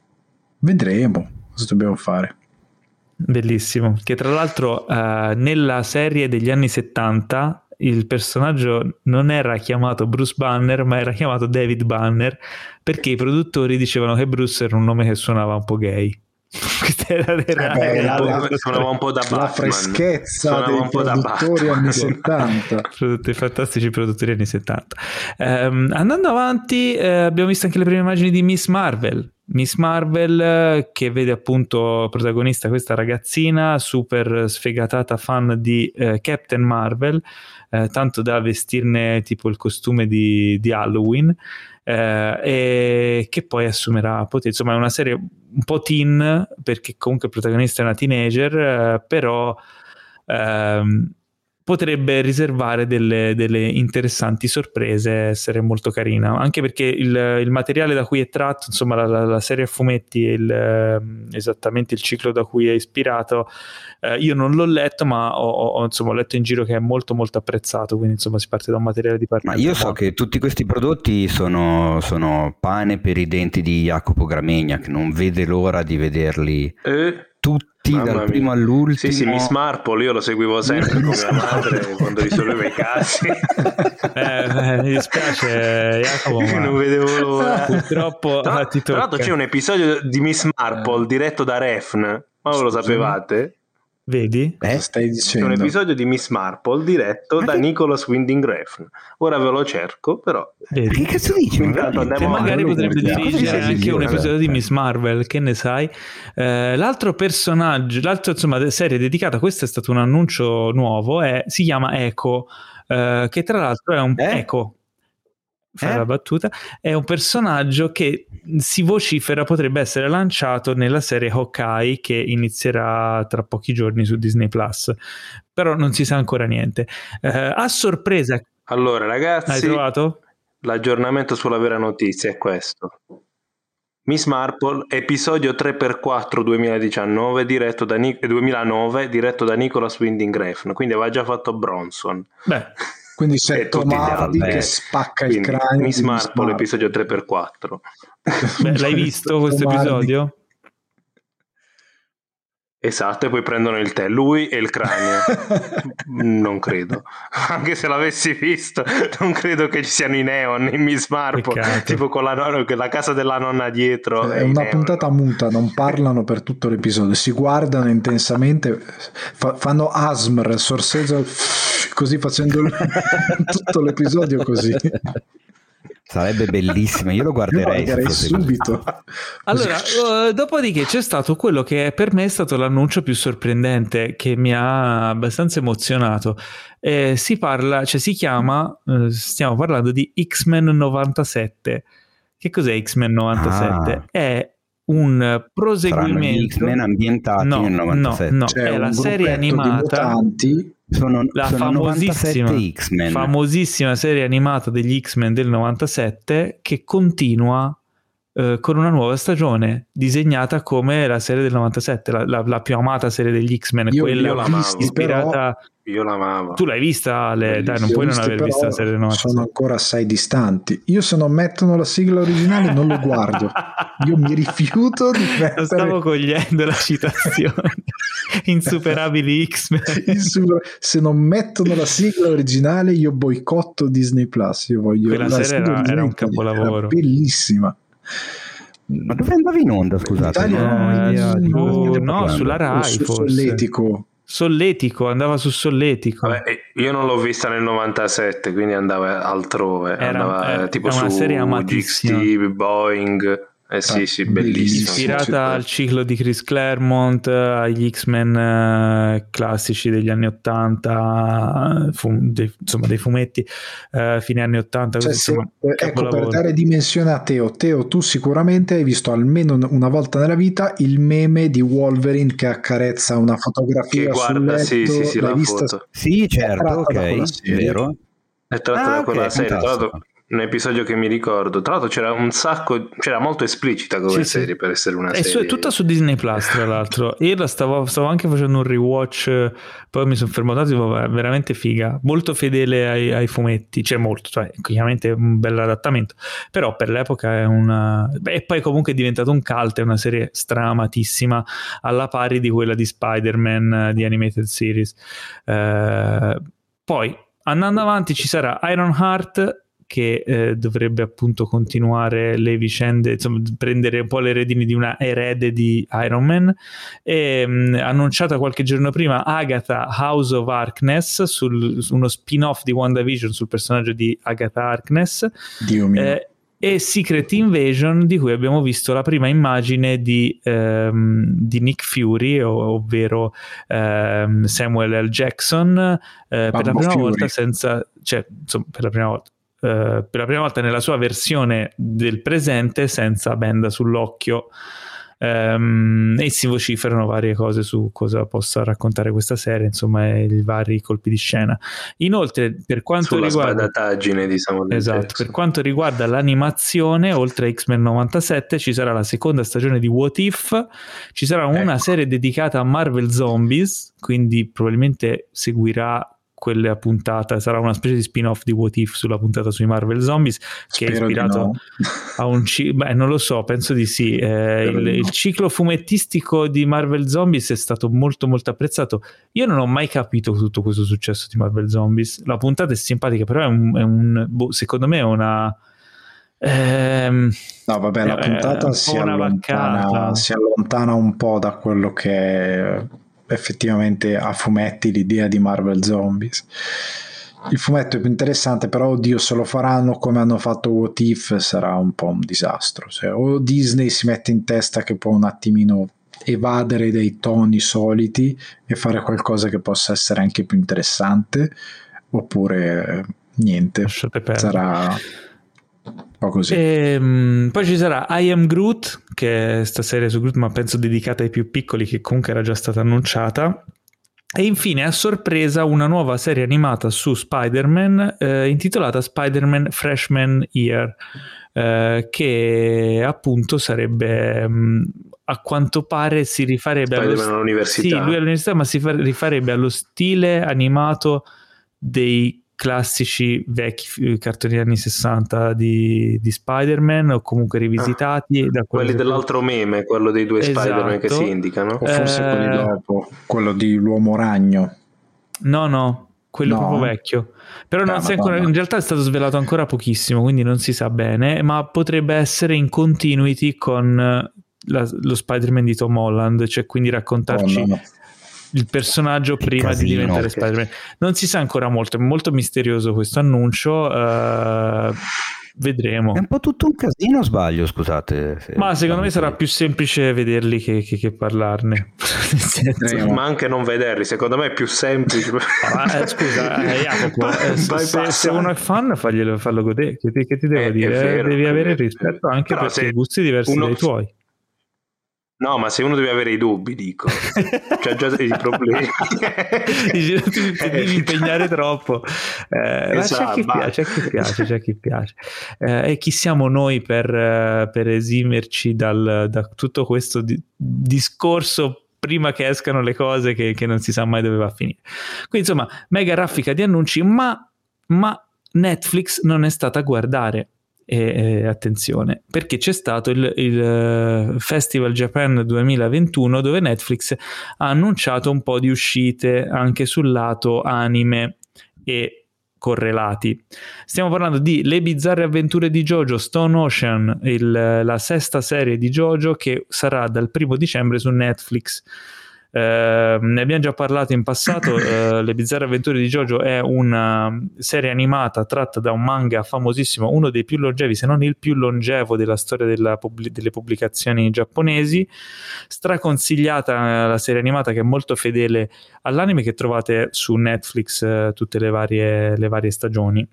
Vedremo cosa dobbiamo fare. Bellissimo, che tra l'altro eh, nella serie degli anni settanta il personaggio non era chiamato Bruce Banner ma era chiamato David Banner, perché i produttori dicevano che Bruce era un nome che suonava un po' gay. Questa era eh beh, la, la, suonava un po' da Batman, la freschezza suonava dei un po' produttori da anni settanta, prodotti fantastici produttori anni settanta. Um, andando avanti eh, abbiamo visto anche le prime immagini di Miss Marvel Miss Marvel eh, che vede appunto protagonista questa ragazzina super sfegatata fan di eh, Captain Marvel, eh, tanto da vestirne tipo il costume di, di Halloween, eh, e che poi assumerà poteri. Insomma è una serie un po' teen perché comunque il protagonista è una teenager, eh, però ehm, potrebbe riservare delle, delle interessanti sorprese, essere molto carina, anche perché il, il materiale da cui è tratto, insomma la, la, la serie a fumetti, il, esattamente il ciclo da cui è ispirato, eh, io non l'ho letto ma ho, ho, insomma, ho letto in giro che è molto molto apprezzato, quindi insomma si parte da un materiale di partenza. Ma io so che tutti questi prodotti sono, sono pane per i denti di Jacopo Gramegna, che non vede l'ora di vederli eh? tutti. Mamma dal mia. Primo all'ultimo. Sì, sì, Miss Marple io lo seguivo sempre con mia madre quando risolveva i casi. eh, eh, mi dispiace Jacopo, ma non vedevo l'ora. Purtroppo tra, ti tra l'altro c'è un episodio di Miss Marple eh. diretto da Refn, ma voi lo sapevate? Vedi? Eh? Stai dicendo? C'è un episodio di Miss Marple diretto ma da che... Nicholas Winding Refn. Ora ve lo cerco, però. Vedi? Che cazzo dici? Che magari potrebbe dirigere anche un episodio di Miss Marvel, che ne sai? Eh, l'altro personaggio, l'altra insomma serie dedicata, questo è stato un annuncio nuovo, è, si chiama Echo, eh, che tra l'altro è un eh? Echo. Fare eh? la battuta, è un personaggio che si vocifera potrebbe essere lanciato nella serie Hawkeye che inizierà tra pochi giorni su Disney Plus, però non si sa ancora niente. Eh, a sorpresa, allora ragazzi, hai trovato? L'aggiornamento sulla vera notizia è questo: Miss Marple episodio tre per quattro duemiladiciannove diretto da Ni- duemilanove diretto da Nicholas Winding Refn, quindi aveva già fatto Bronson. Beh, quindi sei Tomardi che spacca il quindi, cranio. Miss Marple episodio tre per quattro. Beh, l'hai visto questo episodio? Esatto, e poi prendono il tè, lui e il cranio. Non credo, anche se l'avessi visto non credo che ci siano i neon in Miss Marple. Peccato. Tipo con la, nonna, la casa della nonna dietro. È una neon. Puntata muta, non parlano per tutto l'episodio, si guardano intensamente, fa, fanno A S M R, sorseggiano così facendo tutto l'episodio così. Sarebbe bellissimo, io lo guarderei, io guarderei subito. Allora, uh, dopodiché c'è stato quello che per me è stato l'annuncio più sorprendente, che mi ha abbastanza emozionato. Eh, si parla, cioè si chiama, uh, stiamo parlando di X-Men novantasette. Che cos'è X-Men novantasette? Ah. È un proseguimento. X-Men ambientati no, nel novantasette. No, no, cioè, è la serie animata. Sono, la sono famosissima, X-Men. famosissima serie animata degli X-Men del novantasette che continua eh, con una nuova stagione disegnata come la serie del novantasette, la, la, la più amata serie degli X-Men, io, quella io l'amavo, ispirata. Però, io l'amavo. Tu l'hai vista, Ale? Dai, non puoi non aver visto la serie del novantasette. Sono ancora assai distanti. Io se non mettono la sigla originale non lo guardo. Io mi rifiuto di mettere... Lo stavo cogliendo la citazione. Insuperabili X-Men. Insuper... Se non mettono la sigla originale io boicotto Disney Plus. Io voglio quella la serie era, era un capolavoro, era bellissima. Ma dove andavi in onda, scusate? No, no, no, no sulla Rai, su forse. Solletico. Solletico, andava su Solletico. Vabbè, io non l'ho vista nel novantasette, quindi andava altrove. Era, andava era, tipo era su una serie amatissima. G X T, Boeing. Eh sì, sì, bellissimo. Ispirata al ciclo di Chris Claremont, agli X-Men eh, classici degli anni ottanta, fum- dei, insomma dei fumetti eh, fine anni ottanta. Cioè, così, insomma, se, ecco, per dare dimensione a Teo, Teo, tu sicuramente hai visto almeno una volta nella vita il meme di Wolverine che accarezza una fotografia che guarda, sul letto, sì, sì, sì, l'hai la vista? foto. Sì, certo, ok, è vero. È tratto ah, da quella okay, serie, tra fantastico. l'altro un episodio che mi ricordo, tra l'altro c'era un sacco, c'era molto esplicita come sì, serie sì. per essere una è serie. su, è tutta su Disney Plus, tra l'altro. Io la stavo, stavo anche facendo un rewatch, poi mi sono fermato e dicevo, vabbè, veramente figa, molto fedele ai, ai fumetti, cioè molto, cioè chiaramente un bel adattamento, però per l'epoca è una... Beh, e poi comunque è diventato un cult, è una serie straamatissima, alla pari di quella di Spider-Man di Animated Series. Eh, poi andando avanti ci sarà Ironheart, che eh, dovrebbe appunto continuare le vicende, insomma prendere un po' le redini di una erede di Iron Man, e mh, annunciata qualche giorno prima Agatha House of Harkness, sul, su uno spin-off di WandaVision sul personaggio di Agatha Harkness. Dio mio. Eh, e Secret Invasion, di cui abbiamo visto la prima immagine di, ehm, di Nick Fury, ov- ovvero ehm, Samuel L. Jackson, eh, per la prima Fury. volta senza, cioè insomma per la prima volta Uh, per la prima volta nella sua versione del presente senza benda sull'occhio, um, e si vociferano varie cose su cosa possa raccontare questa serie, insomma i vari colpi di scena. Inoltre per quanto sulla riguarda sbadataggine di Samuel esatto, Jackson. per quanto riguarda l'animazione, oltre a X-Men novantasette ci sarà la seconda stagione di What If, ci sarà una ecco. serie dedicata a Marvel Zombies, quindi probabilmente seguirà quella puntata, sarà una specie di spin-off di What If sulla puntata sui Marvel Zombies, che Spero è ispirato no. a un ci- beh non lo so, penso di sì. Eh, il, di no. il ciclo fumettistico di Marvel Zombies è stato molto molto apprezzato. Io non ho mai capito tutto questo successo di Marvel Zombies. La puntata è simpatica, però è un, è un boh, secondo me è una ehm, no vabbè la puntata un si po' una allontana, vaccata. si allontana un po' da quello che è effettivamente a fumetti l'idea di Marvel Zombies. Il fumetto è più interessante, però oddio, se lo faranno come hanno fatto What If sarà un po' un disastro. Cioè, o Disney si mette in testa che può un attimino evadere dai toni soliti e fare qualcosa che possa essere anche più interessante, oppure niente, sarà un po' così. E, um, poi ci sarà I Am Groot, che è sta serie su Groot, ma penso dedicata ai più piccoli, che comunque era già stata annunciata. E infine a sorpresa una nuova serie animata su Spider-Man eh, intitolata Spider-Man Freshman Year, eh, che appunto sarebbe mh, a quanto pare si rifarebbe allo st- all'università. Sì, lui all'università, ma si fa- rifarebbe allo stile animato dei classici vecchi cartoni anni sessanta di, di Spider-Man, o comunque rivisitati ah, da quelli dell'altro meme, quello dei due esatto. Spider-Man che si indicano, o forse eh... quelli dopo, quello di l'uomo ragno. No, no, quello no. proprio vecchio. Però non ah, si è ancora, in realtà è stato svelato ancora pochissimo, quindi non si sa bene, ma potrebbe essere in continuity con la, lo Spider-Man di Tom Holland, cioè quindi raccontarci oh, no. il personaggio che prima casino, di diventare che... Spider-Man. Non si sa ancora molto, è molto misterioso questo annuncio, uh, vedremo. È un po' tutto un casino, sbaglio, scusate. Se ma secondo me sarà più semplice vederli che, che, che parlarne. Ma anche non vederli, secondo me è più semplice. ah, eh, scusa, eh, Jacopo, eh, se, se uno è fan faglielo, fallo godere, che ti, che ti devo eh, dire? Vero, devi avere rispetto anche però perché gusti diversi uno... dai tuoi. No, ma se uno deve avere i dubbi, dico, c'è già i problemi. ti devi impegnare troppo. Eh, esatto, ma c'è chi ma... piace, c'è chi piace, c'è chi piace. Eh, e chi siamo noi per, per esimerci dal, da tutto questo di, discorso prima che escano le cose che, che non si sa mai dove va a finire. Quindi insomma, mega raffica di annunci, ma, ma Netflix non è stata a guardare. E, e attenzione, perché c'è stato il, il Festival Japan duemilaventuno, dove Netflix ha annunciato un po' di uscite anche sul lato anime e correlati. Stiamo parlando di Le bizzarre avventure di JoJo Stone Ocean, il, la sesta serie di JoJo, che sarà dal primo dicembre su Netflix. Uh, ne abbiamo già parlato in passato. uh, Le bizzarre avventure di Jojo è una serie animata tratta da un manga famosissimo, uno dei più longevi, se non il più longevo della storia della pubblic- delle pubblicazioni giapponesi. Straconsigliata la serie animata, che è molto fedele all'anime, che trovate su Netflix uh, tutte le varie, le varie stagioni.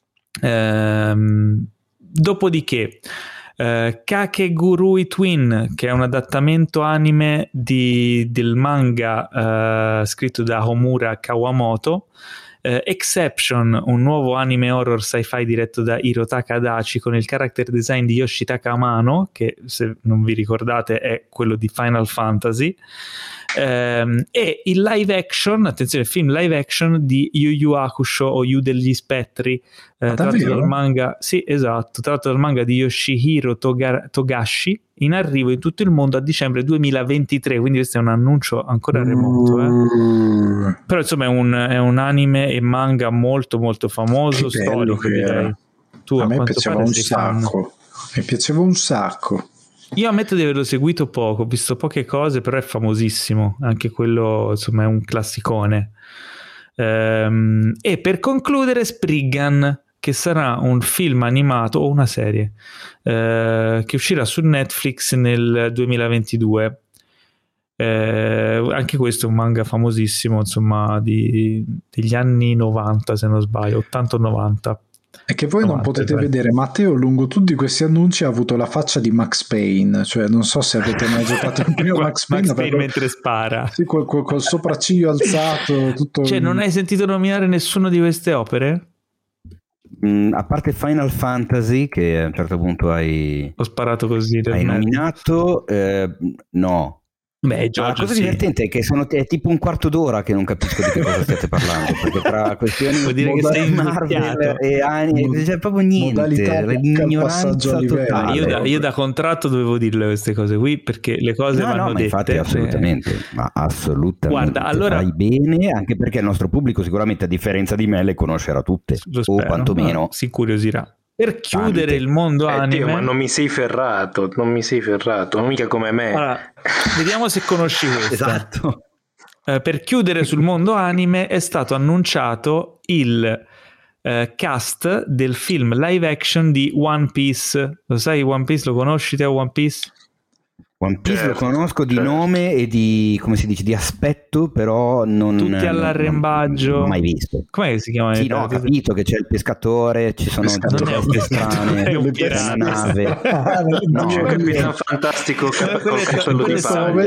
Uh, dopodiché Uh, Kakegurui Twin, che è un adattamento anime di, del manga uh, scritto da Homura Kawamoto. uh, Exception, un nuovo anime horror sci-fi diretto da Hirotaka Adachi con il character design di Yoshitaka Amano, che se non vi ricordate è quello di Final Fantasy. Um, e il live action, attenzione, il film live action di Yu Yu Hakusho o Yu degli Spettri, eh, tratto dal manga, sì, esatto, tratto dal manga di Yoshihiro Toga- Togashi, in arrivo in tutto il mondo a dicembre duemilaventitré, quindi questo è un annuncio ancora remoto, eh. Però insomma è un, è un anime e manga molto molto famoso, che storico, direi. Tu, a, a me quanto piaceva pare un sei sacco fan. Mi piaceva un sacco. Io ammetto di averlo seguito poco, ho visto poche cose, però è famosissimo, anche quello insomma è un classicone. Ehm, e per concludere Spriggan, che sarà un film animato o una serie eh, che uscirà su Netflix nel duemilaventidue. Eh, anche questo è un manga famosissimo, insomma, di, degli anni novanta, se non sbaglio, ottanta novanta. È che voi non potete vedere, Matteo lungo tutti questi annunci ha avuto la faccia di Max Payne, cioè non so se avete mai giocato il primo Max Payne, Max Payne mentre spara, sì, col, col, col sopracciglio alzato, tutto. Cioè, non hai sentito nominare nessuno di queste opere? Mm, a parte Final Fantasy, che a un certo punto hai ho sparato così hai nominato, eh, no. Beh, Giorgio, la cosa sì. divertente è che sono, è tipo un quarto d'ora che non capisco di che cosa stiate parlando, perché tra questioni vuol dire che sei Marvel e anime c'è proprio niente, l'ignoranza totale. Io da, io da contratto dovevo dirle queste cose qui, perché le cose no, vanno no, ma dette. Infatti assolutamente, eh. ma assolutamente. Guarda, allora fai bene, anche perché il nostro pubblico sicuramente a differenza di me le conoscerà tutte, o quantomeno no, si incuriosirà. Per chiudere Tante. il mondo eh, anime, Dio, ma non mi sei ferrato, non mi sei ferrato, non mica come me. Allora, vediamo se conosci questo. Esatto. Eh, per chiudere sul mondo anime è stato annunciato il eh, cast del film live action di One Piece. Lo sai One Piece? Lo conosci te One Piece? One Piece certo, lo conosco di certo. nome e di, come si dice, di aspetto, però non tutti all'arrembaggio. Non, non mai visto. Com'è che si chiama? Sì, no, ho capito che c'è il pescatore, ci sono non tutte strane, è un c'è una nave. No, c'è il Capitano Fantastico cap- col cappello di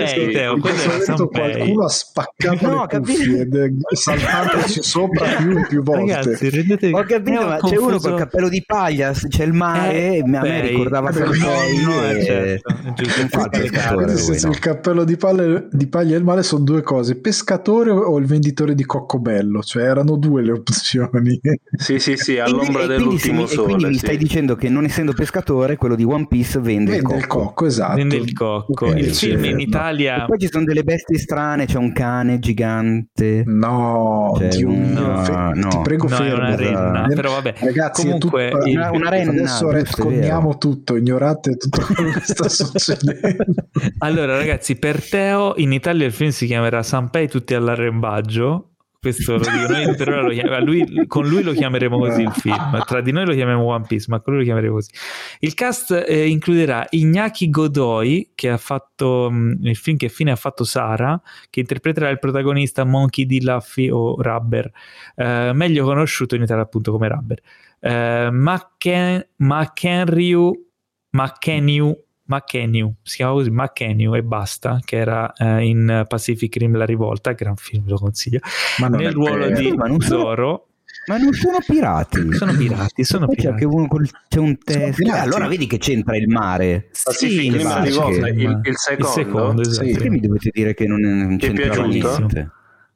paglia. Qualcuno ha spaccato no, le cuffie ed è saltandoci sopra più e più volte. Ragazzi, rendete... Ho capito, ma c'è uno col cappello di paglia, c'è il mare, eh, a me beh, ricordava Sanpei. No, no, certo. Infatti, nel senso, no. Il cappello di paglia, di paglia e il mare sono due cose: pescatore o il venditore di coccobello, cioè erano due le opzioni. Sì sì sì, all'ombra quindi, dell'ultimo e quindi, sole. E quindi sì. mi stai dicendo che non essendo pescatore quello di One Piece vende, vende il, cocco. il cocco, esatto. Vende il cocco. Okay, il film in Italia. E poi ci sono delle bestie strane, c'è un cane gigante. No, Dio un... mio, no, fe- no. ti prego no, fermo. È una renna, però vabbè. Ragazzi, comunque tutto, il... una, una renna. Adesso retconiamo tutto, ignorate tutto quello che sta succedendo. Allora, ragazzi, per Teo in Italia il film si chiamerà Sanpei tutti all'arrembaggio. Questo lo dico noi, per ora lo chiam- lui, con lui lo chiameremo così il film. Tra di noi lo chiamiamo One Piece, ma con lui lo chiameremo così. Il cast eh, includerà Iñaki Godoy, che ha fatto mh, il film Che fine ha fatto Sara, che interpreterà il protagonista Monkey D. Luffy o Rubber, eh, meglio conosciuto in Italia appunto come Rubber. Eh, McKen- McHenry McKenyu McKenyu, si chiama così, McKenyu e basta, che era eh, in Pacific Rim La Rivolta, gran film, lo consiglio, ma nel ruolo vero. di ma non Zoro. Ma non sono pirati. Sono pirati, sono poi pirati. C'è, uno, c'è un testo. Eh, allora vedi che c'entra il mare. Pacific Rim La Rivolta, il, il secondo. Il secondo, esatto. Sì, perché mi dovete dire che non, non Ti è c'entrava niente?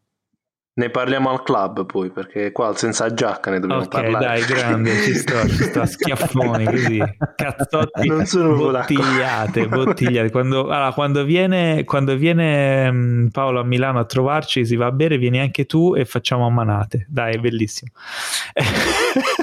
Ne parliamo al club poi, perché qua senza giacca ne dobbiamo okay, parlare. Dai, grande, ci sto, ci sto, schiaffoni così, cazzotti, non sono bottigliate, bottigliate. Quando, allora, quando viene, quando viene um, Paolo a Milano a trovarci, si va a bere, vieni anche tu e facciamo a manate. Dai, è bellissimo.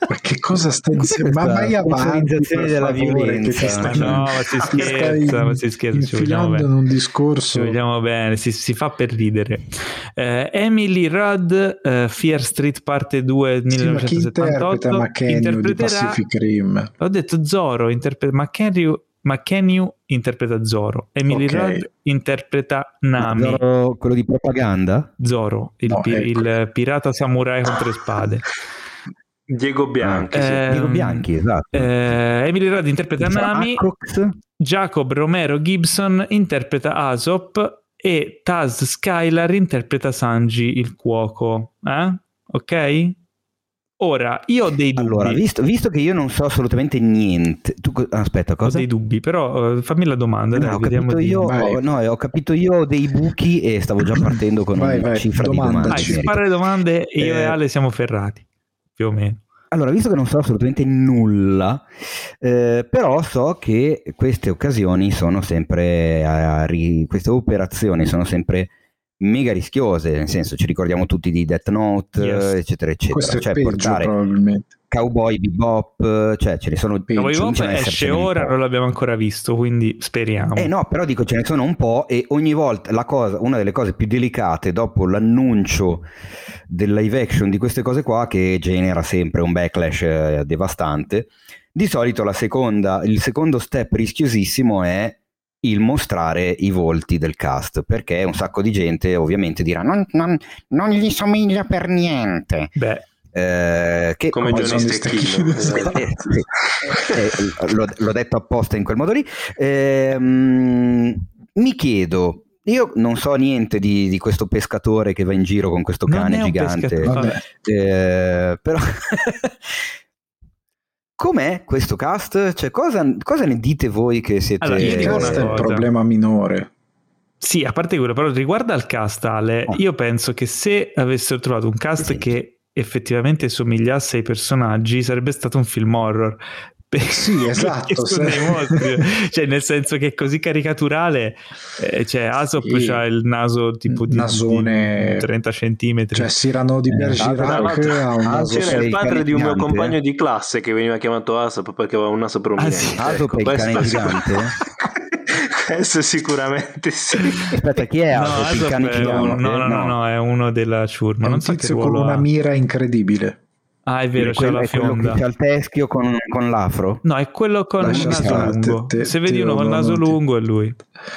Ma che cosa stai dicendo? Ma vai avanti per della favore, violenza. Stai... Ma no, ma si scherza, ma si scherza. Infilando in un discorso. Ci vogliamo bene, si, si fa per ridere. Eh, Emily Rudd, uh, Fear Street parte due millenovecentosettantotto, sì, ma chi interpreta McKenna di Pacific Rim? Ho detto Zorro, interpreta McKenna. McKenna interpreta Zoro, Emily okay. Rudd interpreta Nami. Zoro, quello di propaganda? Zoro, il, no, pi- ecco. il pirata samurai con tre spade. Diego Bianchi. Eh, sì. Diego Bianchi, esatto. Eh, Emily Rudd interpreta Dice Nami. Acrox. Jacob Romero Gibson interpreta Aesop e Taz Skylar interpreta Sanji il cuoco. Eh? Ok? Ora, io ho dei dubbi. Allora, visto, visto che io non so assolutamente niente, tu, aspetta, cosa? Ho dei dubbi, però uh, fammi la domanda. No, dai, ho, capito io, ho, no, ho capito io dei buchi e stavo già partendo con vai, una vai, cifra domanda, di domande. Vai, spara le domande e io eh, e Ale siamo ferrati, più o meno. Allora, visto che non so assolutamente nulla, eh, però so che queste occasioni sono sempre, a, ri, queste operazioni sono sempre mega rischiose, nel senso ci ricordiamo tutti di Death Note, yes. eccetera eccetera. Questo cioè è peggio, portare probabilmente. Cowboy Bebop, cioè ce ne sono Cowboy Bebop esce ora, non l'abbiamo ancora visto, quindi speriamo. Eh no, però dico ce ne sono un po' e ogni volta la cosa, una delle cose più delicate dopo l'annuncio del live action di queste cose qua, che genera sempre un backlash eh, devastante, di solito la seconda, il secondo step rischiosissimo è il mostrare i volti del cast, perché un sacco di gente ovviamente dirà non, non, non gli somiglia per niente. Beh, eh, che come Johnny Stecchino, eh, eh, l'ho, l'ho detto apposta in quel modo lì. Eh, mi chiedo, io non so niente di, di questo pescatore che va in giro con questo cane gigante, eh, però com'è questo cast? Cioè, cosa, cosa ne dite voi che siete... Allora, il cast è il problema minore. Sì, a parte quello, però riguardo al cast, Ale, oh. io penso che se avessero trovato un cast sì. che effettivamente somigliasse ai personaggi, sarebbe stato un film horror. Sì, esatto. Sono dei mostri. Cioè, nel senso che è così caricaturale, eh, cioè Aesop sì. c'ha il naso tipo di, Nasone... di trenta centimetri. Cioè Cyrano di Bergerac eh, ha un naso. C'era il padre di un mio compagno di classe che veniva chiamato Aesop perché aveva un naso prominente. Ah, sì. Aesop ecco, è il cane gigante? Questo sicuramente sì. Aspetta, chi è Aesop? No, il cane gigante? Un, no, no, no, no, è uno della ciurma. È non un so tizio che con una ha. mira incredibile. Ah, è vero, c'è la fionda. Che c'ha il teschio con, con l'afro? No, è quello con Lascia il naso stare, lungo. te, te, Se vedi uno con il naso ti... lungo è lui.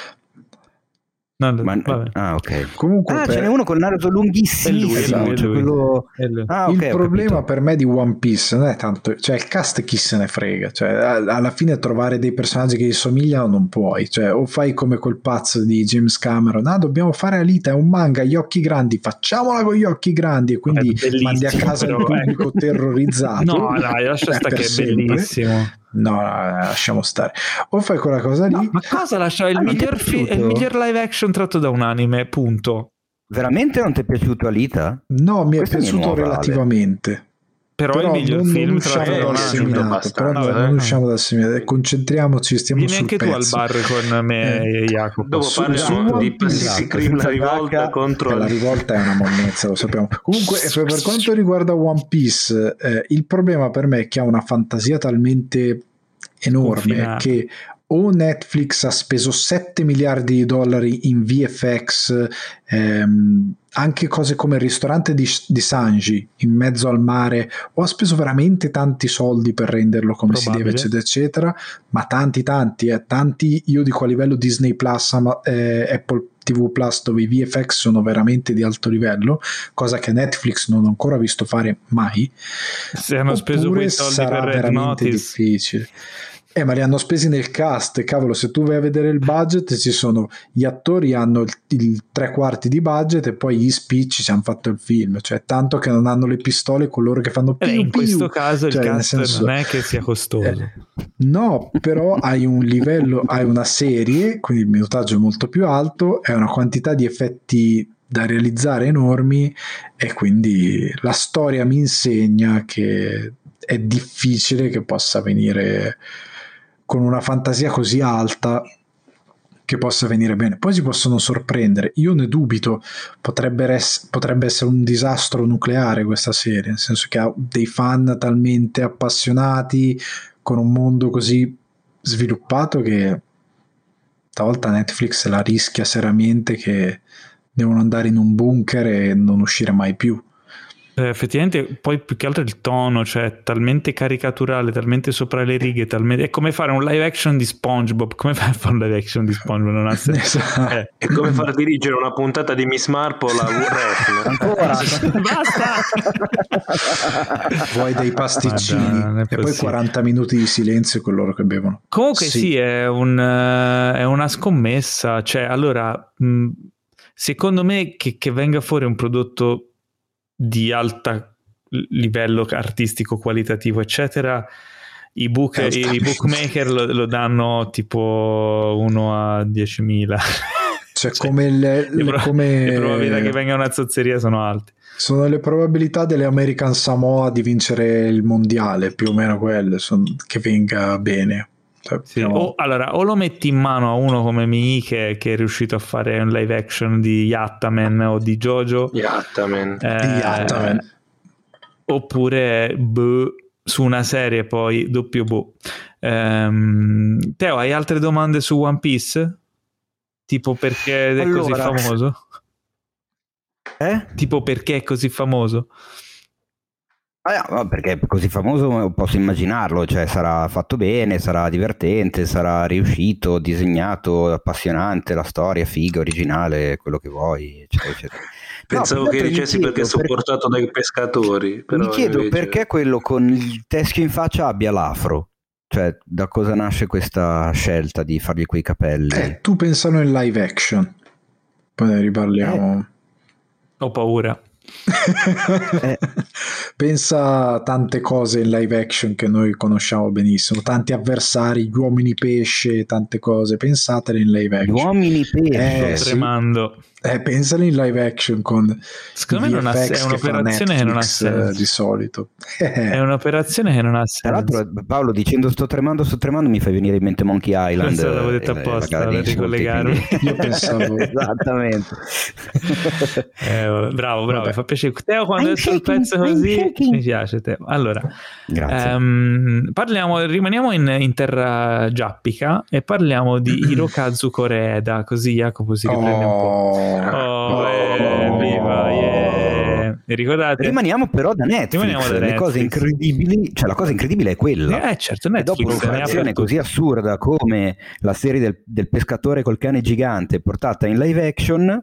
No, Ma, vabbè. Ah, ok. Comunque ah, per... ce n'è uno con il naso lunghissimo. Esatto. Cioè quello... ah, okay, il problema per me di One Piece non è tanto, cioè il cast chi se ne frega, cioè alla fine trovare dei personaggi che gli somigliano non puoi, cioè o fai come quel pazzo di James Cameron, ah dobbiamo fare Alita, è un manga, gli occhi grandi, facciamola con gli occhi grandi e quindi mandi a casa il pubblico ecco. terrorizzato. No, dai, lascia stare che è sempre. Bellissimo. No, lasciamo stare. O fai quella cosa lì. No, ma cosa lascia? Il, ah, miglior fi- il miglior live action tratto da un anime, punto. Veramente non ti è piaciuto Alita? No, mi Questa è piaciuto nuova, relativamente. Ale. Però, però è il miglior non, film non tratto da un anime. Però no, non usciamo dal seminato. Concentriamoci, stiamo Vieni sul anche pezzo. tu al bar con me e Jacopo. Dopo parliamo di Pacific Rim, la rivolta contro la rivolta è una monnezza, lo sappiamo. Comunque per quanto riguarda One Piece, eh, il problema per me è che ha una fantasia talmente enorme Confinato. Che o Netflix ha speso sette miliardi di dollari in V F X, ehm, anche cose come il ristorante di, di Sanji in mezzo al mare, o ha speso veramente tanti soldi per renderlo come Probabile. si deve eccetera eccetera, ma tanti tanti eh, tanti io dico a livello Disney Plus, eh, Apple T V Plus, dove i V F X sono veramente di alto livello, cosa che Netflix non ho ancora visto fare mai. Se hanno speso quei soldi sarà per veramente Notice. difficile. Eh, ma li hanno spesi nel cast, cavolo, se tu vai a vedere il budget ci sono gli attori hanno il, il tre quarti di budget e poi gli speech ci hanno fatto il film, cioè tanto che non hanno le pistole coloro che fanno più, eh, in più. questo caso cioè, il cast senso, non è che sia costoso eh, no, però hai un livello, hai una serie, quindi il minutaggio è molto più alto, è una quantità di effetti da realizzare enormi e quindi la storia mi insegna che è difficile che possa venire con una fantasia così alta che possa venire bene. Poi si possono sorprendere, io ne dubito, potrebbe, ess- potrebbe essere un disastro nucleare questa serie, nel senso che ha dei fan talmente appassionati, con un mondo così sviluppato, che stavolta Netflix la rischia seriamente, che devono andare in un bunker e non uscire mai più. Eh, effettivamente, poi più che altro il tono, cioè talmente caricaturale, talmente sopra le righe, talmente... è come fare un live action di SpongeBob. Come fai a fare un live action di SpongeBob? Non ha senso. Esatto. Eh. È come far dirigere una puntata di Miss Marple a Wrestler. Ancora? Basta! Vuoi dei pasticcini Madonna, e poi quaranta minuti di silenzio con loro che bevono. Comunque sì, sì è, un, uh, è una scommessa. Cioè, allora, mh, secondo me che, che venga fuori un prodotto di alta livello artistico, qualitativo, eccetera, i, book, eh, i bookmaker lo, lo danno tipo uno a diecimila. Cioè, cioè come le, le, le, pro- come... le probabilità che venga una zozzeria sono alte. Sono le probabilità delle American Samoa di vincere il mondiale, più o meno quelle, son, che venga bene. Cioè, sì, o, allora, o lo metti in mano a uno come Miike, che è riuscito a fare un live action di Yattaman o di Jojo, Yattaman, eh, di Yattaman. Oppure boh, su una serie poi doppio boh. Um, Teo, hai altre domande su One Piece? Tipo perché è allora, così famoso? Eh? Tipo perché è così famoso? Ah, no, perché è così famoso posso immaginarlo, cioè sarà fatto bene, sarà divertente, sarà riuscito, disegnato, appassionante, la storia figa, originale, quello che vuoi, eccetera, eccetera. Pensavo no, che dicessi perché è supportato per... dai pescatori. Però mi chiedo invece... perché quello con il teschio in faccia abbia l'afro, cioè da cosa nasce questa scelta di fargli quei capelli? Eh, tu pensano in live action, poi ne riparliamo. Eh. Ho paura. eh. Pensa a tante cose in live action che noi conosciamo benissimo, tanti avversari, gli uomini pesce, tante cose, pensatele in live action. Gli uomini pesce, eh, tremando. Sì. Eh, pensali in live action con secondo me non ha, è un'operazione che non ha senso di solito. È un'operazione che non ha senso. Tra l'altro, Paolo, dicendo sto tremando, sto tremando, mi fai venire in mente Monkey Island. Questo l'avevo detto apposta per ricollegarmi. Quindi... Io pensavo esattamente. eh, bravo, bravo, mi fa piacere. Teo, quando è sul pezzo così mi piace. Teo. Allora, um, parliamo, rimaniamo in, in terra giappica e parliamo di Hirokazu Koreeda, così Jacopo si riprende oh. un po'. Oh, eh, viva, yeah. E ricordate? Rimaniamo però da Netflix. Rimaniamo da le Netflix. Cose incredibili, cioè la cosa incredibile è quella. Eh, certo, Netflix. Dopo un'operazione così assurda come la serie del, del pescatore col cane gigante portata in live action,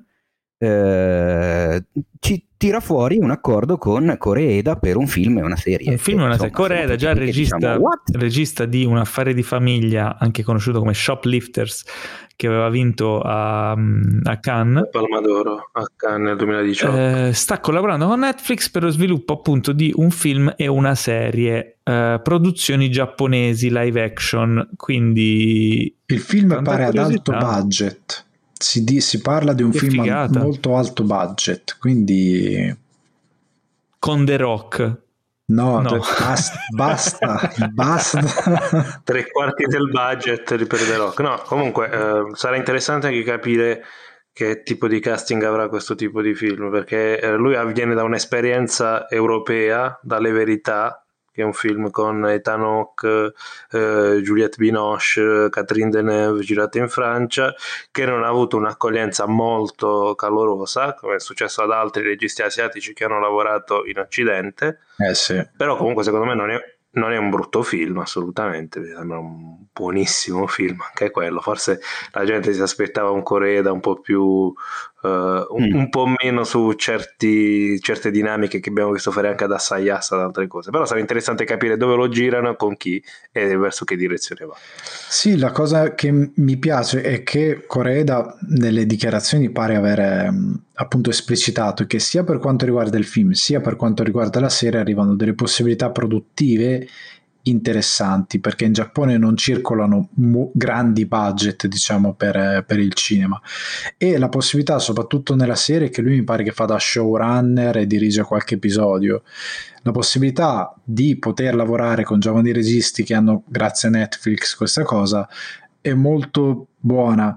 eh, ci tira fuori un accordo con Koreeda per un film e una serie. Un film e una serie. Koreeda, già regista, diciamo, regista di Un affare di famiglia, anche conosciuto come Shoplifters, che aveva vinto a, a Cannes, Palma d'Oro a Cannes nel duemiladiciotto. Eh, sta collaborando con Netflix per lo sviluppo appunto di un film e una serie, eh, produzioni giapponesi live action, quindi il film pare ad alto budget. Si, di, si parla di un che film figata. molto alto budget, quindi con The Rock. No, no. basta, basta, basta. Tre quarti del budget per The Rock. No, comunque eh, sarà interessante anche capire che tipo di casting avrà questo tipo di film, perché eh, lui viene da un'esperienza europea, dalle Verità, che è un film con Ethan Hawke, eh, Juliette Binoche, Catherine Deneuve, girato in Francia, che non ha avuto un'accoglienza molto calorosa, come è successo ad altri registi asiatici che hanno lavorato in Occidente. Eh sì. Però comunque secondo me non è, non è un brutto film, assolutamente, mi sembra un buonissimo film anche quello. Forse la gente si aspettava un Koreeda un po' più uh, un, mm. un po' meno su certi, certe dinamiche che abbiamo visto fare anche ad Asayas, ad altre cose, però sarà interessante capire dove lo girano, con chi e verso che direzione va. Sì, la cosa che mi piace è che Koreeda nelle dichiarazioni pare avere appunto esplicitato che sia per quanto riguarda il film sia per quanto riguarda la serie arrivano delle possibilità produttive interessanti, perché in Giappone non circolano mo- grandi budget, diciamo, per, per il cinema, e la possibilità soprattutto nella serie, che lui mi pare che fa da showrunner e dirige qualche episodio, la possibilità di poter lavorare con giovani registi che hanno grazie a Netflix questa cosa è molto buona,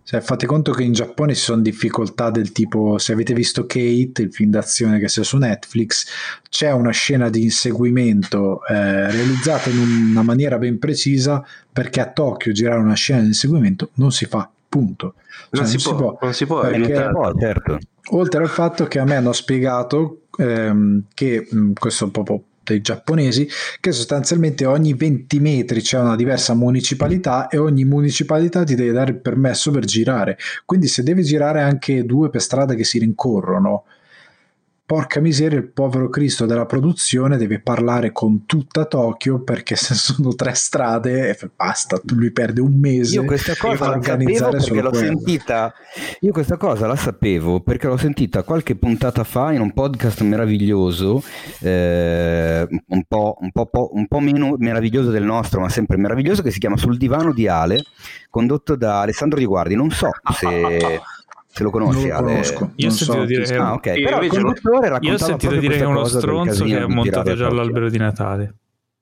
Cioè, fate conto che in Giappone ci sono difficoltà del tipo, se avete visto Kate, il film d'azione che sia su Netflix, c'è una scena di inseguimento eh, realizzata in una maniera ben precisa, perché a Tokyo girare una scena di inseguimento non si fa, punto. Cioè, non, si non si può, non si può, perché, può certo. Oltre al fatto che a me hanno spiegato ehm, che mh, questo è proprio dei giapponesi, che sostanzialmente ogni venti metri c'è una diversa municipalità e ogni municipalità ti deve dare il permesso per girare, quindi se devi girare anche due per strada che si rincorrono, porca miseria, il povero Cristo della produzione deve parlare con tutta Tokyo, perché se sono tre strade e basta, lui perde un mese. Io questa cosa la sapevo perché l'ho quello. sentita io questa cosa la sapevo perché l'ho sentita qualche puntata fa in un podcast meraviglioso, eh, un po', un po', po', un po' meno meraviglioso del nostro, ma sempre meraviglioso, che si chiama Sul divano di Ale, condotto da Alessandro Di Guardi. Non so se se lo conosci, non lo conosco. Io ho sentito so, dire che ah, okay. Però il conduttore raccontava io ho sentito dire che è uno stronzo che ha montato già l'albero di Natale.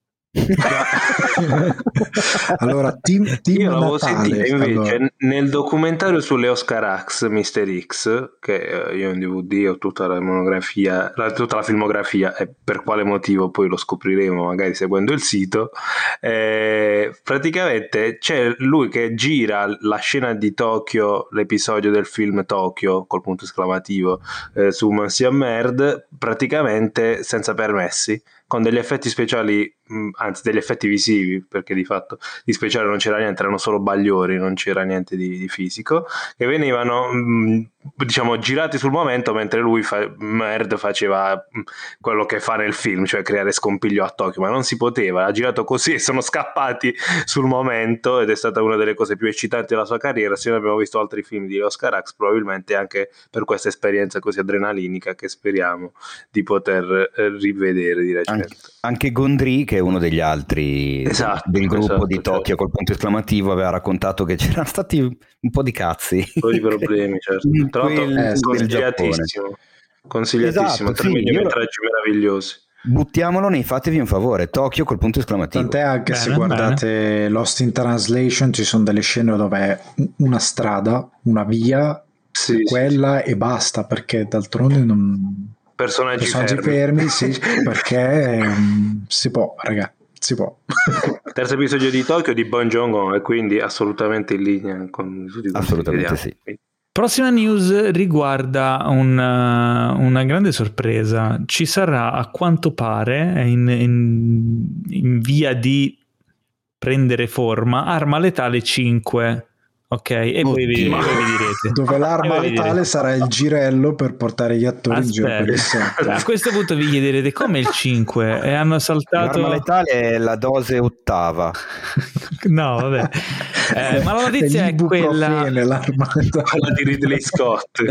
Allora, team, team io l'avevo Natale, sentita invece allora. nel documentario sulle Oscar X, mister X, che io in D V D ho tutta la monografia, la, tutta la filmografia, e per quale motivo poi lo scopriremo magari seguendo il sito. Eh, praticamente c'è lui che gira la scena di Tokyo, l'episodio del film Tokyo col punto esclamativo eh, su Monsieur Merd, praticamente senza permessi, con degli effetti speciali, anzi degli effetti visivi, perché di fatto di speciale non c'era niente, erano solo bagliori, non c'era niente di, di fisico, che venivano diciamo girati sul momento, mentre lui fa, Merd faceva quello che fa nel film, cioè creare scompiglio a Tokyo, ma non si poteva, ha girato così e sono scappati sul momento, ed è stata una delle cose più eccitanti della sua carriera. Se noi abbiamo visto altri film di Oscar X, probabilmente anche per questa esperienza così adrenalinica che speriamo di poter eh, rivedere di recente. Anche, anche Gondry, che è uno degli altri esatto, del gruppo esatto, di Tokyo, certo, col punto esclamativo, aveva raccontato che c'erano stati un po' di cazzi, un po' di problemi, certo. Tra l'altro eh, consigliatissimo, consigliatissimo, esatto, tre sì, millimetraggi io... meravigliosi. Buttiamolo nei fatevi un favore, Tokyo col punto esclamativo. Tant'è anche bene, se guardate bene. Lost in Translation, ci sono delle scene dove è una strada, una via, sì, quella sì, sì. e basta, perché d'altronde non... personaggi, personaggi fermi, fermi sì, perché um, si può, raga, si può. Terzo episodio di Tokyo di Bong Joon-ho, e quindi assolutamente in linea con tutti i assolutamente sì. Prossima news riguarda un, uh, una grande sorpresa. Ci sarà, a quanto pare, in, in, in via di prendere forma, Arma Letale cinque. Ok, e voi vi, voi vi direte dove l'arma letale sarà il girello per portare gli attori Aspetta. in giro per il set. A questo punto vi chiederete come il cinque e hanno saltato. L'arma letale è la dose ottava. No, vabbè. Eh, ma la notizia è quella l'arma quella di Ridley Scott.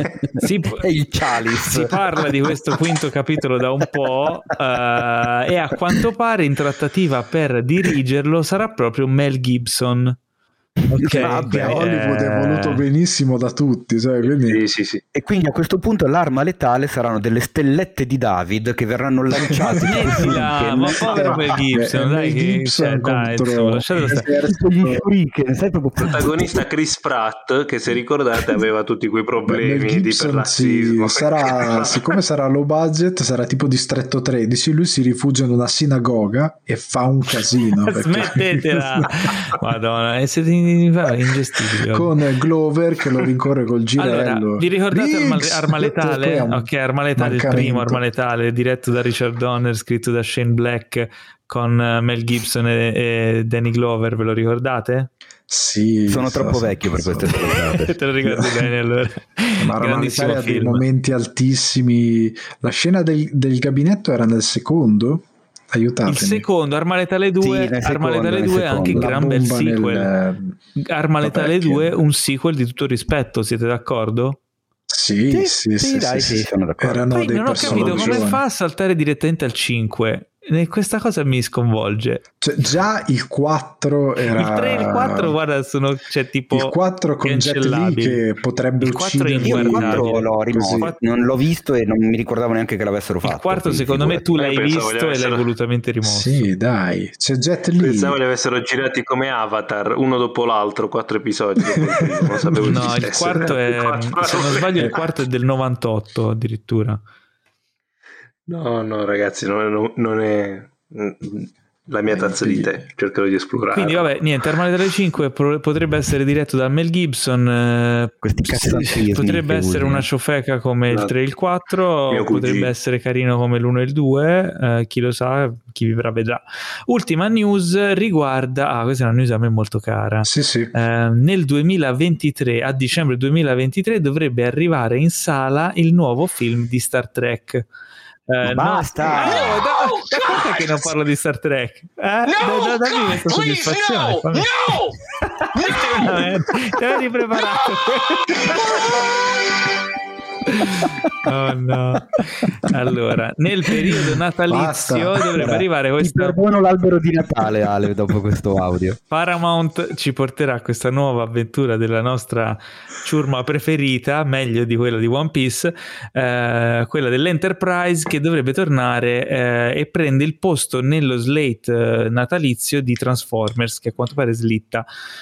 si, è il Chalice. Si parla di questo quinto capitolo da un po' uh, e a quanto pare in trattativa per dirigerlo sarà proprio Mel Gibson. Okay, Vabbè, okay. Hollywood è voluto benissimo da tutti, sai, quindi... sì, sì, sì. E quindi a questo punto l'arma letale saranno delle stellette di David che verranno lanciate. Smettila, ma povero Mel Gibson, dai, che Gibson dai, insomma, lasciatelo stare. Il protagonista Chris Pratt, che se ricordate aveva tutti quei problemi Gibson, di per razzismo. Sì, sarà, siccome sarà low budget, sarà tipo Distretto tredici, lui si rifugia in una sinagoga e fa un casino. Perché... Smettetela, madonna, e siete ingestibili con Glover che lo rincorre col girello. Allora, vi ricordate Arma, Arma Letale? Ok, Arma Letale, il primo Arma Letale, diretto da Richard Donner, scritto da Shane Black, con Mel Gibson e, e Danny Glover, ve lo ricordate? Sì, sono so, troppo so, vecchio per so, queste cose. Te lo ricordi bene allora. Ma Arma Letale ha dei momenti altissimi. La scena del, del gabinetto era nel secondo. Aiutatemi. Il secondo, Arma Letale due, sì, Arma Letale due è anche gran bel sequel. Nel... Arma Letale due, un sequel di tutto rispetto, siete d'accordo? Sì, sì, sì, sì, sì, dai, sì, sì, sono d'accordo. Erano Poi dei non ho capito come fa a saltare direttamente al cinque. questa cosa mi sconvolge. Cioè, già il quattro era il tre e il quattro, guarda, sono cioè tipo il quattro con Jet Li che potrebbe il uccidere. Io il quattro l'ho rimosso, non l'ho visto e non mi ricordavo neanche che l'avessero fatto. Il quarto secondo me tu l'hai visto e l'hai volutamente rimosso. Sì, dai, c'è Jet Li. Pensavo li avessero girati come Avatar, uno dopo l'altro, quattro episodi dopo il primo, non sapevo no, il quarto è, il quarto, se non sbaglio il quarto è del novantotto addirittura. No, no ragazzi, non è, non è la mia tazza di tè, cercherò di esplorare. Quindi vabbè, niente, Armate delle cinque potrebbe essere diretto da Mel Gibson, eh, potrebbe essere una ciofeca come no. il tre e il quattro, potrebbe essere carino come l'uno e il due, eh, chi lo sa, chi vivrà vedrà. Ultima news riguarda, ah questa è una news a me molto cara, sì, sì. Eh, nel duemilaventitré, a dicembre duemilaventitré dovrebbe arrivare in sala il nuovo film di Star Trek. Uh, basta no, ah, no, da, da quanto è che non parlo di Star Trek? Eh? No, da, da, dammi questa soddisfazione. No, no, no. Ti avevi preparato. Oh no. Allora, nel periodo natalizio Basta. dovrebbe arrivare questa. Ti perdono l'albero di Natale, Ale, dopo questo audio. Paramount ci porterà questa nuova avventura della nostra ciurma preferita, meglio di quella di One Piece, eh, quella dell'Enterprise, che dovrebbe tornare eh, e prende il posto nello slate eh, natalizio di Transformers, che a quanto pare slitta.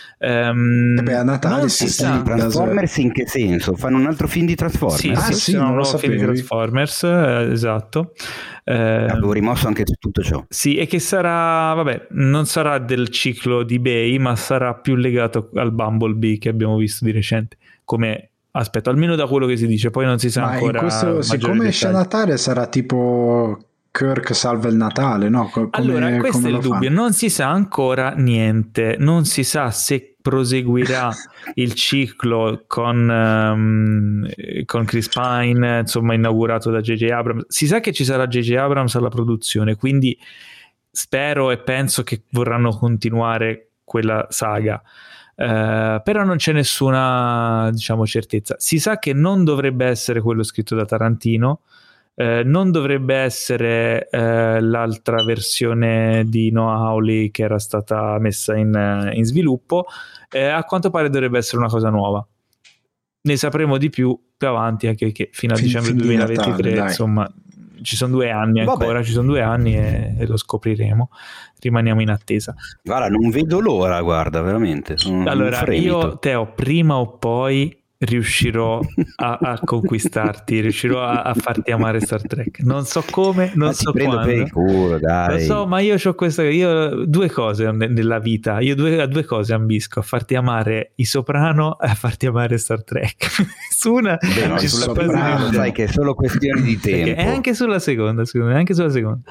Um, eh beh, a Natale si sa Transformers in che senso? Fanno un altro film di Transformers? Sì, ah, sì, sì, un nuovo film di Transformers, eh, esatto. Eh, Avevo rimosso anche tutto ciò. Sì, e che sarà, vabbè, non sarà del ciclo di Bay, ma sarà più legato al Bumblebee che abbiamo visto di recente, come aspetto, almeno da quello che si dice, poi non si sa ma ancora. Questo, siccome esce a Natale sarà tipo Kirk salva il Natale, no? Come, allora, questo come è il dubbio, fanno? non si sa ancora niente, non si sa se proseguirà il ciclo con, um, con Chris Pine, insomma inaugurato da J J Abrams. Si sa che ci sarà J J Abrams alla produzione, quindi spero e penso che vorranno continuare quella saga. Uh, però non c'è nessuna, diciamo, certezza. Si sa che non dovrebbe essere quello scritto da Tarantino. Eh, non dovrebbe essere eh, l'altra versione di Noah Hawley che era stata messa in, in sviluppo, eh, a quanto pare dovrebbe essere una cosa nuova. Ne sapremo di più più avanti, anche che fino a fin, dicembre fin duemilaventitré Natale, insomma ci sono due anni ancora. Vabbè. Ci sono due anni e, e lo scopriremo, rimaniamo in attesa. Guarda, non vedo l'ora, guarda, veramente sono allora io Teo prima o poi riuscirò a, a conquistarti, riuscirò a, a farti amare Star Trek. Non so come, non ma so ti prendo quando. per il culo, dai. Lo so, ma io ho questa, io due cose nella vita, io due, a due cose ambisco: a farti amare I Soprano e a farti amare Star Trek. Su una, beh, no, sulla prima sai che è solo questione di tempo. Perché è anche sulla seconda, secondo me, anche sulla seconda.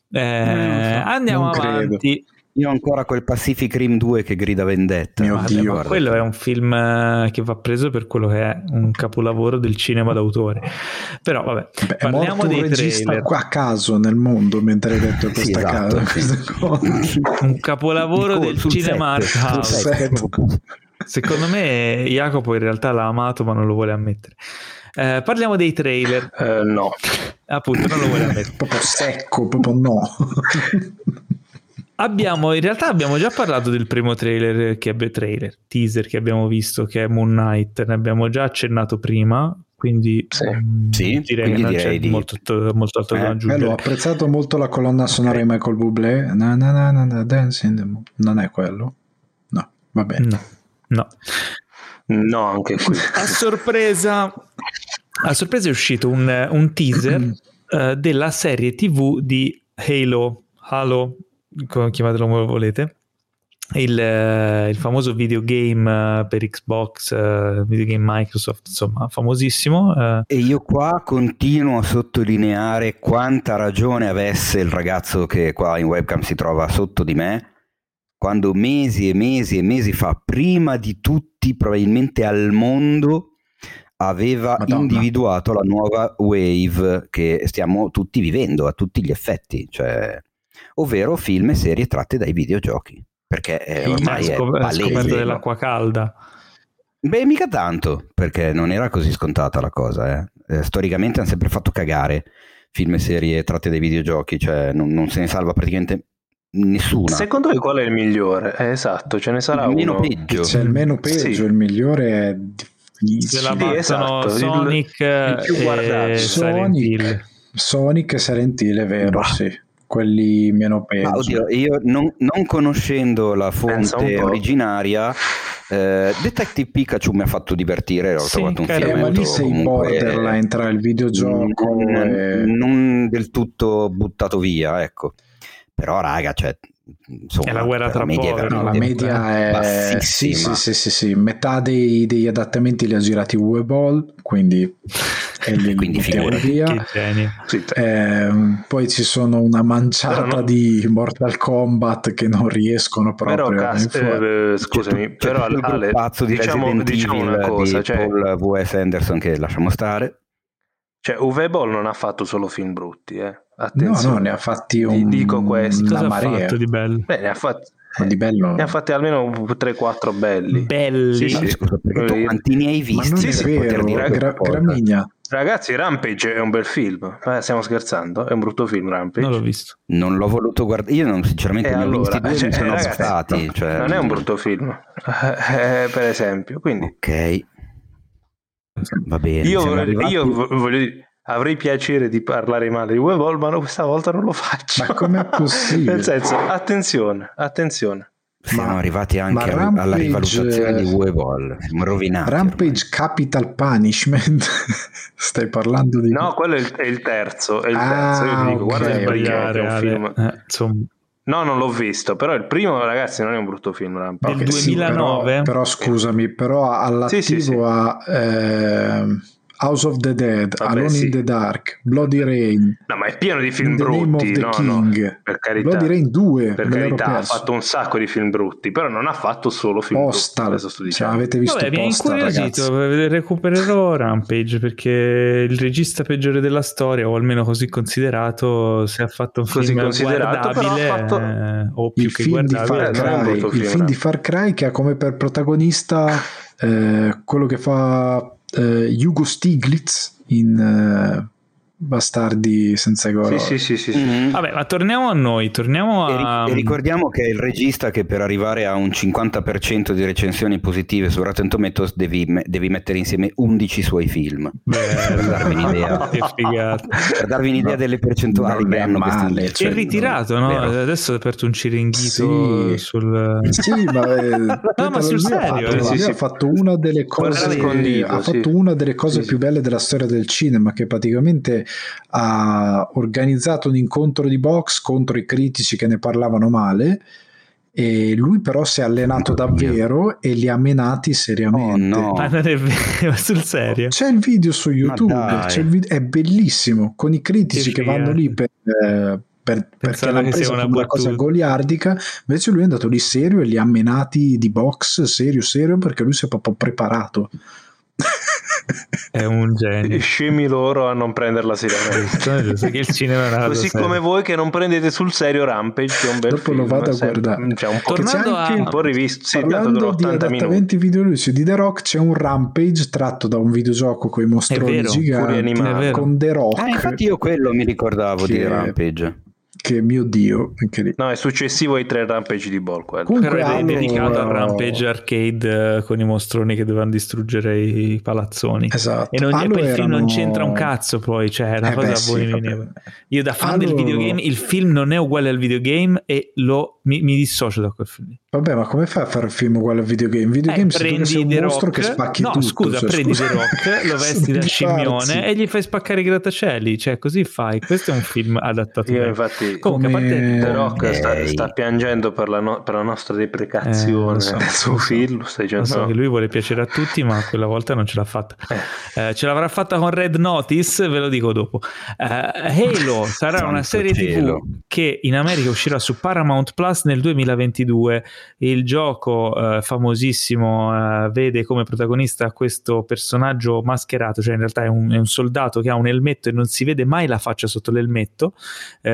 Eh, so, andiamo avanti. Credo. Io ho ancora quel Pacific Rim due che grida vendetta. Mio Dio, ma quello è un film che va preso per quello che è, un capolavoro del cinema d'autore. Però vabbè, beh, parliamo è dei un regista trailer. Qua a caso nel mondo, mentre hai detto questa, sì, esatto, casa, sì. Un capolavoro del cinema art house. Secondo me Jacopo in realtà l'ha amato ma non lo vuole ammettere. Eh, parliamo dei trailer. Uh, no, appunto non lo vuole ammettere. Proprio secco, proprio no. Abbiamo, in realtà abbiamo già parlato del primo trailer, che è trailer, teaser che abbiamo visto, che è Moon Knight, ne abbiamo già accennato prima, quindi sì, mh, sì, direi che non direi c'è di... molto, molto altro eh, da aggiungere. Ho apprezzato molto la colonna sonora di Michael Bublé, na, na, na, na, na, Dance in the Moon. Non è quello? No, va bene. No, no. No, anche qui. A sorpresa, a sorpresa è uscito un, un teaser uh, della serie tivù di Halo, Halo, chiamatelo come volete, il, il famoso videogame per Xbox, uh, videogame Microsoft, insomma famosissimo. Uh. E io qua continuo a sottolineare quanta ragione avesse il ragazzo che qua in webcam si trova sotto di me, quando mesi e mesi e mesi fa, prima di tutti probabilmente al mondo, aveva Madonna. individuato la nuova wave che stiamo tutti vivendo a tutti gli effetti, cioè ovvero film e serie tratte dai videogiochi, perché eh, ormai è, scop- è palese. Scoperto dell'acqua calda. Beh, mica tanto, perché non era così scontata la cosa, eh. Eh, storicamente hanno sempre fatto cagare, film e serie tratte dai videogiochi, cioè non, non se ne salva praticamente nessuna. Secondo voi qual è il migliore? Eh, esatto, ce ne sarà il meno uno. peggio. C'è il meno peggio, Sì. il migliore è difficile. Se la Sì, battono esatto, Sonic il- il più e guardato. Silent Hill. Sonic, Sonic e Silent Hill, è vero, Bah. sì. Quelli meno peggio. Ma oddio, io non, non conoscendo la Pensa un fonte po'. originaria, eh, Detective Pikachu mi ha fatto divertire, l'ho Sì, trovato un carino. Eh, film ma lì molto, sei comunque, borderline tra il videogioco non, e... non del tutto buttato via, ecco. Però raga, cioè, insomma, È la guerra tra media è poveri. No, la veramente media è sì, bassissima. sì, sì, sì, sì. Metà dei, degli adattamenti li ha girati Uwe Boll, quindi e li Quindi buttiamo figurati. via. Che genio. Sì, te- Ehm, poi ci sono una manciata Però no- di Mortal Kombat che non riescono Però, proprio a cas- venire fuori. eh, scusami, C'è però tutto il Ale, pazzo di diciamo, Resident diciamo Evil una cosa, di cioè, Paul W S. Anderson, che lasciamo stare. cioè Uwe Boll non ha fatto solo film brutti, eh. No, Attenzione. no, ne ha fatti Di- un, dico questo. una Cosa ha marea. fatto di bello? Beh, ne ha fatti, Ma di bello ne ha fatti almeno tre quattro belli. Belli. Sì, Ma sì. scusa, perché tu Eh, quanti ne hai Ma visti? non Sì, è sì, per poter vero, dire questa Gra- cosa? Gramigna. Ragazzi, Rampage è un bel film. Eh, stiamo scherzando? È un brutto film, Rampage. Non l'ho visto. Non l'ho voluto guardare, io non, sinceramente E ne ho allora, visti due, cioè, mi sono ragazzi, stati, no, cioè, non è un brutto film, eh, per esempio. Quindi Ok, va bene. io, siamo vorrei- arrivati- io vo- voglio dire, avrei piacere di parlare male di Uwe Boll, ma no, questa volta non lo faccio. Ma com'è possibile? Nel senso, attenzione, attenzione. siamo ma- arrivati anche ma alla- alla Rampage- rivalutazione di Uwe Boll. Siamo rovinati. Rampage Capital Punishment. Stai parlando di No, quello è il, è il terzo. È il Ah, terzo. Io ti dico, ok, guarda il primo, Sbagliare, che è un Ale. film. Eh, insomma, No, non l'ho visto, però il primo, ragazzi, non è un brutto film. Rampage. Del Ok, sì, duemilanove? però, però scusami, però all'attivo Sì, sì, sì. ha ehm, House of the Dead, Vabbè, Alone sì. in the Dark, Bloody Rain, No, ma è pieno di film In the Name brutti. of the No, King, no, per carità. Bloody Rain due, Per me l'ero carità, ha perso. fatto un sacco di film brutti, però non ha fatto solo film Postal, brutti. Adesso sto se dicendo. avete visto vabbè, mi ha Postal, incuriosito. ragazzi. Recupererò Rampage perché il regista peggiore della storia, o almeno così considerato, se ha fatto un Così film considerato, però ha guardabile, fatto- eh, o più Il che film, di guardabile, Far non è un Cry, brutto il film, film no? di Far Cry che ha come per protagonista eh, quello che fa eh, Hugo Stiglitz in eh, Bastardi senza goro. Sì, sì, sì, sì, sì. Mhm. Vabbè, ma torniamo a noi, torniamo E, ri- a... e ricordiamo che è il regista che per arrivare a un cinquanta per cento di recensioni positive su Rotten Tomatoes devi, me- devi mettere insieme undici suoi film. Per darvi un'idea. Che figata. Per darvi un'idea delle percentuali Non che è hanno questi male, indizi. Si è cioè, ritirato, no? vero. Adesso ha aperto un ciringhito Sì. sul... Sì, ma, eh, No, ma sul lui ha serio, fatto, eh, sì, lui sì. ha fatto una delle Guarda cose, nascondito, ha sì. fatto una delle cose Sì, più sì. belle della storia del cinema, che praticamente ha organizzato un incontro di box contro i critici che ne parlavano male, e lui però si è allenato Oddio. davvero e li ha menati seriamente. Oh, no. Ma non è vero, sul serio? C'è il video su YouTube, dai. c'è il video- è bellissimo, con i critici Che che vanno figata. lì per, eh, per- perché Pensavo l'hanno che sia presa una come una cosa battuta. goliardica, invece lui è andato lì serio e li ha menati di box serio serio, perché lui si è proprio preparato. È un genio. Scemi loro a non prenderla seriamente. Sai che il cinema è una cosa Così seria. come voi che non prendete sul serio Rampage, che è un bel Dopo film. lo vado a sempre- guardare. Cioè, un po', Che c'è Tornando anche- a- un po' rivisto. Sì, tanto Parlando dura di ottanta minuti. adattamenti videoludici di The Rock, c'è un Rampage tratto da un videogioco con i mostroni vero, Furia giganti animale. È vero. con The Rock, Eh, infatti io quello mi ricordavo di Che- Rampage. che mio dio, anche lì. No, è successivo ai tre Rampage di Ball, quello. Comunque, Però è Halo- dedicato al Rampage Arcade, eh, con i mostroni che dovevano distruggere i palazzoni. Esatto. E, non, e Halo poi il film non erano- c'entra un cazzo, poi cioè è una Eh cosa beh, sì, abominevole. vabbè. Io da fan Halo- del videogame, il film non è uguale al videogame e lo, mi, mi dissocio da quel film lì. Vabbè, ma come fai a fare un film uguale al videogame? In videogame Eh, sei tu che prendi sei un The mostro Rock, che spacchi no tutto. scusa, cioè, prendi scusa. The Rock, lo vesti da Di scimmione farsi. e gli fai spaccare i grattacieli, cioè così fai. Questo è un film adattato Io bene. infatti Comunque, a Come- parte The Rock sta, Ok. sta piangendo per la, no- per la nostra deprecazione Eh, lo so, del suo lo so. film. Stai Lo dicendo, so no. che lui vuole piacere a tutti, ma quella volta non ce l'ha fatta. Eh, ce l'avrà fatta con Red Notice, ve lo dico dopo. Eh, Halo sarà Santo una serie cielo. tivù che in America uscirà su Paramount Plus nel duemilaventidue. Il gioco eh, famosissimo eh, vede come protagonista questo personaggio mascherato, cioè in realtà è un, è un soldato che ha un elmetto e non si vede mai la faccia sotto l'elmetto. Eh, Master si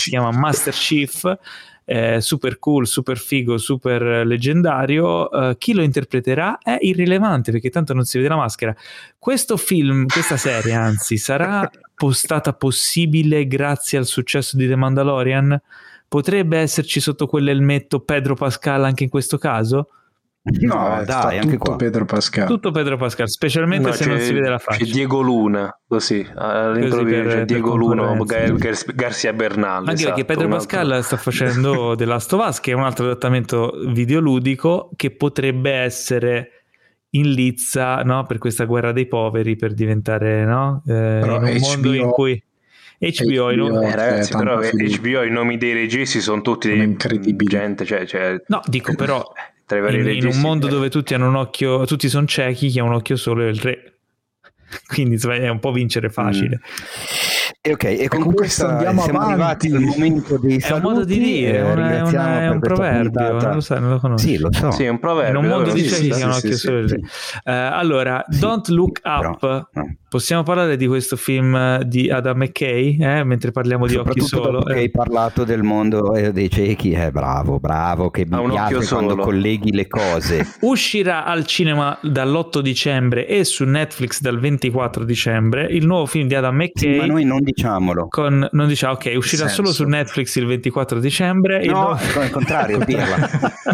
si chiama Master Chief, eh, super cool, super figo, super leggendario. Uh, chi lo interpreterà è irrilevante perché tanto non si vede la maschera. Questo film, questa serie anzi, sarà postata possibile grazie al successo di The Mandalorian? Potrebbe esserci sotto quell'elmetto Pedro Pascal anche in questo caso? No, no dai, anche qua Pedro Pascal. Tutto Pedro Pascal, specialmente no, se non si vede la faccia. C'è Diego Luna, così all'improvviso c'è Diego Luna, Gar- Gar- Garcia Bernal. Anche esatto, perché Pedro Pascal altro... sta facendo The Last of Us, che è un altro adattamento videoludico che potrebbe essere in lizza, no, per questa guerra dei poveri, per diventare, no, eh, in un H B O... mondo in cui H B O, H B O no? eh, ragazzi, però H B O i nomi dei registi sono tutti incredibili, gente, cioè, cioè... no, dico però in, in un mondo dove tutti hanno un occhio, tutti sono ciechi, chi ha un occhio solo è il re, quindi è un po' vincere facile. Mm. E ok, e con, con questo andiamo siamo avanti al momento dei saluti. È un modo di dire, è, una, è, una, è un proverbio, non lo sai, non lo conosci. Sì, lo so. Sì, è un proverbio. In un mondo allora, di ciechi sì, che ha un occhio solo il re. Uh, allora, sì. Don't Look Up, però, no. Possiamo parlare di questo film di Adam McKay, eh, mentre parliamo di occhi solo. Dopo eh. che hai parlato del mondo eh, dei ciechi, eh, bravo, bravo, che mi piace quando colleghi le cose. Uscirà al cinema dall'otto dicembre e su Netflix dal ventiquattro dicembre il nuovo film di Adam McKay. Sì, ma noi non diciamolo. Con, non diciamo, ok, uscirà solo su Netflix il ventiquattro dicembre. No, il... al contrario, dirla.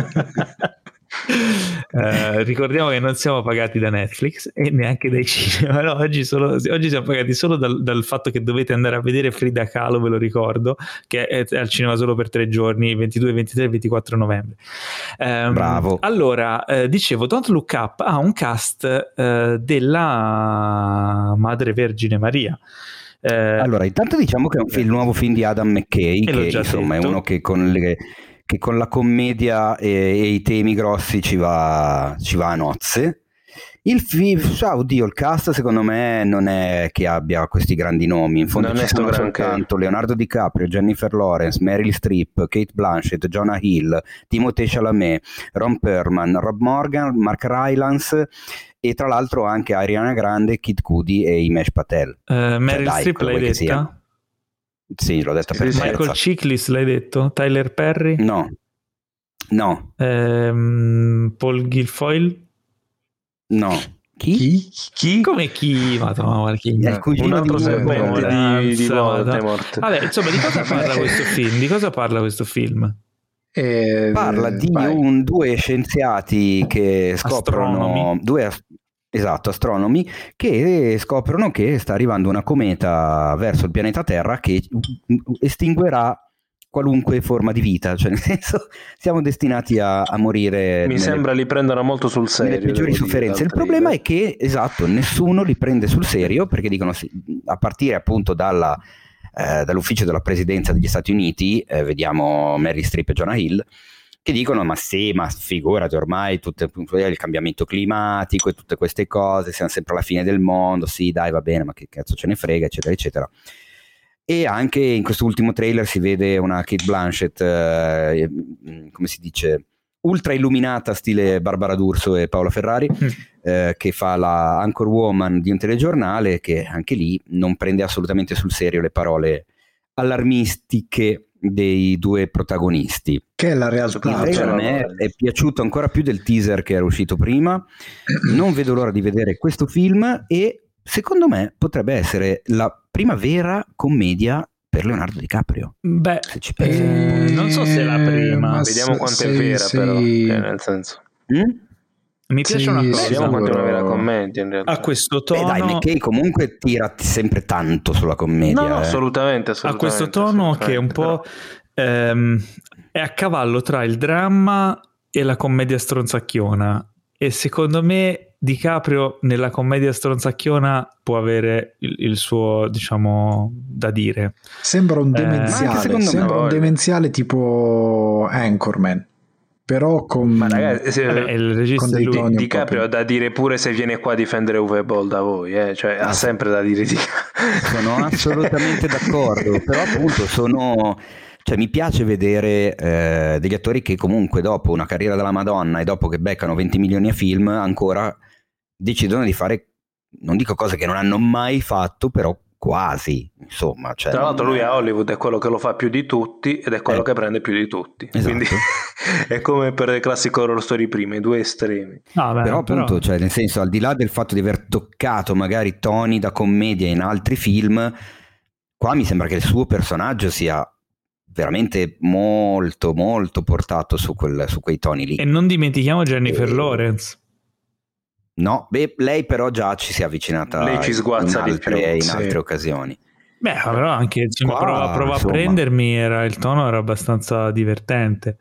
Uh, ricordiamo che non siamo pagati da Netflix e neanche dai cinema, no? oggi, solo, oggi siamo pagati solo dal, dal fatto che dovete andare a vedere Frida Kahlo, ve lo ricordo, che è, è al cinema solo per tre giorni, ventidue, ventitré e ventiquattro novembre. Um, Bravo. Allora, eh, dicevo, Don't Look Up ha un cast eh, della Madre Vergine Maria. Eh, allora, intanto diciamo che è un film, nuovo film di Adam McKay, che insomma detto. È uno che con le che con la commedia e, e i temi grossi ci va, ci va a nozze. Il film, ah, oddio, il cast secondo me non è che abbia questi grandi nomi, in fondo non ci sono soltanto Leonardo DiCaprio, Jennifer Lawrence, Meryl Streep, Kate Blanchett, Jonah Hill, Timothée Chalamet, Ron Perlman, Rob Morgan, Mark Rylance e tra l'altro anche Ariana Grande, Kid Cudi e Himesh Patel. Uh, Meryl cioè, Streep l'hai detta? Sia. Sì, l'ho detta sì, per Michael terza. Chiklis l'hai detto? Tyler Perry? No. No. Ehm, Paul Guilfoyle? No. Chi? Chi? chi? Come chi? Madonna, chi? È il cugino un altro di serpente di, di Voldemort. Vabbè, insomma, di cosa parla questo film? Di cosa parla questo film? Eh, parla di un, due scienziati che scoprono astronomi. due Esatto, astronomi che scoprono che sta arrivando una cometa verso il pianeta Terra che estinguerà qualunque forma di vita, cioè nel senso siamo destinati a, a morire. Mi nelle, sembra li prendono molto sul serio. Le peggiori sofferenze. Il problema è che, esatto, nessuno li prende sul serio perché dicono, a partire appunto dalla, eh, dall'ufficio della presidenza degli Stati Uniti, eh, vediamo Meryl Streep e Jonah Hill, che dicono ma sì, ma figurati ormai tutte, il cambiamento climatico e tutte queste cose, siamo sempre alla fine del mondo, sì dai va bene ma che cazzo ce ne frega eccetera eccetera. E anche in questo ultimo trailer si vede una Kate Blanchett eh, come si dice ultra illuminata stile Barbara D'Urso e Paola Ferrari mm. eh, che fa la anchor woman di un telegiornale, che anche lì non prende assolutamente sul serio le parole allarmistiche dei due protagonisti, che è la realtà. Il trailer a me è piaciuto ancora più del teaser che era uscito prima. Non vedo l'ora di vedere questo film e secondo me potrebbe essere la prima vera commedia per Leonardo DiCaprio. Beh, se ci pensi, eh, non so se è la prima, vediamo quanto sei, è vera sei... però cioè, nel senso mm? Mi piace sì, una cosa, vediamo quanto è una vera commedia in realtà. A questo tono, beh, dai, McKay comunque tira sempre tanto sulla commedia. No, no, eh. assolutamente, assolutamente. A questo tono che è un po' ehm, è a cavallo tra il dramma e la commedia stronzacchiona. E secondo me DiCaprio nella commedia stronzacchiona può avere il, il suo, diciamo, da dire. Sembra un demenziale, eh, sembra un demenziale tipo Anchorman. Però con, ma ragazzi, se, vabbè, il regista con lui, DiCaprio ha da dire pure se viene qua a difendere Uwe Boll da voi, eh? Cioè ha sempre da dire di... Sono assolutamente d'accordo, però appunto sono, cioè mi piace vedere eh, degli attori che comunque dopo una carriera della Madonna e dopo che beccano venti milioni a film ancora decidono di fare, non dico cose che non hanno mai fatto, però quasi, insomma. Cioè, tra l'altro non... lui a Hollywood è quello che lo fa più di tutti ed è quello eh. che prende più di tutti, esatto. Quindi è come per le classiche horror story prime, i due estremi. Ah, beh, però appunto, però... cioè, nel senso, al di là del fatto di aver toccato magari toni da commedia in altri film, qua mi sembra che il suo personaggio sia veramente molto molto portato su, quel, su quei toni lì. E non dimentichiamo Jennifer e... Lawrence. No, beh, lei però già ci si è avvicinata lei ci sguazza in altre, di più, in sì. altre occasioni. Beh, però anche insomma, qua, prova, prova a prendermi, era, il tono era abbastanza divertente.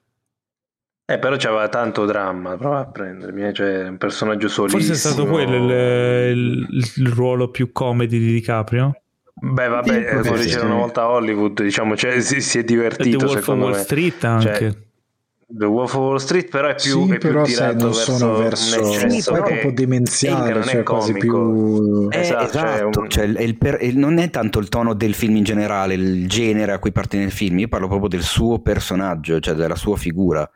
Eh, però c'aveva tanto dramma, prova a prendermi, cioè un personaggio solissimo. Forse è stato quello il, il, il ruolo più comedy di DiCaprio? Beh, vabbè, lo dicevano una volta a Hollywood, diciamo, cioè si, si è divertito. The Wolf of Wall me. Street anche. Cioè, The Wolf of Wall Street però è più, sì, è più però tirato sai, non verso, sono verso nel sì, poi è proprio demenziale, cioè quasi più eh, esatto, cioè, un... cioè, il, il per, il, non è tanto il tono del film in generale, il genere a cui appartiene il film, io parlo proprio del suo personaggio, cioè della sua figura,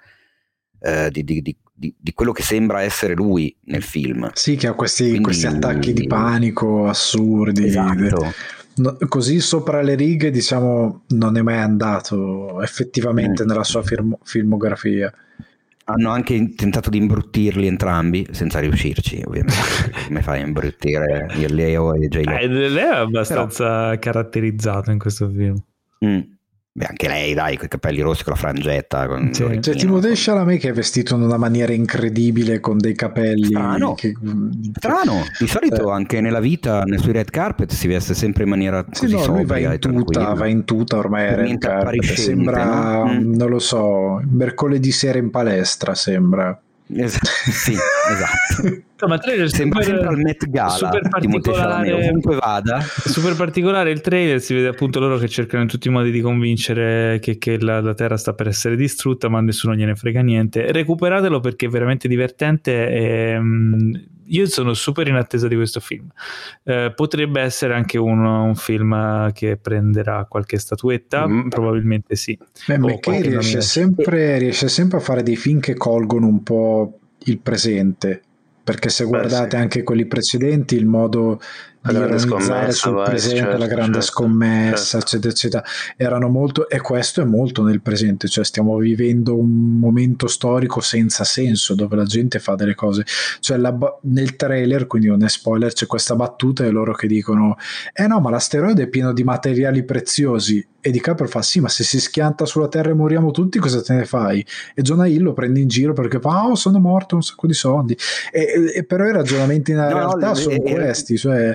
eh, di, di, di, di, di quello che sembra essere lui nel film. Sì, che ha questi, Quindi, questi attacchi di panico assurdi. Esatto. No, così sopra le righe, diciamo, non è mai andato effettivamente mm. nella sua film- filmografia. Hanno anche tentato di imbruttirli entrambi senza riuscirci, ovviamente. Come fai a imbruttire il Leo e J-Lo? Eh, lei è abbastanza Però... caratterizzato in questo film. Mm. Beh, anche lei, dai, con i capelli rossi, con la frangetta. Con sì. Cioè, Timothée Chalamet che è vestito in una maniera incredibile con dei capelli. Strano, che... Strano. Di solito eh. anche nella vita, sui red carpet, si veste sempre in maniera sì, così no, sobria. Lui va in tuta, va in tuta ormai è red carpet. Sembra, no? mm. non lo so, mercoledì sera in palestra, sembra. Esatto, sì, esatto. No, ma trailer sembra super, sempre al Met Gala, super particolare, ovunque vada. Super particolare il trailer, si vede appunto loro che cercano in tutti i modi di convincere che, che la, la Terra sta per essere distrutta, ma nessuno gliene frega niente. Recuperatelo perché è veramente divertente e um, io sono super in attesa di questo film. Eh, potrebbe essere anche uno, un film che prenderà qualche statuetta, mm. probabilmente sì. Beh, McKay riesce sempre, riesce sempre a fare dei film che colgono un po' il presente, perché se guardate Beh, sì. anche quelli precedenti, il modo di ironizzare sul vai, presente, certo, la grande certo, scommessa, certo. eccetera, eccetera, erano molto, e questo è molto nel presente, cioè stiamo vivendo un momento storico senza senso, dove la gente fa delle cose, cioè la, nel trailer, quindi non è spoiler, c'è questa battuta e loro che dicono eh no, ma l'asteroide è pieno di materiali preziosi, e DiCaprio fa sì, ma se si schianta sulla Terra e moriamo tutti, cosa te ne fai? E Jonah Hill lo prende in giro perché fa oh, sono morto, un sacco di soldi, e, e però i ragionamenti nella no, realtà no, sono è, questi, cioè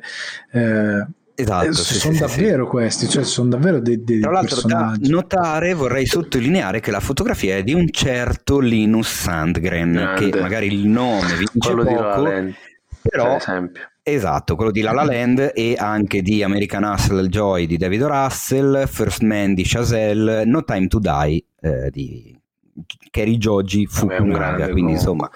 eh, esatto, eh, sì, sono sì, davvero sì. questi, cioè sono davvero dei, dei Tra l'altro personaggi. Da notare, vorrei sottolineare che la fotografia è di un certo Linus Sandgren, Grande. Che magari il nome vi dice quello poco, di però per esempio. Esatto, quello di La La Land e anche di American Hustle Joy di David Russell, First Man di Chazelle, No Time to Die eh, di Kerry Joji Fukunaga, quindi insomma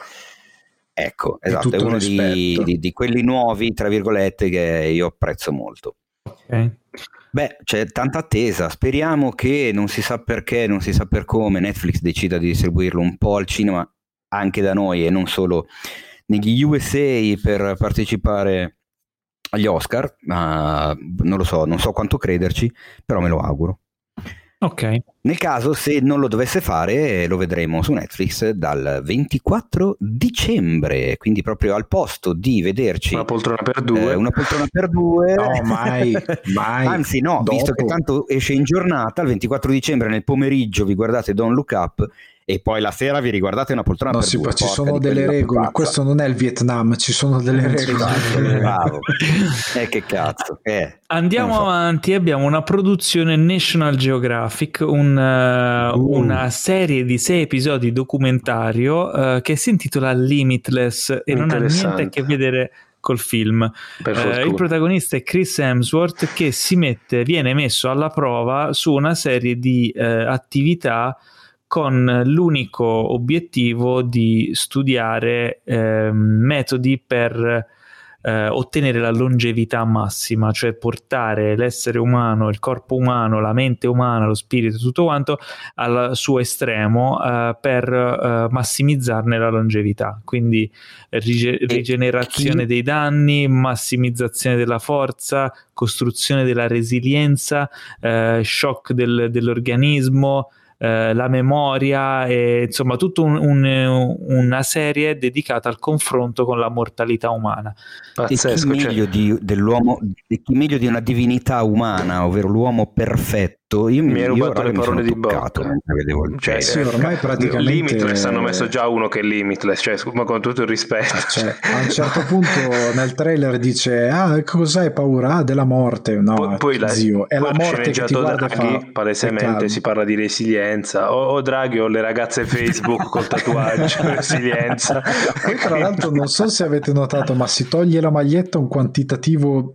ecco, esatto, è uno di, di, di quelli nuovi tra virgolette che io apprezzo molto. Ok. Beh, c'è tanta attesa, speriamo che non si sa perché, non si sa per come Netflix decida di distribuirlo un po' al cinema anche da noi e non solo negli U S A per partecipare agli Oscar, ma non lo so, non so quanto crederci, però me lo auguro. Ok. Nel caso, se non lo dovesse fare, lo vedremo su Netflix dal ventiquattro dicembre, quindi proprio al posto di vederci una poltrona per due, eh, una poltrona per due. No, mai, mai. Anzi, no, dopo. Visto che tanto esce in giornata, il ventiquattro dicembre nel pomeriggio vi guardate Don't Look Up e poi la sera vi riguardate una poltrona no, per sì, due. Ci sono delle regole, questo non è il Vietnam, ci sono delle regole. Bravo. Eh, che cazzo. Eh, Andiamo so. avanti, abbiamo una produzione National Geographic, un, uh, uh. una serie di sei episodi documentario uh, che si intitola Limitless e non ha niente a che vedere col film. Uh, il protagonista è Chris Hemsworth che si mette, viene messo alla prova su una serie di uh, attività con l'unico obiettivo di studiare eh, metodi per eh, ottenere la longevità massima, cioè portare l'essere umano, il corpo umano, la mente umana, lo spirito, tutto quanto al suo estremo eh, per eh, massimizzarne la longevità, quindi rige- rigenerazione dei danni, massimizzazione della forza, costruzione della resilienza, eh, shock del, dell'organismo, eh, la memoria, e insomma tutta un, un, una serie dedicata al confronto con la mortalità umana. Pazzesco, e chi meglio, cioè... di, dell'uomo, e chi meglio di una divinità umana, ovvero l'uomo perfetto. Io mi, mi hai rubato le parole di bocca, cioè, sì, ormai praticamente Limitless hanno messo già uno che è Limitless, cioè, ma con tutto il rispetto, cioè, a un certo punto nel trailer dice ah cos'hai paura? Ah, della morte. No, poi, poi la, zio, è la morte che ti guarda e fa palesemente si parla di resilienza, o, o Draghi o le ragazze Facebook col tatuaggio resilienza. Poi tra l'altro non so se avete notato, ma si toglie la maglietta un quantitativo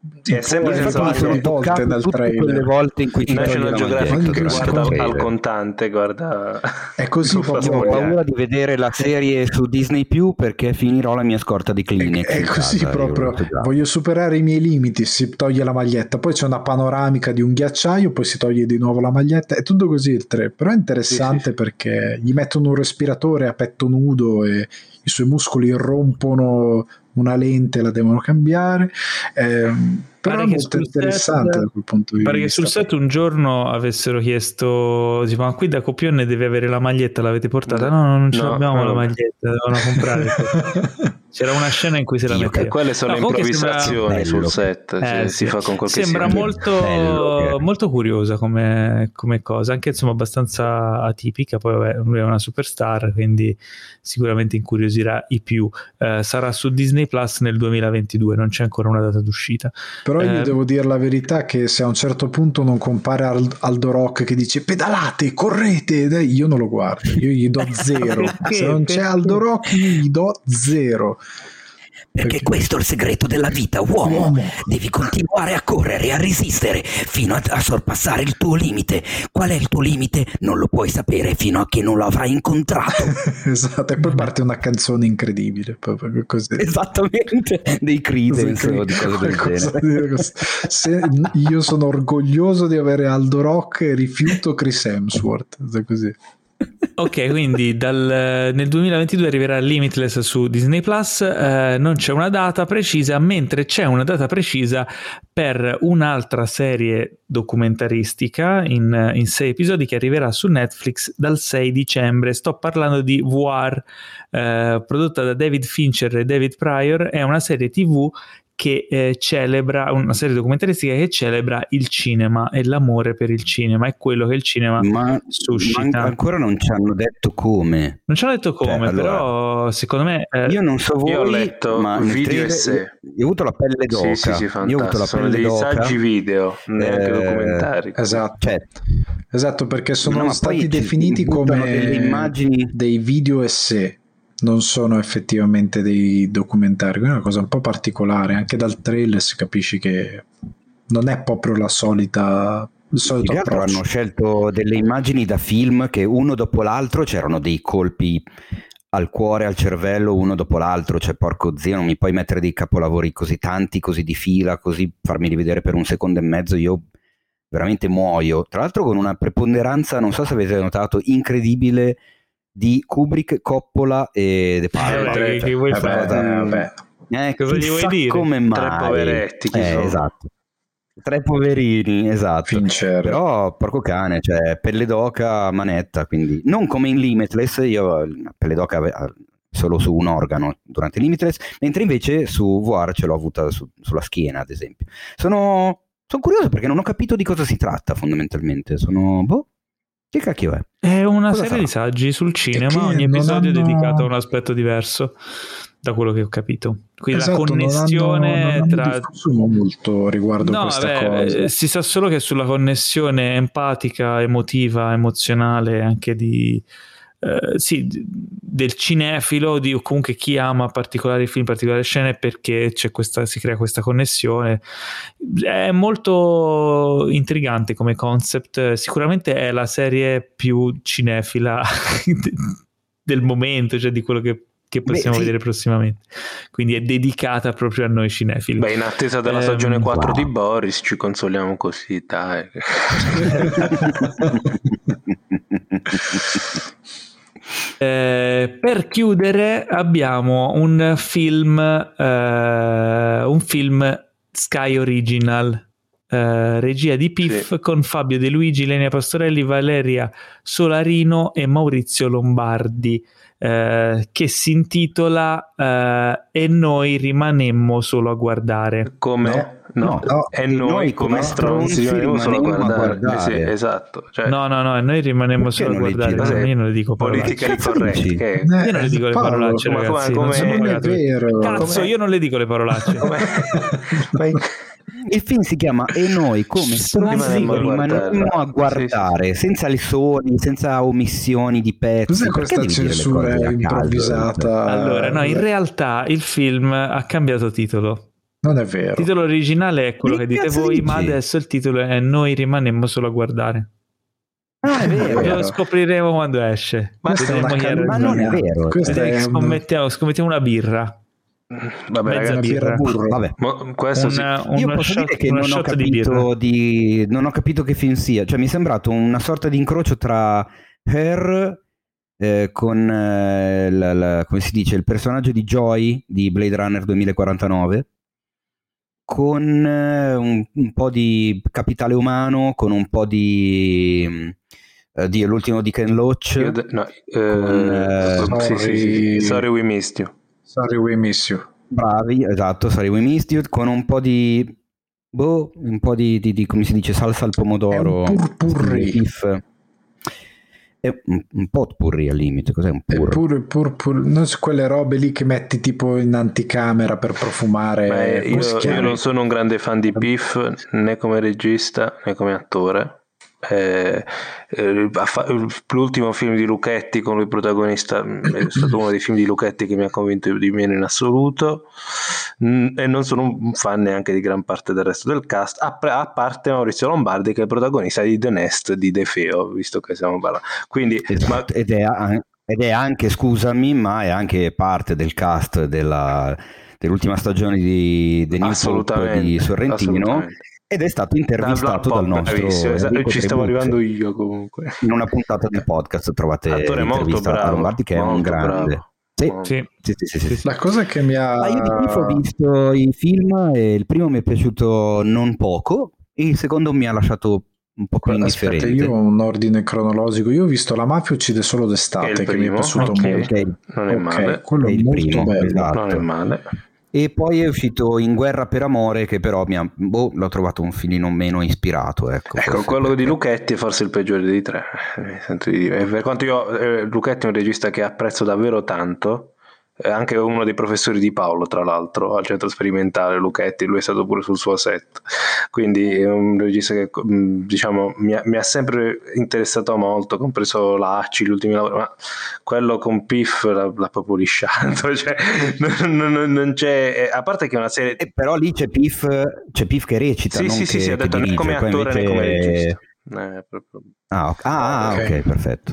è sempre senza volte nel trailer, le volte in cui ti National Geographic guarda al, al contante, guarda, è così. Ho paura di vedere la serie su Disney più perché finirò la mia scorta di Kleenex. È, è così casa, proprio, voglio superare i miei limiti, si toglie la maglietta, poi c'è una panoramica di un ghiacciaio, poi si toglie di nuovo la maglietta, è tutto così il tre, però è interessante, sì, sì, perché gli mettono un respiratore a petto nudo e i suoi muscoli rompono una lente, la devono cambiare, eh, però è molto interessante set, da quel punto di pare vista. Pare che sul set un giorno avessero chiesto, tipo, ma qui da copione deve avere la maglietta, l'avete portata? No, no non ce no, l'abbiamo no. la maglietta, devono comprare. C'era una scena in cui se la metteva. Quelle sono no, improvvisazioni sul set, eh, cioè, sì. si fa con qualche sembra molto, bello, molto curiosa come, come cosa, anche insomma abbastanza atipica. Poi vabbè, lui è una superstar, quindi sicuramente incuriosirà i più. Eh, sarà su Disney Plus nel duemilaventidue, non c'è ancora una data d'uscita. Però io eh, devo dire la verità che se a un certo punto non compare Aldo Rock che dice pedalate, correte, io non lo guardo, io gli do zero. Se non c'è Aldo Rock io gli do zero. Perché, perché questo è il segreto della vita, uomo. uomo. Devi continuare a correre, a resistere fino a, a sorpassare il tuo limite. Qual è il tuo limite? Non lo puoi sapere fino a che non lo avrai incontrato. Esatto, e poi parte una canzone incredibile. Proprio così. Esattamente, dei Creedence o di cose del genere. Se io sono orgoglioso di avere Aldo Rock e rifiuto Chris Hemsworth, così. Ok, quindi dal, nel duemilaventidue arriverà Limitless su Disney Plus, eh, non c'è una data precisa, mentre c'è una data precisa per un'altra serie documentaristica in, in sei episodi che arriverà su Netflix dal sei dicembre. Sto parlando di Voir, eh, prodotta da David Fincher e David Pryor. È una serie tivù che eh, celebra, una serie documentaristica che celebra il cinema e l'amore per il cinema, è quello che il cinema ma, suscita. Ma ancora non ci hanno detto come. Non ci hanno detto come, cioè, però allora, secondo me... Eh, io non so voi, io ho letto ma video e se. Io ho avuto la pelle d'oca. Sì, sì, sì, io ho avuto la sono pelle dei d'oca. saggi video, neanche eh, documentari. Esatto. Certo. Esatto, perché sono no, stati definiti come delle immagini, dei video essè. Non sono effettivamente dei documentari, è una cosa un po' particolare, anche dal trailer si capisce che non è proprio la solita, il solito approccio. Hanno scelto delle immagini da film che uno dopo l'altro c'erano dei colpi al cuore, al cervello, uno dopo l'altro, cioè porco zio, non mi puoi mettere dei capolavori così tanti, così di fila, così farmi rivedere per un secondo e mezzo, io veramente muoio, tra l'altro con una preponderanza, non so se avete notato, incredibile di Kubrick, Coppola e De Palma. Eh, che, che vuoi eh, fare? Vabbè. Eh, cosa gli vuoi dire? Come mai? Tre poveretti, chi eh, sono? Esatto. Tre poverini, esatto. Fincher. Però porco cane, cioè pelle d'oca, manetta, quindi non come in Limitless, io pelle d'oca solo su un organo durante Limitless, mentre invece su Voir ce l'ho avuta su, sulla schiena, ad esempio. Sono, sono curioso perché non ho capito di cosa si tratta fondamentalmente, sono boh. Che cacchio è? È una Cosa serie sarà? di saggi sul cinema, ogni episodio hanno... è dedicato a un aspetto diverso, da quello che ho capito. Quindi esatto, la connessione non hanno, non tra... non molto riguardo no, questa vabbè, cosa. Si sa solo che sulla connessione empatica, emotiva, emozionale, anche di... Eh, sì, del cinefilo, di, o comunque chi ama particolari film, particolari scene, perché c'è questa, si crea questa connessione. È molto intrigante come concept, sicuramente è la serie più cinefila del momento, cioè di quello che che possiamo Beh, sì. vedere prossimamente, quindi è dedicata proprio a noi cinefili. Beh, in attesa della stagione Ehm, quattro wow. di Boris ci consoliamo così, dai. Eh, per chiudere abbiamo un film eh, un film Sky Original, eh, regia di Piff, Sì. con Fabio De Luigi, Lenia Pastorelli, Valeria Solarino e Maurizio Lombardi, eh, che si intitola eh, E noi rimanemmo solo a guardare. Come no, No, no, e e noi, noi come come stronzi stronzi rimanemmo solo a rimanemmo a guardare. guardare. Eh sì, esatto, cioè, No, no, no, e noi rimanemmo Perché solo a non le guardare. giri? No, io non le dico politica parolacce. di corretti, dici? che Eh, Io non le dico le Paolo, parolacce, come- ragazzi. come- non sono non è pagato. vero. Cazzo, Come- io non le dico le parolacce. come- Il film si chiama E noi come stronzi Rimanemmo a rimanemmo a guardare. guardare, senza le soli, senza omissioni di pezzi. Cos'è Perché questa devi dire le censura cose a caso? improvvisata? Allora, no, in realtà il film ha cambiato titolo. Non è vero. Il titolo originale è quello Che che dite cazzo voi, dici? ma adesso il titolo è Noi rimanemmo solo a guardare. Ah, è vero. Lo scopriremo quando esce. Ma questa è Vedremo una chi era il Ma non è calunnia. vero. Questa Vedete che è scommettiamo, scommettiamo una birra. Vabbè, Mezza ragazzi, birra. burro. Vabbè. mo- questo Un- sì. un- Io uno posso shot- dire che uno non ho, shot di birra. capito di, non ho capito che film sia. Cioè, mi è sembrato una sorta di incrocio tra Her eh, con eh, la- la- come si dice, il personaggio di Joy di Blade Runner duemilaquarantanove, con eh, un, un po' di capitale umano, con un po' di, eh, di l'ultimo di Ken Loach. Io de- no, eh, Con, sì, sì, sì, sì. Sorry. Sorry we missed you. Sorry we miss you. Bravi, esatto, Sorry We Missed You, con un po' di boh, un po' di, di, di come si dice, salsa al pomodoro. È un purpurri. Beef. È un, un potpourri al limite, cos'è un pur? Pur, pur, pur, non so, quelle robe lì che metti tipo in anticamera per profumare. Beh, come si io, chiama? io non sono un grande fan di Piff né come regista né come attore. Eh, eh, affa- l'ultimo film di Luchetti con lui protagonista è stato uno dei film di Luchetti che mi ha convinto di meno in assoluto, mm, e non sono un fan neanche di gran parte del resto del cast, a, a parte Maurizio Lombardi, che è il protagonista di The Nest di De Feo, visto che stiamo parlando. Quindi, Esatto, ma- ed, è, an- ed è anche, scusami, ma è anche parte del cast della, dell'ultima stagione di The New Pope assolutamente, di Sorrentino, assolutamente. ed è stato intervistato dal nostro Bravissimo, esatto, Enrico ci stavo Trebuchet. arrivando io comunque. In una puntata del podcast trovate Attore molto l'intervista a bravo, Lombardi, che è un molto grande. bravo. Sì, Sì. sì, sì, sì, sì, sì. La cosa che mi ha... Ma io di Piff ho visto i film e il primo mi è piaciuto non poco e il secondo mi ha lasciato un po' più Aspetta, indifferente. io ho un ordine cronologico. Io ho visto La mafia uccide solo Che è d'estate, il che mi è primo, piaciuto ok. molto. Ok, Non è Ok, male, quello è è il molto primo, bello. esatto. non è male. E poi è uscito In guerra per amore, che però mi ha, boh, l'ho trovato un filino meno ispirato. Ecco, Ecco, forse quello perché- di Luchetti è forse il peggiore dei tre, mi sento di dire. Per quanto io, eh, Luchetti è un regista che apprezzo davvero tanto, è anche uno dei professori di Paolo, tra l'altro, al centro sperimentale. Luchetti, lui è stato pure sul suo set, quindi è un regista che, mh, diciamo, mi ha, mi ha sempre interessato molto, compreso Lacci, gli ultimi lavori, ma quello con Piff l'ha, l'ha proprio lisciato, cioè, non, non- non c'è, eh, a parte che è una serie... E però lì c'è Piff, c'è Piff che recita, Sì, non sì, che, sì, sì, ha che detto né dirige. come Qua attore né invece- come regista. Eh, proprio... Ah, ok, ah, Ok. ok, perfetto.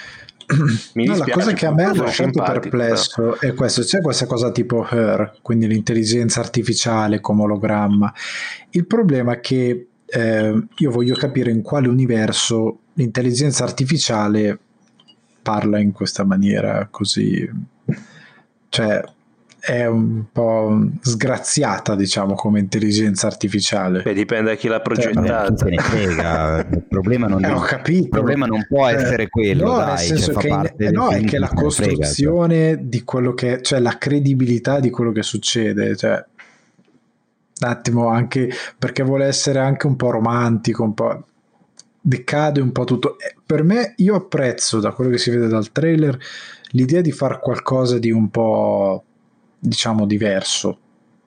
Mi No, la dispiace, cosa che a me ha sono lasciato simpatico, perplesso è questo: c'è questa cosa tipo Her, quindi l'intelligenza artificiale come ologramma. Il problema è che eh, io voglio capire in quale universo l'intelligenza artificiale parla in questa maniera così, cioè è un po' sgraziata, diciamo, come intelligenza artificiale. Beh, dipende da chi l'ha Vabbè, chi progettata. se ne frega, il problema non, Eh, ho capito. il problema non può Eh, essere quello, no, dai, nel senso cioè, fa che, parte eh, del no, è film, che la chi se ne frega, cioè. costruzione di quello che, cioè la credibilità di quello che succede, cioè un attimo, anche perché vuole essere anche un po' romantico, un po' decade un po' tutto. Eh, Per me, io apprezzo, da quello che si vede dal trailer, l'idea di far qualcosa di un po', diciamo, diverso.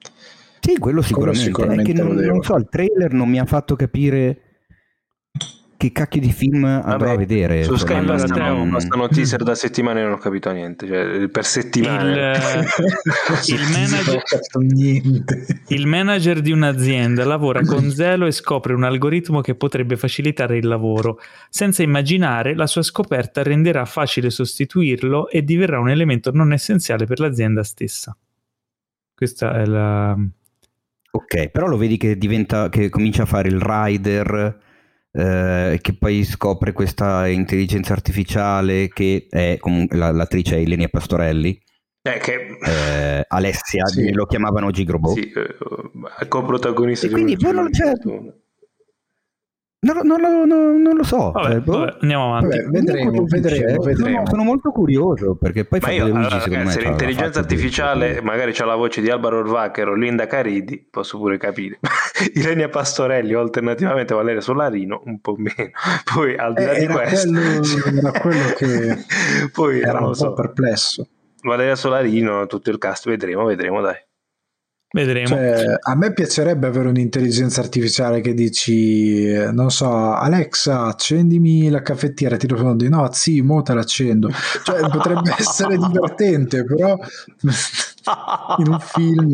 Sì, quello sicuramente, sicuramente è che lo non, devo. non so, il trailer non mi ha fatto capire che cacchio di film andrò Vabbè, a vedere? Su Sky non... bastano, bastano teaser da settimane e non ho capito niente, cioè per settimane. Il, il, manager, il manager di un'azienda lavora con zelo e scopre un algoritmo che potrebbe facilitare il lavoro. Senza immaginare, la sua scoperta renderà facile sostituirlo e diverrà un elemento non essenziale per l'azienda stessa. Questa è la... Ok, però lo vedi che diventa, che comincia a fare il rider, eh, che poi scopre questa intelligenza artificiale che è comunque la, l'attrice è Ilenia Pastorelli. Eh, che... eh, Alessia, sì. Lo chiamavano Gigrobo. Sì, eh, coprotagonista e di quindi poi non c'è... Non, non, lo, non, non lo so. Vabbè, vabbè, andiamo avanti. Vabbè, vedremo, vedremo, vedremo. Sono, sono molto curioso perché poi ma io, allora, ragazzi, se l'intelligenza artificiale di... magari c'ha la voce di Alvaro Orvacher o Linda Caridi, posso pure capire. Ilenia Pastorelli o alternativamente Valeria Solarino un po' meno. Poi al di là eh, di questo quello, era quello che poi era un so. po' perplesso. Valeria Solarino, tutto il cast, vedremo, vedremo dai. Vedremo. Cioè, a me piacerebbe avere un'intelligenza artificiale che dici, non so, Alexa, accendimi la caffettiera, ti rispondi no, sì, mo te l'accendo. Cioè, potrebbe essere divertente, però in un film.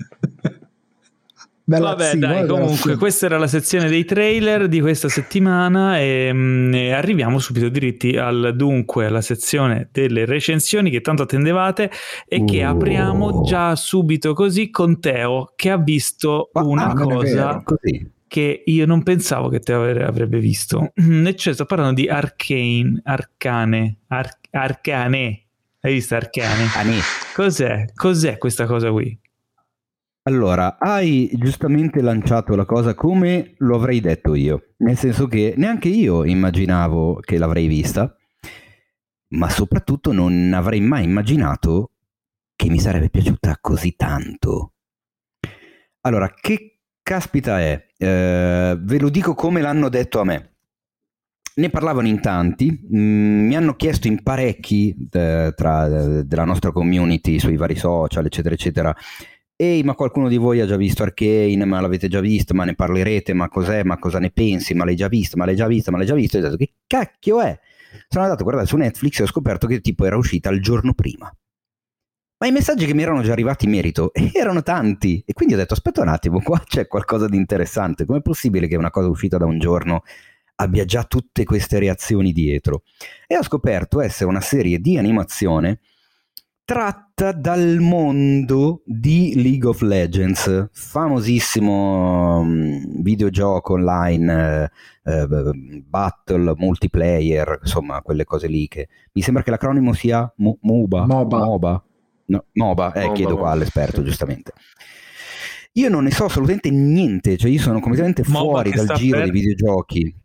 Bella Vabbè, zii, dai, comunque zii. Questa era la sezione dei trailer di questa settimana e, e arriviamo subito diritti al dunque, alla sezione delle recensioni che tanto attendevate e uh. che apriamo già subito così con Teo, che ha visto Ma, una ah, cosa che io non pensavo che Teo avrebbe visto. E cioè sto parlando di Arcane, Arcane, Ar- Arcane. Hai visto Arcane? Arcane. Cos'è? Cos'è questa cosa qui? Allora, hai giustamente lanciato la cosa come lo avrei detto io, nel senso che neanche io immaginavo che l'avrei vista, ma soprattutto non avrei mai immaginato che mi sarebbe piaciuta così tanto. Allora, che caspita è? Eh, ve lo dico come l'hanno detto a me. Ne parlavano in tanti, mh, mi hanno chiesto in parecchi eh, tra eh, della nostra community sui vari social, eccetera, eccetera. Ehi, ma qualcuno di voi ha già visto Arcane? Ma l'avete già visto? Ma ne parlerete? Ma cos'è? Ma cosa ne pensi? Ma l'hai già visto? Ma l'hai già visto? Ma l'hai già visto? E ho detto, che cacchio è? Sono andato a guardare su Netflix e ho scoperto che tipo era uscita il giorno prima. Ma i messaggi che mi erano già arrivati in merito erano tanti. E quindi ho detto, aspetta un attimo, qua c'è qualcosa di interessante. Com'è possibile che una cosa uscita da un giorno abbia già tutte queste reazioni dietro? E ho scoperto essere una serie di animazione tratta dal mondo di League of Legends, famosissimo um, videogioco online, eh, eh, battle, multiplayer, insomma quelle cose lì che mi sembra che l'acronimo sia M- MOBA. MOBA. MOBA. No, MOBA, eh, MOBA, chiedo qua all'esperto, giustamente. Io non ne so assolutamente niente, cioè io sono completamente fuori dal giro per... dei videogiochi.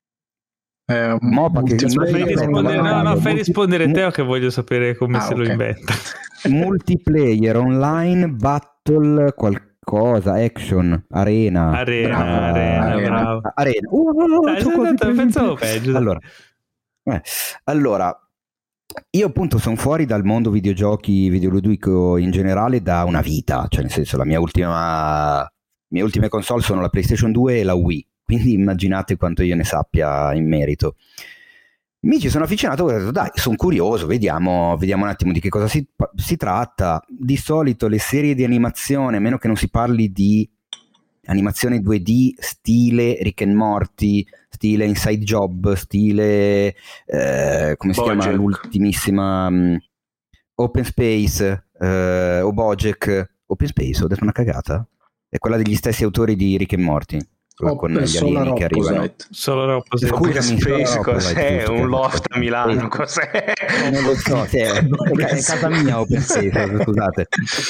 Eh, MOBA che fai rispondere, no, no, fai rispondere Teo che voglio sapere come ah, se okay. lo inventa. Multiplayer online battle qualcosa action arena arena bravo, arena, arena, bravo. arena. Uh, uh, uh, esatto, pensavo peggio. Allora, eh, allora io appunto sono fuori dal mondo videogiochi videoludico in generale da una vita, cioè nel senso la mia ultima mie ultime console sono la PlayStation due e la Wii. Quindi immaginate quanto io ne sappia in merito. Mi ci sono avvicinato e ho detto dai, sono curioso, vediamo, vediamo un attimo di che cosa si, si tratta. Di solito le serie di animazione, a meno che non si parli di animazione due D, stile Rick and Morty, stile Inside Job, stile, eh, come si Bojack. chiama l'ultimissima, um, Open Space, eh, o Bojack, Open Space, ho detto una cagata? È quella degli stessi autori di Rick and Morty. Oh, con gli alieni che arrivano. Solo Scusami, Space cos'è? Un loft a Milano, cos'è? Non lo so, sì, è, è casa mia Open Space, scusate.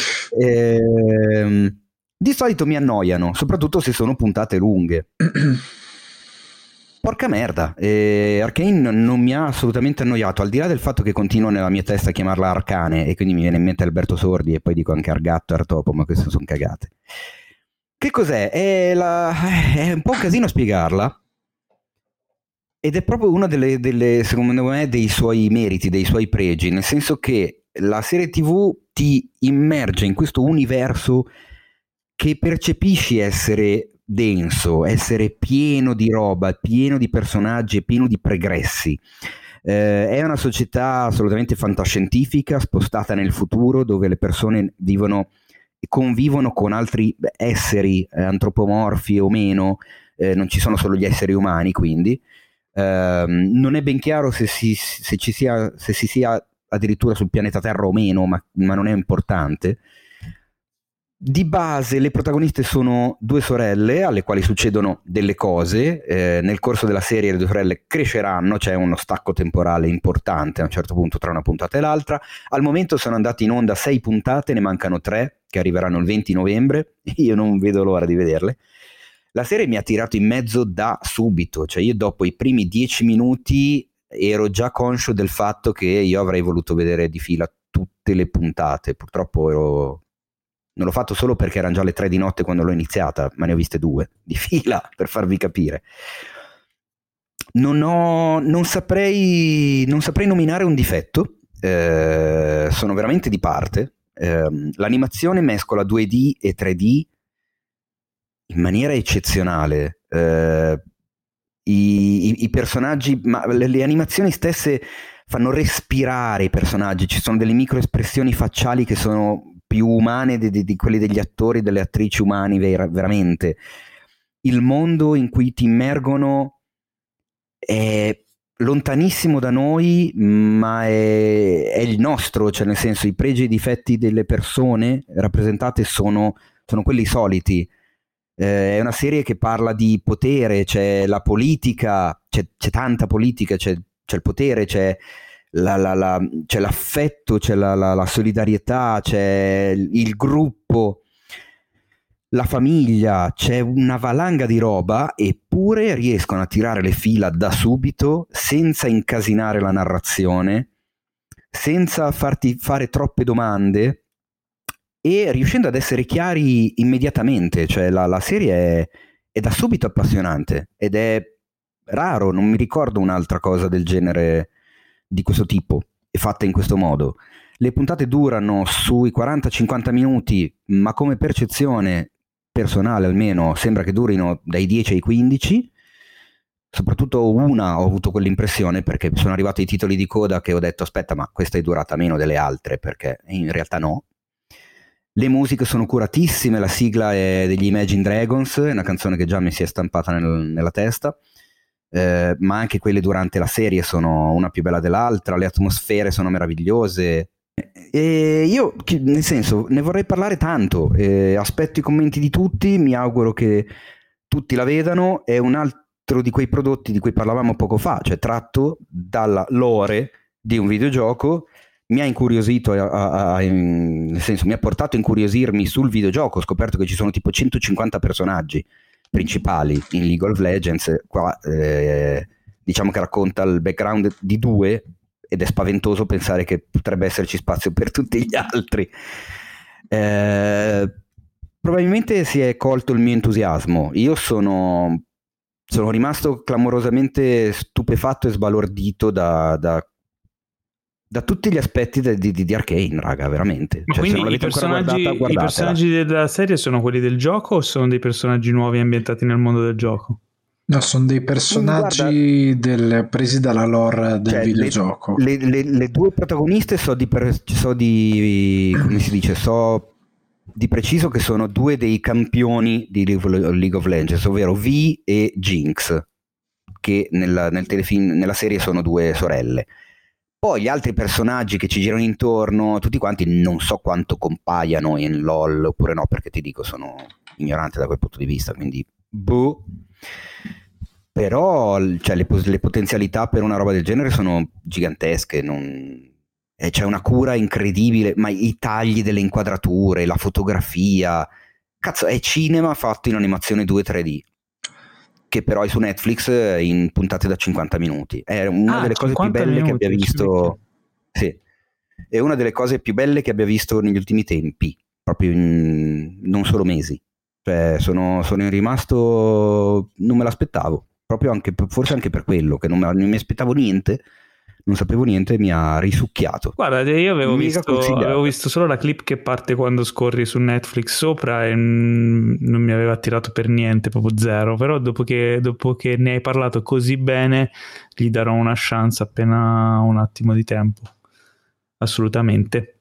Ehm, di solito mi annoiano, soprattutto se sono puntate lunghe. Porca merda, eh, Arcane non mi ha assolutamente annoiato, al di là del fatto che continuo nella mia testa a chiamarla Arcane e quindi mi viene in mente Alberto Sordi e poi dico anche Argatto e Artopo, ma queste sono cagate. Che cos'è? È, la... è un po' un casino spiegarla ed è proprio una delle, delle, secondo me, dei suoi meriti, dei suoi pregi, nel senso che la serie tivù ti immerge in questo universo che percepisci essere denso, essere pieno di roba, pieno di personaggi e pieno di pregressi. Eh, è una società assolutamente fantascientifica, spostata nel futuro, dove le persone vivono e convivono con altri esseri eh, antropomorfi o meno, eh, non ci sono solo gli esseri umani, quindi eh, non è ben chiaro se si, se ci sia, se si sia addirittura sul pianeta Terra o meno, ma, ma non è importante. Di base le protagoniste sono due sorelle alle quali succedono delle cose, eh, nel corso della serie le due sorelle cresceranno, c'è uno stacco temporale importante a un certo punto tra una puntata e l'altra. Al momento sono andate in onda sei puntate, ne mancano tre che arriveranno il venti novembre, io non vedo l'ora di vederle. La serie mi ha tirato in mezzo da subito, cioè io dopo i primi dieci minuti ero già conscio del fatto che io avrei voluto vedere di fila tutte le puntate, purtroppo ero... non l'ho fatto solo perché erano già le tre di notte quando l'ho iniziata, ma ne ho viste due di fila, per farvi capire. Non ho, non saprei, non saprei nominare un difetto, eh, sono veramente di parte. Eh, l'animazione mescola due D e tre D in maniera eccezionale. Eh, i, i, i personaggi, ma le, le animazioni stesse fanno respirare i personaggi, ci sono delle microespressioni facciali che sono più umane di, di, di quelli degli attori, delle attrici umani, ver- veramente. Il mondo in cui ti immergono è lontanissimo da noi, ma è, è il nostro, cioè nel senso i pregi e i difetti delle persone rappresentate sono, sono quelli soliti. Eh, è una serie che parla di potere, c'è la politica, c'è, c'è tanta politica, c'è, c'è il potere, c'è La, la, la, c'è l'affetto, c'è la, la, la solidarietà, c'è il gruppo, la famiglia, c'è una valanga di roba, eppure riescono a tirare le fila da subito senza incasinare la narrazione, senza farti fare troppe domande e riuscendo ad essere chiari immediatamente. Cioè la, la serie è, è da subito appassionante ed è raro, non mi ricordo un'altra cosa del genere di questo tipo e fatta in questo modo. Le puntate durano sui quaranta cinquanta minuti, ma come percezione personale almeno sembra che durino dai dieci ai quindici. Soprattutto una ho avuto quell'impressione, perché sono arrivati i titoli di coda che ho detto aspetta, ma questa è durata meno delle altre, perché in realtà no. Le musiche sono curatissime, la sigla è degli Imagine Dragons, è una canzone che già mi si è stampata nel, nella testa. Eh, ma anche quelle durante la serie sono una più bella dell'altra, le atmosfere sono meravigliose e io, nel senso, ne vorrei parlare tanto, eh, aspetto i commenti di tutti, mi auguro che tutti la vedano. È un altro di quei prodotti di cui parlavamo poco fa, cioè tratto dalla lore di un videogioco, mi ha incuriosito, a, a, a, in, nel senso mi ha portato a incuriosirmi sul videogioco, ho scoperto che ci sono tipo centocinquanta personaggi principali in League of Legends. Qua eh, diciamo che racconta il background di due ed è spaventoso pensare che potrebbe esserci spazio per tutti gli altri. Eh, probabilmente si è colto il mio entusiasmo. Io sono, sono rimasto clamorosamente stupefatto e sbalordito da, da da tutti gli aspetti de, di, di Arcane, raga, veramente. Ma cioè, quindi i personaggi, guardata, i personaggi della serie sono quelli del gioco o sono dei personaggi nuovi ambientati nel mondo del gioco? No, sono dei personaggi del, presi dalla lore del cioè, videogioco. Le, le, le, le due protagoniste so di, so di come si dice, so di preciso che sono due dei campioni di League of Legends, ovvero Vi e Jinx, che nella, nel telefilm, nella serie sono due sorelle. Poi gli altri personaggi che ci girano intorno, tutti quanti, non so quanto compaiano in LOL oppure no, perché ti dico, sono ignorante da quel punto di vista, quindi boh. Però cioè, le, le potenzialità per una roba del genere sono gigantesche, non... eh, c'è una cura incredibile, ma i tagli delle inquadrature, la fotografia, cazzo, è cinema fatto in animazione due tre D. Che però è su Netflix in puntate da cinquanta minuti. È una ah, delle cose più belle minuti, che abbia visto. Sì, è una delle cose più belle che abbia visto negli ultimi tempi, proprio in non solo mesi. Cioè, sono, sono rimasto, non me l'aspettavo, proprio anche, forse anche per quello, che non, me, non mi aspettavo niente. non sapevo niente, mi ha risucchiato. Guarda, io avevo visto, avevo visto solo la clip che parte quando scorri su Netflix sopra e mm, non mi aveva attirato per niente, proprio zero, però dopo che, dopo che ne hai parlato così bene gli darò una chance appena un attimo di tempo, assolutamente.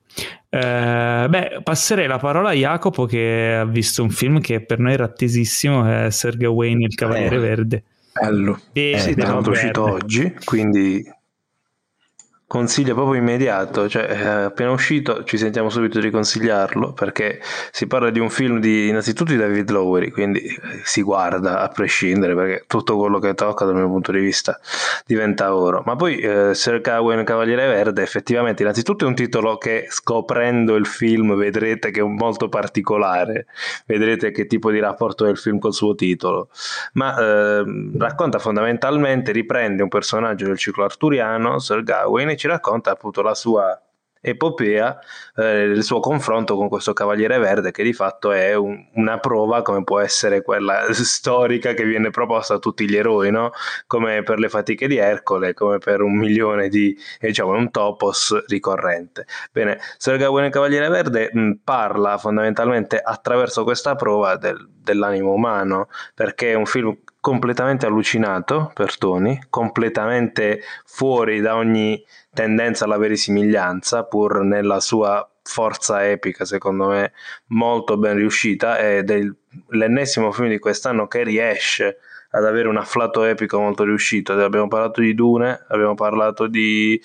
Eh, beh, passerei la parola a Jacopo, che ha visto un film che per noi era attesissimo, è Sir Gawain il Cavaliere eh, Verde. Bello. Eh, sì, tra l'altro è uscito oggi, quindi consiglio proprio immediato, cioè eh, appena uscito ci sentiamo subito di consigliarlo, perché si parla di un film di innanzitutto di David Lowery, quindi eh, si guarda a prescindere, perché tutto quello che tocca dal mio punto di vista diventa oro. Ma poi eh, Sir Gawain Cavaliere Verde effettivamente innanzitutto è un titolo che, scoprendo il film, vedrete che è molto particolare, vedrete che tipo di rapporto è il film col suo titolo, ma eh, racconta fondamentalmente, riprende un personaggio del ciclo arturiano, Sir Gawain, e ci racconta appunto la sua epopea, eh, il suo confronto con questo Cavaliere Verde, che di fatto è un, una prova come può essere quella storica che viene proposta a tutti gli eroi, no? Come per le fatiche di Ercole, come per un milione di, diciamo, un topos ricorrente. Bene, Sir Gawain Cavaliere Verde mh, parla fondamentalmente attraverso questa prova del, dell'animo umano, perché è un film completamente allucinato per Tony, completamente fuori da ogni tendenza alla verosimiglianza, pur nella sua forza epica, secondo me molto ben riuscita, ed è il, l'ennesimo film di quest'anno che riesce ad avere un afflato epico molto riuscito. Abbiamo parlato di Dune, abbiamo parlato di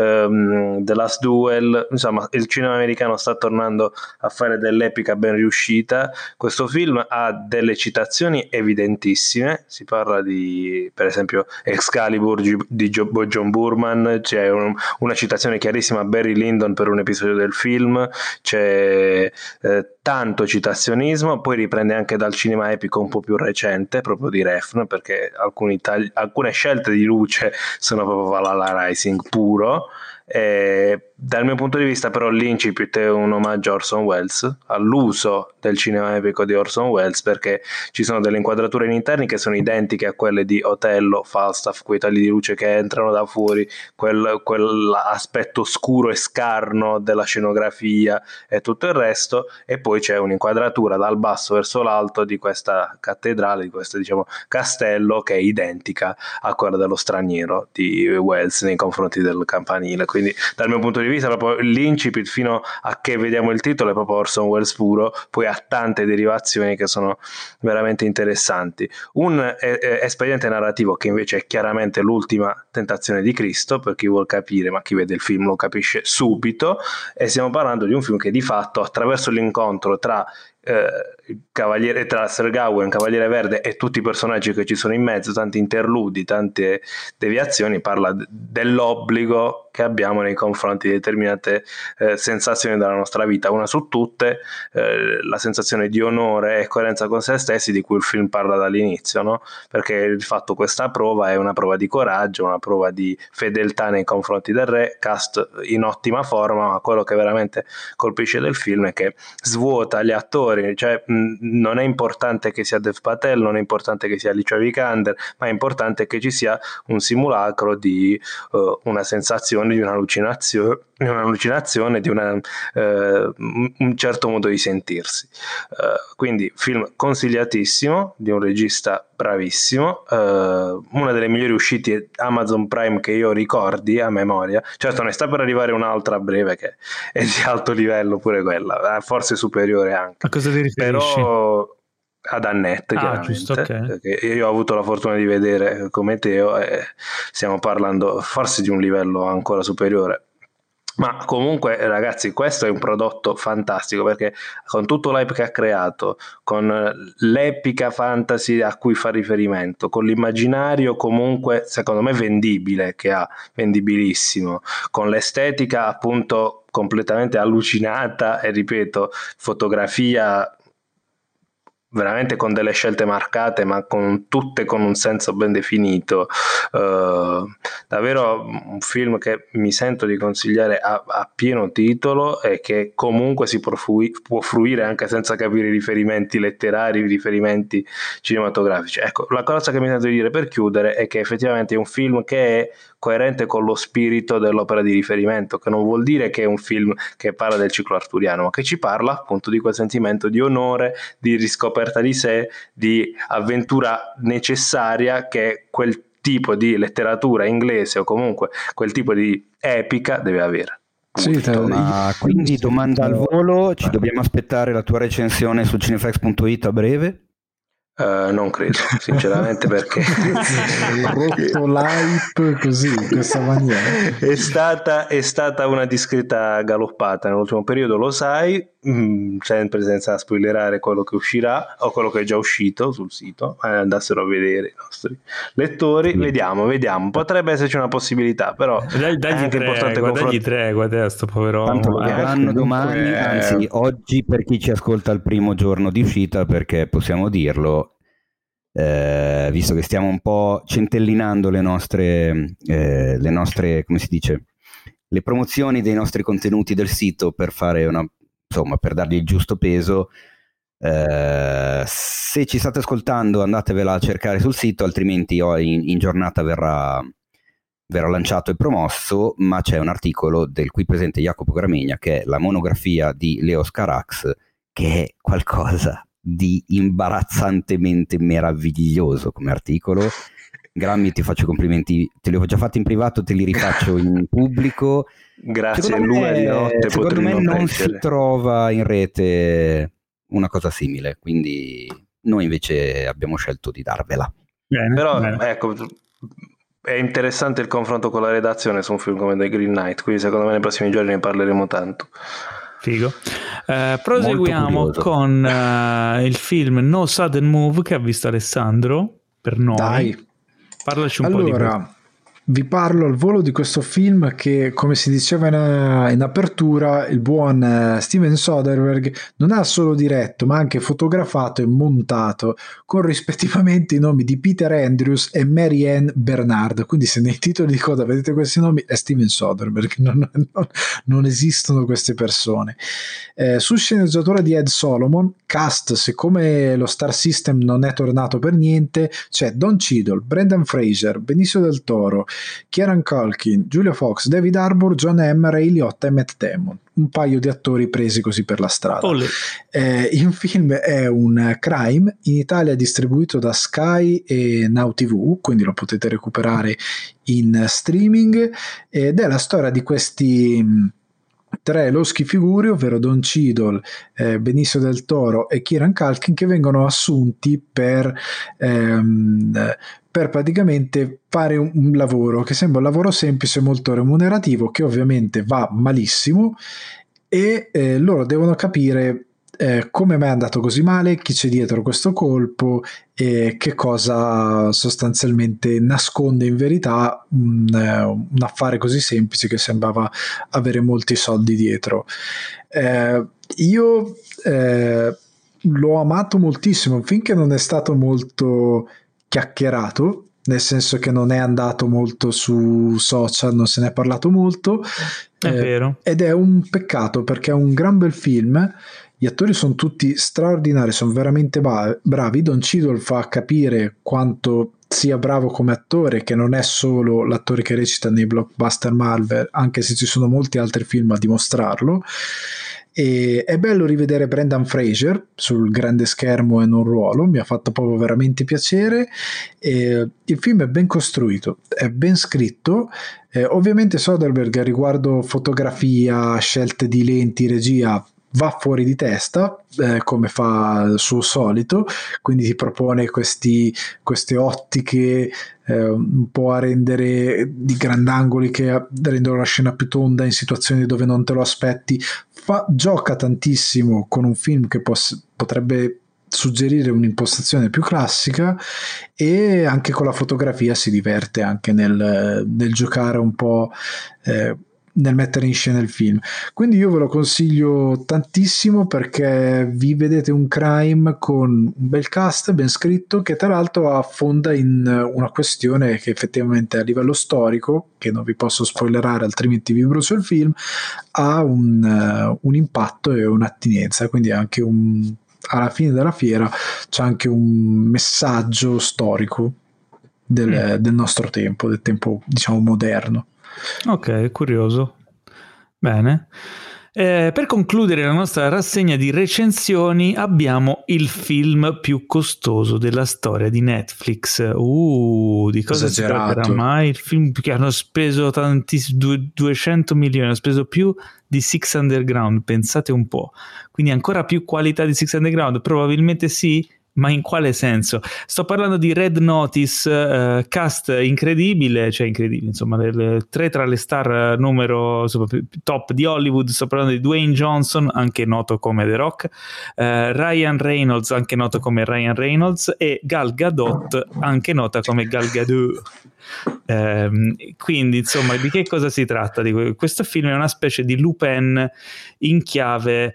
um, The Last Duel, insomma il cinema americano sta tornando a fare dell'epica ben riuscita. Questo film ha delle citazioni evidentissime, si parla di per esempio Excalibur di John Boorman, c'è un, una citazione chiarissima a Barry Lyndon per un episodio del film, c'è eh, tanto citazionismo, poi riprende anche dal cinema epico un po' più recente, proprio di Refn, perché alcuni tagli, alcune scelte di luce sono proprio Valhalla Rising puro. E dal mio punto di vista però l'incipit è un omaggio a Orson Welles, all'uso del cinema epico di Orson Welles, perché ci sono delle inquadrature in interni che sono identiche a quelle di Otello, Falstaff, quei tagli di luce che entrano da fuori, quel, quell'aspetto scuro e scarno della scenografia e tutto il resto, e poi c'è un'inquadratura dal basso verso l'alto di questa cattedrale, di questo diciamo castello, che è identica a quella dello Straniero di Welles nei confronti del campanile. Quindi dal mio punto di vista proprio l'incipit fino a che vediamo il titolo è proprio Orson Welles puro, poi ha tante derivazioni che sono veramente interessanti. Un eh, espediente narrativo che invece è chiaramente l'ultima tentazione di Cristo, per chi vuol capire, ma chi vede il film lo capisce subito, e stiamo parlando di un film che di fatto attraverso l'incontro tra eh, Cavaliere, tra Sir Gawain, Cavaliere Verde e tutti i personaggi che ci sono in mezzo, tanti interludi, tante deviazioni, parla d- dell'obbligo che abbiamo nei confronti di determinate eh, sensazioni della nostra vita. Una su tutte eh, la sensazione di onore e coerenza con se stessi, di cui il film parla dall'inizio, no? Perché di fatto questa prova è una prova di coraggio, una prova di fedeltà nei confronti del re, cast in ottima forma, ma quello che veramente colpisce del film è che svuota gli attori, cioè mh, non è importante che sia Dev Patel, non è importante che sia Alicia Vikander, ma è importante che ci sia un simulacro di uh, una sensazione, di un'allucinazione, un'allucinazione, di una, uh, un certo modo di sentirsi. Uh, quindi film consigliatissimo, di un regista bravissimo, uh, una delle migliori uscite Amazon Prime che io ricordi a memoria. Certo ne sta per arrivare un'altra a breve che è di alto livello pure quella, forse superiore anche. A cosa ti riferisci? Però ad Annette, ah, chiaramente, giusto, okay. Perché io ho avuto la fortuna di vedere come Teo e stiamo parlando forse di un livello ancora superiore. Ma comunque ragazzi, questo è un prodotto fantastico, perché con tutto l'hype che ha creato, con l'epica fantasy a cui fa riferimento, con l'immaginario comunque secondo me vendibile che ha, vendibilissimo, con l'estetica appunto completamente allucinata e ripeto, fotografia veramente con delle scelte marcate, ma con tutte con un senso ben definito, uh, davvero un film che mi sento di consigliare a, a pieno titolo e che comunque si può, frui, può fruire anche senza capire i riferimenti letterari, i riferimenti cinematografici. Ecco, la cosa che mi sento di dire per chiudere è che effettivamente è un film che è coerente con lo spirito dell'opera di riferimento, che non vuol dire che è un film che parla del ciclo arturiano, ma che ci parla appunto di quel sentimento di onore, di riscoperta di sé, di avventura necessaria che quel tipo di letteratura inglese o comunque quel tipo di epica deve avere. Sì, ma quindi domanda al volo, ci dobbiamo aspettare la tua recensione su cinefax punto it a breve? Uh, non credo, sinceramente, perché rotto l'hype così, in questa maniera. È stata, è stata una discreta galoppata nell'ultimo periodo, lo sai, mh, sempre senza spoilerare quello che uscirà o quello che è già uscito sul sito, eh, andassero a vedere i nostri lettori. Sì. Vediamo, vediamo, potrebbe esserci una possibilità, però dagli, dagli è tre, importante dagli confront- tregua adesso, povero tanto lo eh, faranno domani, anzi oggi per chi ci ascolta il primo giorno di uscita, perché possiamo dirlo, Eh, visto che stiamo un po' centellinando le nostre, eh, le nostre, come si dice, le promozioni dei nostri contenuti del sito per fare una, insomma, per dargli il giusto peso. Eh, se ci state ascoltando, andatevela a cercare sul sito, altrimenti in, in giornata verrà, verrà lanciato e promosso. Ma c'è un articolo del qui presente Jacopo Gramegna, che è la monografia di Leos Carax, che è qualcosa di imbarazzantemente meraviglioso come articolo. Grammi, ti faccio complimenti, te li ho già fatti in privato, te li rifaccio in pubblico. Grazie, secondo l'una me, di notte secondo me non prendere. si trova in rete una cosa simile, quindi noi invece abbiamo scelto di darvela. Bene, però bene. Ecco, è interessante il confronto con la redazione su un film come The Green Knight, quindi secondo me nei prossimi giorni ne parleremo tanto. Figo. Eh, proseguiamo con uh, il film No Sudden Move che ha visto Alessandro per noi. Dai. Parlaci un allora, po' di questo. Vi parlo al volo di questo film che, come si diceva in, in apertura, il buon uh, Steven Soderbergh non ha solo diretto ma anche fotografato e montato, con rispettivamente i nomi di Peter Andrews e Mary Ann Bernard. Quindi se nei titoli di coda vedete questi nomi è Steven Soderbergh, non, non, non esistono queste persone. Eh, su sceneggiatura di Ed Solomon, cast siccome lo Star System non è tornato per niente, c'è Don Cheadle, Brendan Fraser, Benicio del Toro, Kieran Culkin, Julia Fox, David Harbour, John Hamm, Ray Liotta e Matt Damon. Un paio di attori presi così per la strada. Eh, il film è un crime, in Italia distribuito da Sky e Now T V, quindi lo potete recuperare in streaming, ed è la storia di questi tre loschi figuri, ovvero Don Cheadle, eh, Benicio del Toro e Kieran Culkin, che vengono assunti per ehm, per praticamente fare un, un lavoro che sembra un lavoro semplice, molto remunerativo, che ovviamente va malissimo, e eh, loro devono capire eh, come mai è andato così male, chi c'è dietro questo colpo e che cosa sostanzialmente nasconde in verità un, un affare così semplice che sembrava avere molti soldi dietro. Eh, io eh, l'ho amato moltissimo finché non è stato molto chiacchierato, nel senso che non è andato molto su social, non se ne è parlato molto, è eh, vero. Ed è un peccato perché è un gran bel film. Gli attori sono tutti straordinari, sono veramente bravi. Don Cheadle fa capire quanto sia bravo come attore, che non è solo l'attore che recita nei blockbuster Marvel, anche se ci sono molti altri film a dimostrarlo. E è bello rivedere Brendan Fraser sul grande schermo in un ruolo, mi ha fatto proprio veramente piacere. E il film è ben costruito, è ben scritto. Eh, ovviamente Soderbergh riguardo fotografia, scelte di lenti, regia va fuori di testa, eh, come fa il suo solito, quindi ti propone questi, queste ottiche eh, un po' a rendere di grandangoli che rendono la scena più tonda in situazioni dove non te lo aspetti. Fa, gioca tantissimo con un film che poss- potrebbe suggerire un'impostazione più classica, e anche con la fotografia si diverte anche nel, nel giocare un po' eh, nel mettere in scena il film. Quindi io ve lo consiglio tantissimo, perché vi vedete un crime con un bel cast ben scritto, che tra l'altro affonda in una questione che effettivamente a livello storico, che non vi posso spoilerare altrimenti vi brucio il film, ha un, uh, un impatto e un'attinenza, quindi anche un, alla fine della fiera c'è anche un messaggio storico del, mm. del nostro tempo, del tempo diciamo moderno. Ok, curioso. Bene. Eh, per concludere la nostra rassegna di recensioni abbiamo il film più costoso della storia di Netflix. Uh, di cosa si tratterà mai? Il film che hanno speso tantissimo, duecento milioni, hanno speso più di Six Underground, pensate un po'. Quindi ancora più qualità di Six Underground? Probabilmente sì. Ma in quale senso? Sto parlando di Red Notice, uh, cast incredibile, cioè incredibile, insomma, le, le, tre tra le star numero insomma, top di Hollywood. Sto parlando di Dwayne Johnson, anche noto come The Rock, uh, Ryan Reynolds, anche noto come Ryan Reynolds, e Gal Gadot, anche nota come Gal Gadot. Um, quindi, insomma, di che cosa si tratta? Di questo film è una specie di Lupin in chiave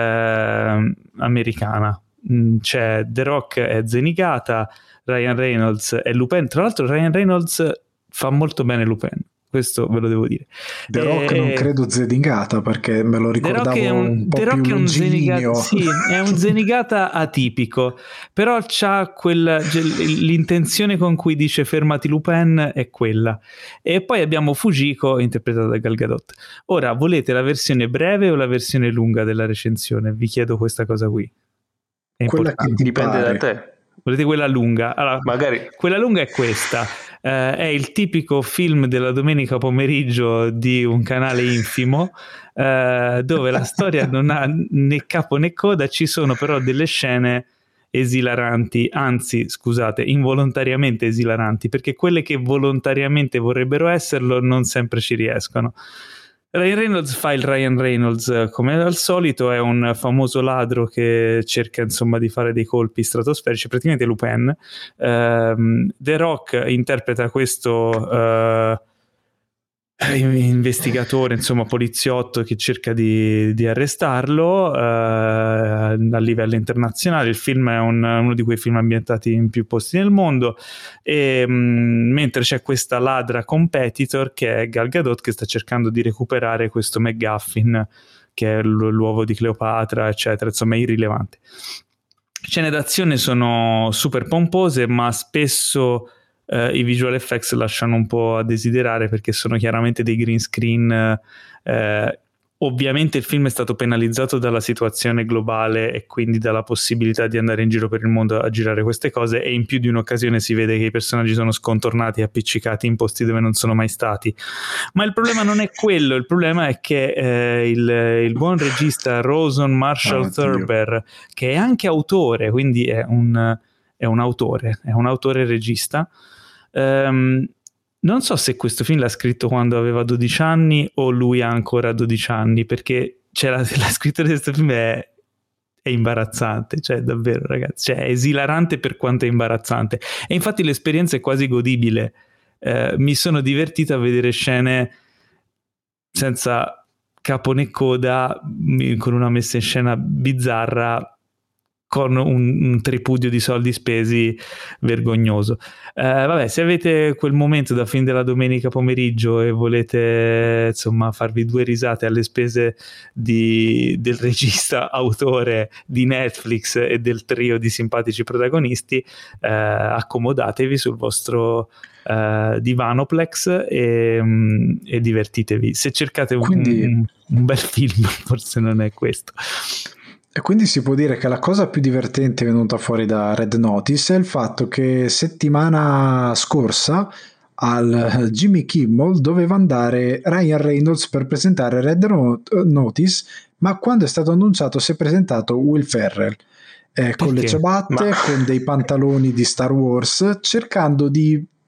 uh, americana. C'è The Rock è Zenigata, Ryan Reynolds è Lupin. Tra l'altro Ryan Reynolds fa molto bene Lupin, questo ve lo devo dire. The e... Rock non credo Zenigata, perché me lo ricordavo The Rock è un, un po' The Rock più è un Zenigata, sì, è un Zenigata atipico, però c'ha quella, l'intenzione con cui dice fermati Lupin è quella. E poi abbiamo Fujiko interpretata da Gal Gadot. Ora, volete la versione breve o la versione lunga della recensione? Vi chiedo questa cosa qui. Quella che dipende pare. da te. Volete quella lunga? Allora, magari quella lunga è questa. Uh, è il tipico film della domenica pomeriggio di un canale infimo, uh, dove la storia non ha né capo né coda. Ci sono però delle scene esilaranti, anzi scusate, involontariamente esilaranti, perché quelle che volontariamente vorrebbero esserlo non sempre ci riescono. Ryan Reynolds fa il Ryan Reynolds come al solito, è un famoso ladro che cerca insomma di fare dei colpi stratosferici, praticamente Lupin. Uh, The Rock interpreta questo uh, investigatore, insomma poliziotto che cerca di, di arrestarlo uh, a livello internazionale. Il film è un, uno di quei film ambientati in più posti nel mondo, e um, mentre c'è questa ladra competitor che è Gal Gadot, che sta cercando di recuperare questo McGuffin che è l- l'uovo di Cleopatra, eccetera, insomma è irrilevante. Scene d'azione sono super pompose, ma spesso Uh, i visual effects lasciano un po' a desiderare, perché sono chiaramente dei green screen. Uh, ovviamente il film è stato penalizzato dalla situazione globale e quindi dalla possibilità di andare in giro per il mondo a girare queste cose, e in più di un'occasione si vede che i personaggi sono scontornati e appiccicati in posti dove non sono mai stati. Ma il problema non è quello, il problema è che eh, il, il buon regista Rawson Marshall oh, Thurber, che è anche autore, quindi è un, è un autore, è un autore regista. Um, non so se questo film l'ha scritto quando aveva dodici anni o lui ha ancora dodici anni, perché cioè, la, la scrittura di questo film è, è imbarazzante, cioè davvero ragazzi, cioè, è esilarante per quanto è imbarazzante, e infatti l'esperienza è quasi godibile. Uh, mi sono divertito a vedere scene senza capo né coda, con una messa in scena bizzarra, con un, un tripudio di soldi spesi vergognoso. Eh, vabbè, se avete quel momento da fin della domenica pomeriggio e volete insomma farvi due risate alle spese di, del regista autore di Netflix e del trio di simpatici protagonisti, eh, accomodatevi sul vostro uh, Divanoplex e, um, e divertitevi. Se cercate un, Quindi... un, un bel film, forse non è questo. E quindi si può dire che la cosa più divertente venuta fuori da Red Notice è il fatto che settimana scorsa al Jimmy Kimmel doveva andare Ryan Reynolds per presentare Red Notice, ma quando è stato annunciato si è presentato Will Ferrell eh, con le ciabatte, ma... con dei pantaloni di Star Wars, cercando di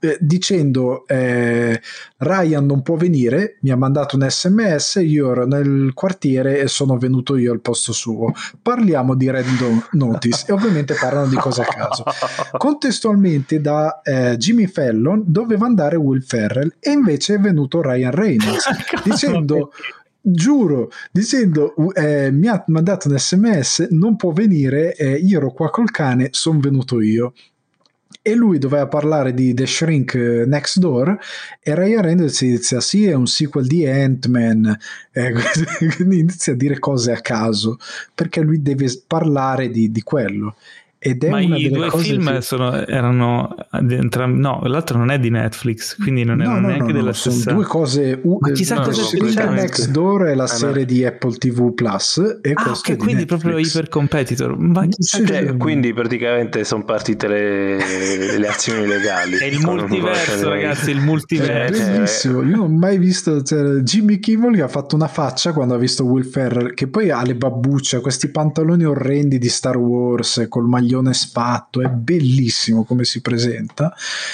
eh, dicendo eh, Ryan non può venire, mi ha mandato un sms, io ero nel quartiere e sono venuto io al posto suo, parliamo di Red Notice, e ovviamente parlano di cose a caso. Contestualmente da eh, Jimmy Fallon doveva andare Will Ferrell e invece è venuto Ryan Reynolds dicendo giuro, dicendo eh, mi ha mandato un sms, non può venire, eh, io ero qua col cane, sono venuto io. E lui doveva parlare di The Shrink Next Door e Ryan Reynolds inizia, sì, è un sequel di Ant-Man, eh, quindi inizia a dire cose a caso perché lui deve parlare di, di quello. Ed è ma una i delle due cose film che... sono, erano entrambi, no, l'altro non è di Netflix, quindi non no, erano no, neanche no, della no, stessa. sono due cose. Uh, ma chissà no, cosa c'è Next Door è la ah, serie no. di Apple ti vu Plus e ah, ok, quindi proprio iper competitor. Ma chissà sì, che... sì. Quindi praticamente sono partite le, le azioni legali. È il multiverso, ragazzi, il multiverso. È bellissimo. Io non ho mai visto, cioè, Jimmy Kimmel che ha fatto una faccia quando ha visto Will Ferrell, che poi ha le babbucce, questi pantaloni orrendi di Star Wars col maglione sfatto, è bellissimo come si presenta,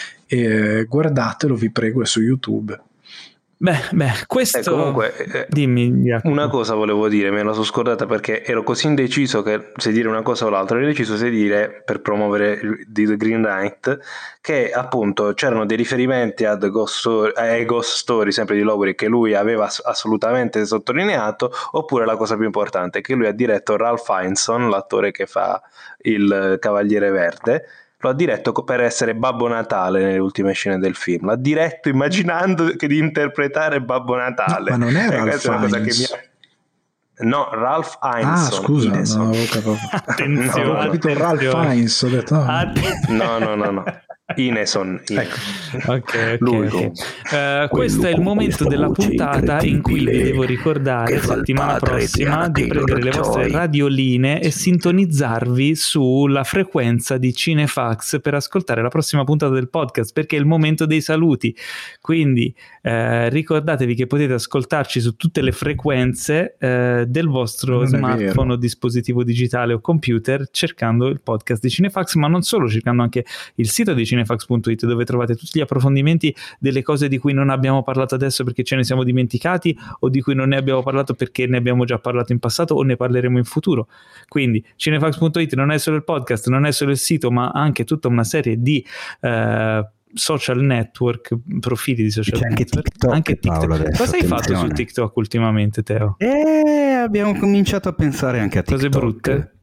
e guardatelo, vi prego, è su YouTube. Beh, beh, questo eh, comunque eh, dimmi Jacopo. Una cosa volevo dire, me la sono scordata perché ero così indeciso che se dire una cosa o l'altra, ero deciso se dire, per promuovere di The Green Knight, che appunto c'erano dei riferimenti a The Ghost Story, ai Ghost Story sempre di Lowery che lui aveva assolutamente sottolineato, oppure la cosa più importante che lui ha diretto Ralph Fiennes, l'attore che fa il Cavaliere Verde, lo ha diretto per essere Babbo Natale nelle ultime scene del film, l'ha diretto immaginando che di interpretare Babbo Natale. No, ma non è e Ralph Fiennes. Mi... no, Ralph Fiennes. Ah, scusa, no, avevo capito. Attenzione, no, ho capito Ralph Fiennes, ho detto no, no, no, no. Ineson, ecco. ok, lui okay. Uh, questo è il momento della puntata in cui vi devo ricordare settimana prossima di prendere le vostre radioline e sintonizzarvi sulla frequenza di Cinefax per ascoltare la prossima puntata del podcast, perché è il momento dei saluti, quindi uh, ricordatevi che potete ascoltarci su tutte le frequenze uh, del vostro non smartphone o dispositivo digitale o computer cercando il podcast di Cinefax, ma non solo, cercando anche il sito di Cinefax cinefax punto it, dove trovate tutti gli approfondimenti delle cose di cui non abbiamo parlato adesso perché ce ne siamo dimenticati, o di cui non ne abbiamo parlato perché ne abbiamo già parlato in passato o ne parleremo in futuro. Quindi cinefax punto it non è solo il podcast, non è solo il sito, ma anche tutta una serie di uh, social network, profili di social C'è network. anche TikTok, anche TikTok. Paolo, adesso, cosa hai attenzione. fatto su TikTok ultimamente, Teo? Eh, abbiamo cominciato a pensare anche a TikTok. Cose brutte?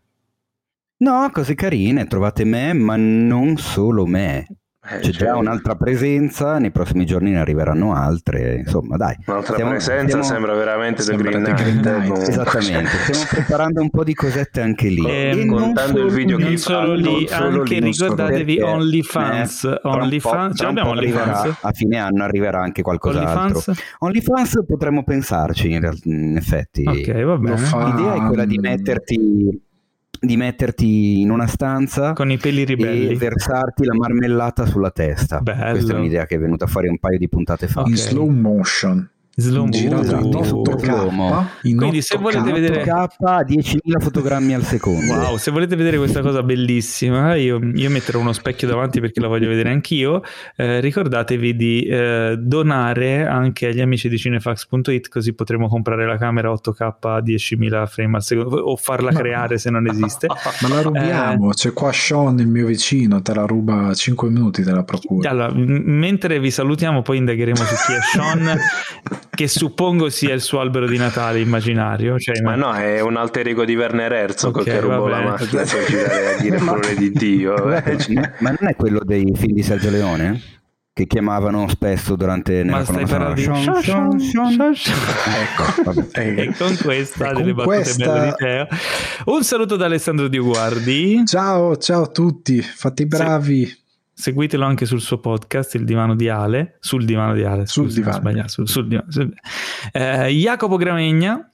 No, cose carine, trovate me, ma non solo me. Eh, C'è cioè... già un'altra presenza, nei prossimi giorni ne arriveranno altre, insomma dai. Un'altra stiamo, presenza stiamo, sembra veramente The Green The Knight. Knight. Esattamente, stiamo preparando un po' di cosette anche lì. Eh, e contando il video non che solo lì, anche lì, ricordatevi perché, OnlyFans, eh, OnlyFans, ce l'abbiamo OnlyFans? A fine anno arriverà anche qualcos'altro. OnlyFans? OnlyFans potremmo pensarci in, real- in effetti. Ok, va bene. L'idea è quella di metterti di metterti in una stanza con i peli ribelli e versarti la marmellata sulla testa. Bello. Questa è un'idea che è venuta fuori un paio di puntate fa. Okay. In slow motion. Slow girato in otto K, in quindi se volete vedere otto K a diecimila fotogrammi al secondo. Wow, se volete vedere questa cosa bellissima, io, io metterò uno specchio davanti perché la voglio vedere anch'io. Eh, ricordatevi di eh, donare anche agli amici di cinefax punto it, così potremo comprare la camera otto K a diecimila frame al secondo o farla creare se non esiste. Ma la rubiamo, eh, c'è qua Sean, il mio vicino, te la ruba cinque minuti, te la procura. Allora, m- mentre vi salutiamo poi indagheremo su chi è Sean, che suppongo sia il suo albero di Natale immaginario, cioè, ma no, è un alter ego di Werner Herzog, okay, che rubò la macchina per girare a dire parole di Dio. Ma non è quello dei film di Sergio Leone? Che chiamavano spesso durante ma stai parlando di Sean, Sean, Sean, Sean. Ecco, e con questa delle battute questa... belle di Teo, un saluto da Alessandro Dioguardi. Ciao, ciao a tutti, fate i bravi. Sì. Seguitelo anche sul suo podcast, Il Divano di Ale, sul Divano di Ale, sul scusi, divano. Sbagliato, sul, sul divano. Sul... Eh, Jacopo Gramegna.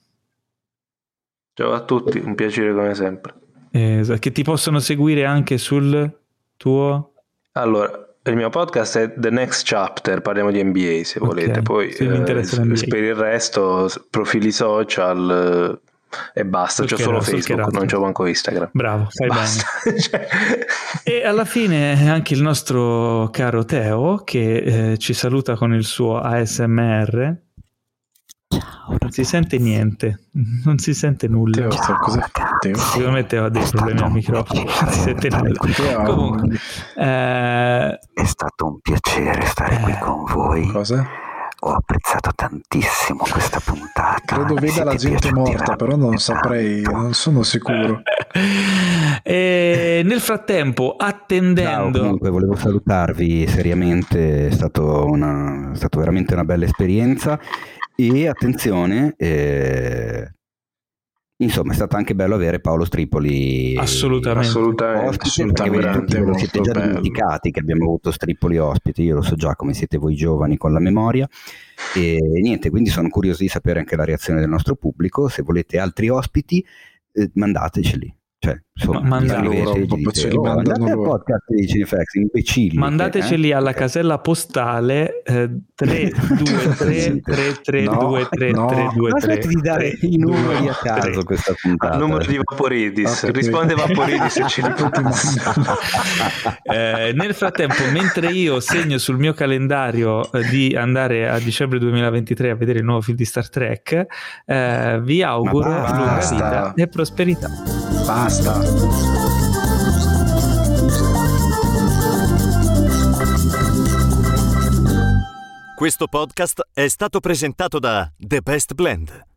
Ciao a tutti, un piacere come sempre. Eh, che ti possono seguire anche sul tuo... Allora, il mio podcast è The Next Chapter, parliamo di N B A se volete, okay. Poi sì, eh, per il resto profili social... e basta, c'ho solo Facebook, non c'ho manco Instagram. Bravo, fai basta. bene. E alla fine anche il nostro caro Teo che eh, ci saluta con il suo A S M R. Ciao, non si sente niente, non si sente nulla. Teo, Ciao, cosa Teo? Secondo me Teo ha dei problemi al microfono, non si sente nulla. Comunque, eh... è stato un piacere stare eh... qui con voi. Cosa? Ho apprezzato tantissimo questa puntata. Credo veda la gente morta, però non saprei, non sono sicuro. E nel frattempo, attendendo. Ciao, comunque volevo salutarvi seriamente, è stato, una, è stato veramente una bella esperienza. E attenzione, eh, insomma, è stato anche bello avere Paolo Stripoli. Assolutamente, assolutamente, assolutamente. Ve lo siete già bello. dimenticati che abbiamo avuto Stripoli ospite, io lo so già come siete voi giovani con la memoria. E niente, quindi sono curioso di sapere anche la reazione del nostro pubblico. Se volete altri ospiti, eh, mandateceli. Cioè, insomma, Ma loro, dite, ce li oh, mandate al podcast di Cinefax, imbecilli. Mandateceli eh? alla casella postale eh, tre due tre tre tre due tre tre due tre. di dare i numeri a caso questa puntata. Al numero di Vaporidis. Okay, risponde Vaporidis e ce li eh, nel frattempo, mentre io segno sul mio calendario eh, di andare a dicembre duemilaventitré a vedere il nuovo film di Star Trek, eh, vi auguro lunga vita e prosperità. Basta. Questo podcast è stato presentato da The Best Blend,